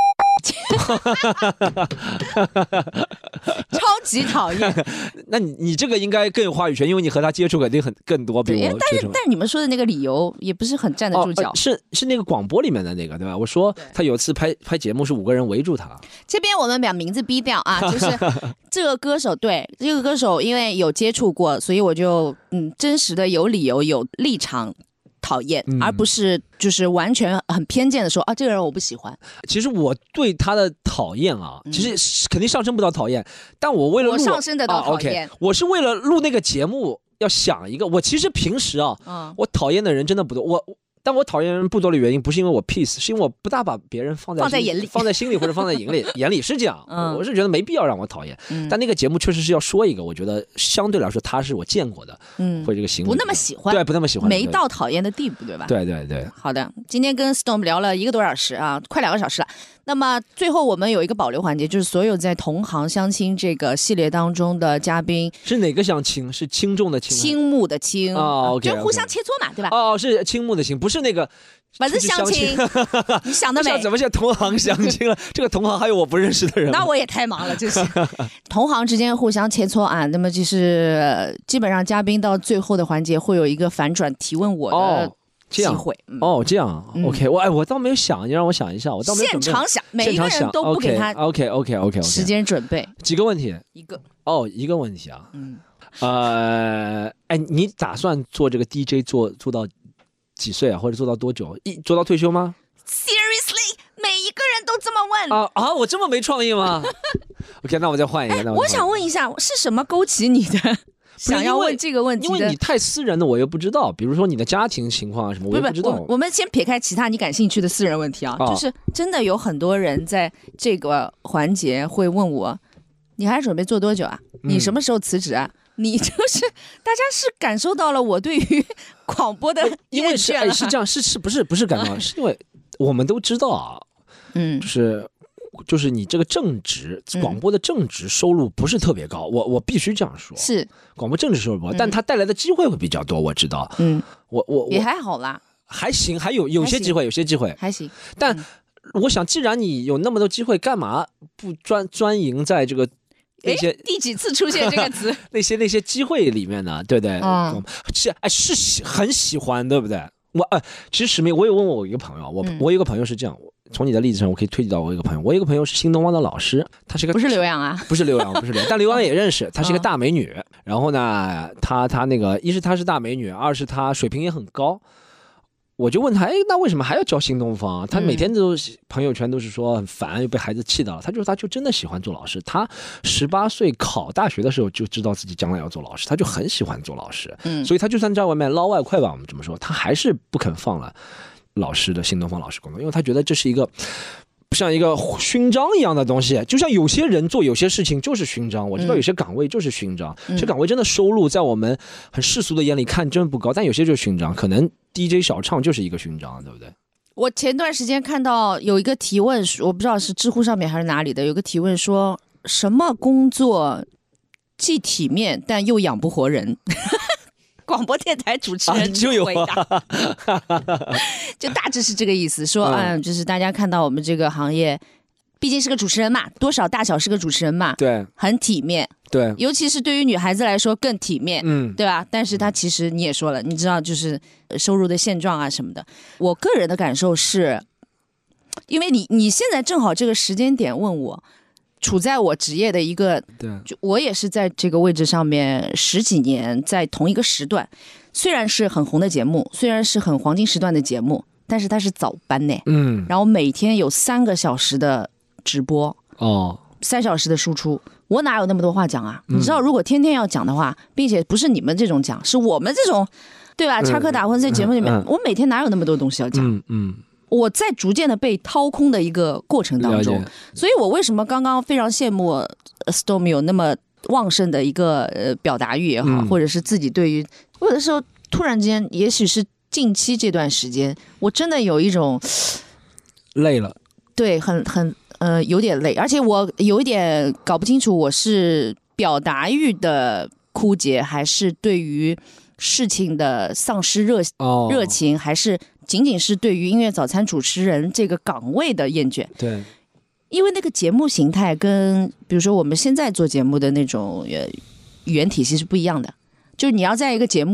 Speaker 2: 超级讨厌。
Speaker 3: 那你你这个应该更有话语权，因为你和他接触肯定很更多，比我。
Speaker 2: 但是但是你们说的那个理由也不是很站得住脚。
Speaker 3: 哦呃、是是那个广播里面的那个对吧？我说他有一次拍拍节目是五个人围住他。
Speaker 2: 这边我们把名字逼掉啊，就是这个歌手，对这个歌手，因为有接触过，所以我就嗯真实的有理由有立场讨厌、
Speaker 3: 嗯，
Speaker 2: 而不是就是完全很偏见的说啊，这个人我不喜欢。
Speaker 3: 其实我对他的讨厌啊，
Speaker 2: 嗯、
Speaker 3: 其实肯定上升不到讨厌，但我为了录
Speaker 2: 我上升得到讨厌、
Speaker 3: 啊 okay, 我是为了录那个节目要想一个。我其实平时啊，嗯、我讨厌的人真的不多，我。但我讨厌人不多的原因，不是因为我 peace， 是因为我不大把别人放在
Speaker 2: 放在眼里，
Speaker 3: 放在心里或者放在眼里，眼里是这样。嗯、我是觉得没必要让我讨厌、嗯。但那个节目确实是要说一个，我觉得相对来说他是我见过的，嗯，或者这个行为
Speaker 2: 不那么喜欢，
Speaker 3: 对，不那么喜欢，
Speaker 2: 没到讨厌的地步，对吧？
Speaker 3: 对对对。
Speaker 2: 好的，今天跟 Storm 聊了一个多小时啊，快两个小时了。那么最后我们有一个保留环节，就是所有在同行相亲这个系列当中的嘉宾，
Speaker 3: 是哪个相亲？是轻重的轻，
Speaker 2: 倾慕的倾啊、
Speaker 3: 哦 okay,
Speaker 2: 就互相切磋嘛， okay. 对吧？
Speaker 3: 哦，是倾慕的倾，不是那个。
Speaker 2: 反正相亲，你想得美。
Speaker 3: 怎么现在同行相亲了？这个同行还有我不认识的人？
Speaker 2: 那我也太忙了，就是同行之间互相切磋啊。那么就是基本上嘉宾到最后的环节会有一个反转提问我的。
Speaker 3: 哦
Speaker 2: 机会
Speaker 3: 哦，这样、嗯、，OK， 我哎，我倒没有想，你让我想一下，我倒没有
Speaker 2: 现场想，每一个人都不给他
Speaker 3: OK OK OK OK
Speaker 2: 时间准备。
Speaker 3: 几个问题？
Speaker 2: 一个
Speaker 3: 哦，一个问题啊，
Speaker 2: 嗯，
Speaker 3: 呃，哎，你打算做这个 D J 做做到几岁啊，或者做到多久？一做到退休吗
Speaker 2: ？Seriously， 每一个人都这么问
Speaker 3: 啊啊！我这么没创意吗 ？OK， 那我再换一个。那我,
Speaker 2: 我想问一下，是什么勾起你的？想要问这个问题的，
Speaker 3: 因为你太私人的，我又不知道。比如说你的家庭情况啊什么，我也不知道。
Speaker 2: 不不，我, 我们先撇开其他你感兴趣的私人问题啊，哦、就是真的有很多人在这个环节会问我，你还准备做多久啊？嗯、你什么时候辞职啊？你就是大家是感受到了我对于广播的
Speaker 3: 因为是哎是这样，是是不是不是感到，是因为我们都知道啊，嗯，就是。就是你这个正职广播的正职收入不是特别高，嗯、我我必须这样说，
Speaker 2: 是广
Speaker 3: 播正职收入不高、嗯，但它带来的机会会比较多，我知道，嗯，我我
Speaker 2: 也还好啦，
Speaker 3: 还行，还有有些机会，有些机会
Speaker 2: 还行，
Speaker 3: 但、嗯、我想，既然你有那么多机会，干嘛不专专营在这个那些
Speaker 2: 第几次出现这个词？
Speaker 3: 那些那些机会里面呢？对不对？嗯，是哎是喜很喜欢，对不对？我哎，其实史密，我有问我一个朋友，我、嗯、我有一个朋友是这样。从你的例子上，我可以推荐到我一个朋友。我一个朋友是新东方的老师，他是个
Speaker 2: 不是刘洋啊，
Speaker 3: 不是刘洋，不是刘洋，但刘洋也认识。她是一个大美女，然后呢，她她那个一是她是大美女，二是她水平也很高。我就问他，哎，那为什么还要教新东方？他每天都朋友圈都是说很烦，又被孩子气到了。他就他就真的喜欢做老师。他十八岁考大学的时候就知道自己将来要做老师，他就很喜欢做老师。嗯，所以他就算在外面捞外快吧，我们这么说，他还是不肯放了老师的新东方老师工作，因为他觉得这是一个像一个勋章一样的东西，就像有些人做有些事情就是勋章，我知道有些岗位就是勋章，这、嗯、岗位真的收入在我们很世俗的眼里看真不高，但有些就是勋章，可能 D J 小唱就是一个勋章，对不对？
Speaker 2: 我前段时间看到有一个提问，我不知道是知乎上面还是哪里的，有个提问说什么工作既体面但又养不活人？广播电台主持人回答、啊、就, 就大致是这个意思，说嗯、呃，就是大家看到我们这个行业毕竟是个主持人嘛，多少大小是个主持人嘛，
Speaker 3: 对，
Speaker 2: 很体面，
Speaker 3: 对，
Speaker 2: 尤其是对于女孩子来说更体面，嗯，对吧？但是他其实你也说了，你知道就是收入的现状啊什么的。我个人的感受是，因为你你现在正好这个时间点问我，处在我职业的一个，对，就我也是在这个位置上面十几年，在同一个时段，虽然是很红的节目，虽然是很黄金时段的节目，但是它是早班呢，嗯，然后每天有三个小时的直播，哦，三小时的输出，我哪有那么多话讲啊？嗯、你知道，如果天天要讲的话，并且不是你们这种讲，是我们这种，对吧？插科打诨在节目里面、嗯嗯，我每天哪有那么多东西要讲？嗯嗯。我在逐渐的被掏空的一个过程当中，所以我为什么刚刚非常羡慕 Storm 有那么旺盛的一个呃表达欲也好、嗯，或者是自己对于我有的时候突然间，也许是近期这段时间，我真的有一种
Speaker 3: 累了，
Speaker 2: 对，很很呃有点累，而且我有一点搞不清楚，我是表达欲的枯竭，还是对于事情的丧失热、哦、热情，还是仅仅是对于音乐早餐主持人这个岗位的厌倦？
Speaker 3: 对，
Speaker 2: 因为那个节目形态跟比如说我们现在做节目的那种语言体系是不一样的，就是你要在一个节目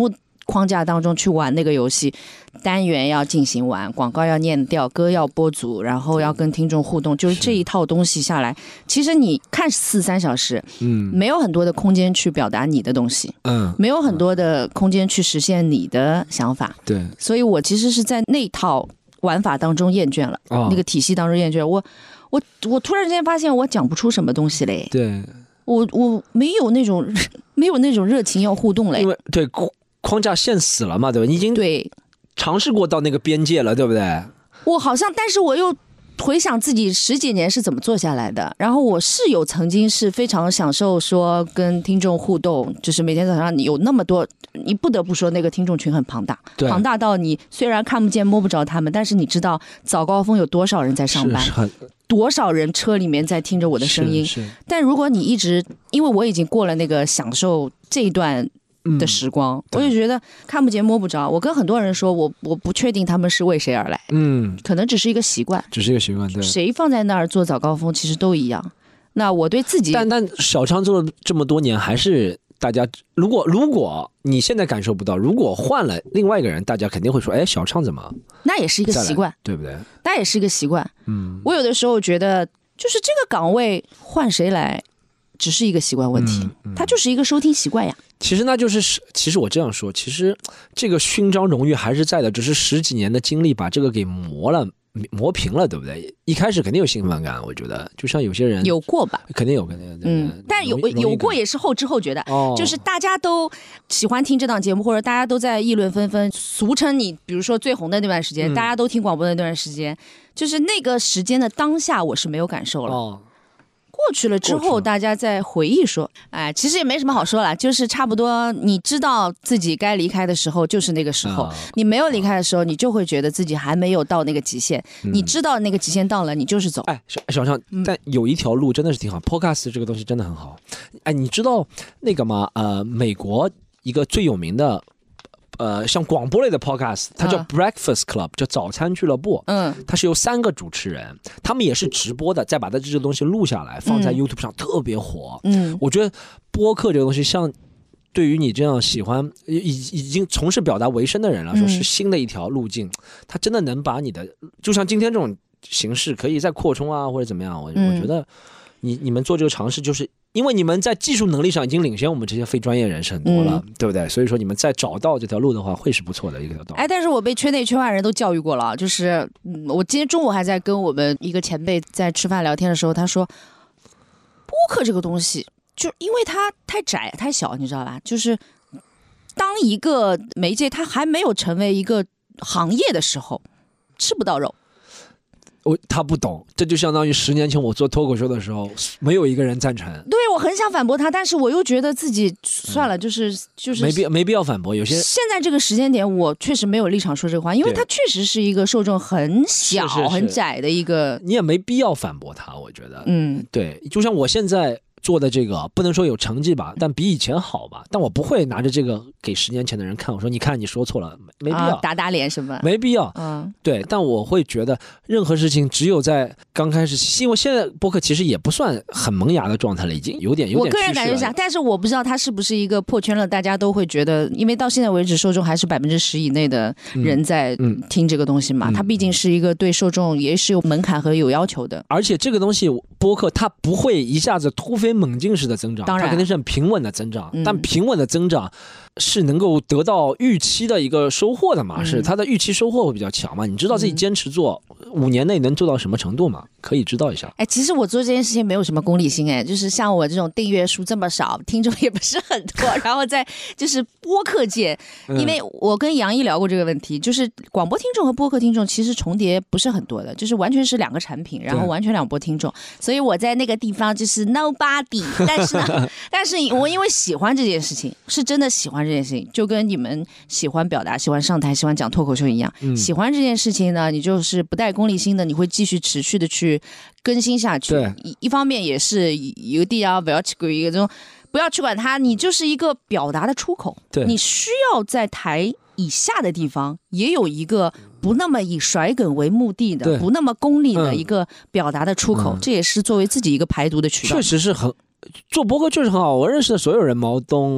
Speaker 2: 框架当中去玩那个游戏，单元要进行完，广告要念掉，歌要播足，然后要跟听众互动，就是这一套东西下来，其实你看四三小时，嗯，没有很多的空间去表达你的东西，嗯，没有很多的空间去实现你的想法，
Speaker 3: 对，
Speaker 2: 所以我其实是在那套玩法当中厌倦了，哦、那个体系当中厌倦，我我我突然之间发现我讲不出什么东西嘞，
Speaker 3: 对，
Speaker 2: 我我没有那种没有那种热情要互动嘞，
Speaker 3: 因为对框架限死了嘛，对吧？你已经
Speaker 2: 对
Speaker 3: 尝试过到那个边界了，对不对？
Speaker 2: 我好像，但是我又回想自己十几年是怎么做下来的，然后我是有曾经是非常享受说跟听众互动，就是每天早上你有那么多，你不得不说那个听众群很庞大，庞大到你虽然看不见摸不着他们，但是你知道早高峰有多少人在上班，多少人车里面在听着我的声音。但如果你一直，因为我已经过了那个享受这一段的时光、嗯、我就觉得看不见摸不着。我跟很多人说，我我不确定他们是为谁而来，嗯，可能只是一个习惯，
Speaker 3: 只是一个习惯，对，
Speaker 2: 谁放在那儿做早高峰，其实都一样。那我对自己，
Speaker 3: 但但小昌做了这么多年，还是大家，如果如果你现在感受不到，如果换了另外一个人，大家肯定会说，哎，小昌怎么？
Speaker 2: 那也是一个习惯，
Speaker 3: 对不对？
Speaker 2: 那也是一个习惯。嗯，我有的时候觉得，就是这个岗位换谁来，只是一个习惯问题，嗯嗯、它就是一个收听习惯呀。
Speaker 3: 其实那就是，其实我这样说，其实这个勋章荣誉还是在的，只是十几年的经历把这个给磨了。磨平了，对不对？一开始肯定有兴奋感，我觉得，就像有些人
Speaker 2: 有过吧，
Speaker 3: 肯定有，肯定有。
Speaker 2: 嗯，但有有过也是后知后觉的、哦，就是大家都喜欢听这档节目，或者大家都在议论纷纷，俗称你，比如说最红的那段时间，嗯、大家都听广播的那段时间，就是那个时间的当下，我是没有感受了。哦，过去了之后，大家在回忆说，哎，其实也没什么好说了，就是差不多，你知道自己该离开的时候，就是那个时候；嗯、你没有离开的时候，你就会觉得自己还没有到那个极限。嗯、你知道那个极限到了，你就是走。
Speaker 3: 哎，小小昌，但有一条路真的是挺好、嗯、，Podcast 这个东西真的很好。哎，你知道那个吗？呃，美国一个最有名的。呃，像广播类的 podcast， 它叫 Breakfast Club，、嗯、叫早餐俱乐部。嗯，它是由三个主持人，他们也是直播的，再把它这个东西录下来，放在 YouTube 上，嗯、特别火。嗯，我觉得播客这个东西，像对于你这样喜欢已已经从事表达为生的人来说，是新的一条路径。它真的能把你的，就像今天这种形式，可以再扩充啊，或者怎么样。我我觉得你你们做这个尝试，就是因为你们在技术能力上已经领先我们这些非专业人士很多了，嗯、对不对？所以说你们再找到这条路的话，会是不错的一条道路。
Speaker 2: 哎，但是我被圈内圈外人都教育过了，就是、嗯、我今天中午还在跟我们一个前辈在吃饭聊天的时候，他说，播客这个东西，就因为它太窄太小，你知道吧？就是当一个媒介它还没有成为一个行业的时候，吃不到肉。
Speaker 3: 我他不懂，这就相当于十年前我做脱口秀的时候，没有一个人赞成。
Speaker 2: 对，我很想反驳他，但是我又觉得自己算了，就是就是
Speaker 3: 没必没必要反驳。有些
Speaker 2: 现在这个时间点，我确实没有立场说这个话，因为它确实是一个受众很小、
Speaker 3: 是是是
Speaker 2: 很窄的一个，
Speaker 3: 你也没必要反驳他。我觉得，嗯，对，就像我现在做的这个，不能说有成绩吧，但比以前好吧。但我不会拿着这个给十年前的人看，我说你看你说错了，没必要、
Speaker 2: 啊、打打脸什么，
Speaker 3: 没必要。嗯，对。但我会觉得任何事情只有在刚开始，因为现在播客其实也不算很萌芽的状态了，已经有点有点。
Speaker 2: 我个人感觉下，但是我不知道它是不是一个破圈了，大家都会觉得，因为到现在为止，受众还是百分之十以内的人在听这个东西嘛。嗯嗯、它毕竟是一个对受众也是有门槛和有要求的，
Speaker 3: 而且这个东西播客它不会一下子突飞猛进式的增长，
Speaker 2: 当然
Speaker 3: 它肯定是很平稳的增长，嗯、但平稳的增长是能够得到预期的一个收获的嘛？嗯、是它的预期收获会比较强嘛？你知道自己坚持做、嗯、五年内能做到什么程度吗？可以知道一下。
Speaker 2: 哎，其实我做这件事情没有什么功利心，哎，就是像我这种订阅数这么少，听众也不是很多，然后在就是播客界，因为我跟杨一聊过这个问题，就是广播听众和播客听众其实重叠不是很多的，就是完全是两个产品，然后完全两拨听众，所以我在那个地方就是 nobody， 但是呢，但是我因为喜欢这件事情，是真的喜欢这件事情，就跟你们喜欢表达、喜欢上台、喜欢讲脱口秀一样，嗯、喜欢这件事情呢，你就是不带功利心的，你会继续持续的去更新下去。一一方面也是有点啊，不要去一个这种，不要去管它，你就是一个表达的出口。
Speaker 3: 对，
Speaker 2: 你需要在台以下的地方也有一个不那么以甩梗为目的的、不那么功利的一个表达的出口，嗯、这也是作为自己一个排毒的渠道。
Speaker 3: 确实是很做播客确实很好，我认识的所有人，毛东。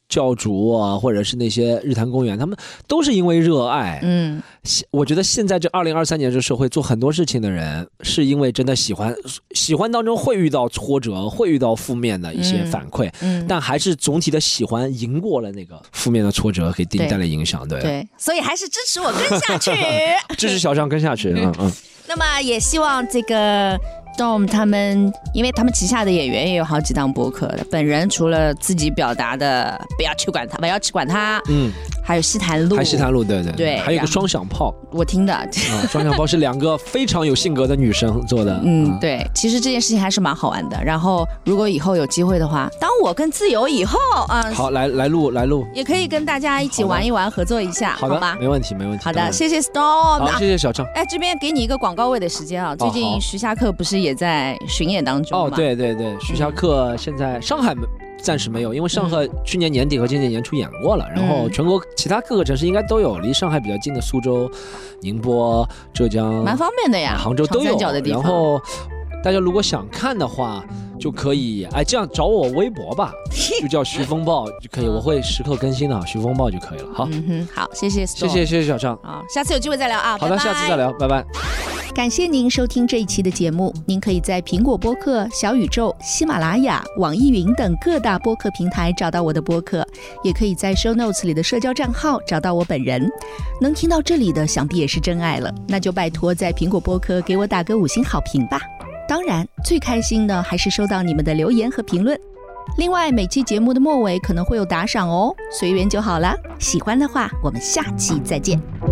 Speaker 3: 教主啊，或者是那些日坛公园，他们都是因为热爱。
Speaker 2: 嗯，
Speaker 3: 我觉得现在这二零二三年这社会做很多事情的人，是因为真的喜欢，喜欢当中会遇到挫折，会遇到负面的一些反馈，嗯嗯、但还是总体的喜欢赢过了那个负面的挫折，给给你带来影响。对
Speaker 2: 对，所以还是支持我跟下去，
Speaker 3: 支持小畅跟下去。嗯嗯。
Speaker 2: 那么也希望这个。Storm 他们，因为他们旗下的演员也有好几档播客的，本人除了自己表达的不要去管他，不要去管他，嗯，还有西坛路，
Speaker 3: 还西坛路，对对
Speaker 2: 对，
Speaker 3: 还有一个双响炮，
Speaker 2: 我听的，啊，
Speaker 3: 双响炮是两个非常有性格的女生做的，
Speaker 2: 嗯，对，其实这件事情还是蛮好玩的。然后如果以后有机会的话，当我更自由以后啊，
Speaker 3: 好来来录来录，
Speaker 2: 也可以跟大家一起玩一玩，合作一下，
Speaker 3: 好的，
Speaker 2: 好吗？
Speaker 3: 没问题没问题。
Speaker 2: 好的，谢谢 Storm，
Speaker 3: 好，谢谢小畅。
Speaker 2: 哎，这边给你一个广告位的时间啊，最近徐霞客不是也在巡演当中吗？
Speaker 3: 哦，对对对，徐霞客现在上海暂时没有，因为上海去年年底和今年年初演过了，然后全国其他各个城市应该都有，离上海比较近的苏州、宁波、浙江，
Speaker 2: 蛮方便的呀，
Speaker 3: 杭州都有。
Speaker 2: 的地方，
Speaker 3: 然后大家如果想看的话，就可以哎这样找我微博吧，就叫徐风暴就可以，我会时刻更新的，徐风暴就可以了。好，
Speaker 2: 嗯哼，好，谢谢 Storm，
Speaker 3: 谢谢谢谢小畅，
Speaker 2: 好，下次有机会再聊啊。
Speaker 3: 好的，
Speaker 2: 拜拜，
Speaker 3: 下次再聊，拜拜。
Speaker 1: 感谢您收听这一期的节目，您可以在苹果播客、小宇宙、喜马拉雅、网易云等各大播客平台找到我的播客，也可以在 show notes 里的社交账号找到我本人。能听到这里的想必也是真爱了，那就拜托在苹果播客给我打个五星好评吧。当然最开心的还是收到你们的留言和评论，另外每期节目的末尾可能会有打赏哦，随缘就好啦。喜欢的话我们下期再见。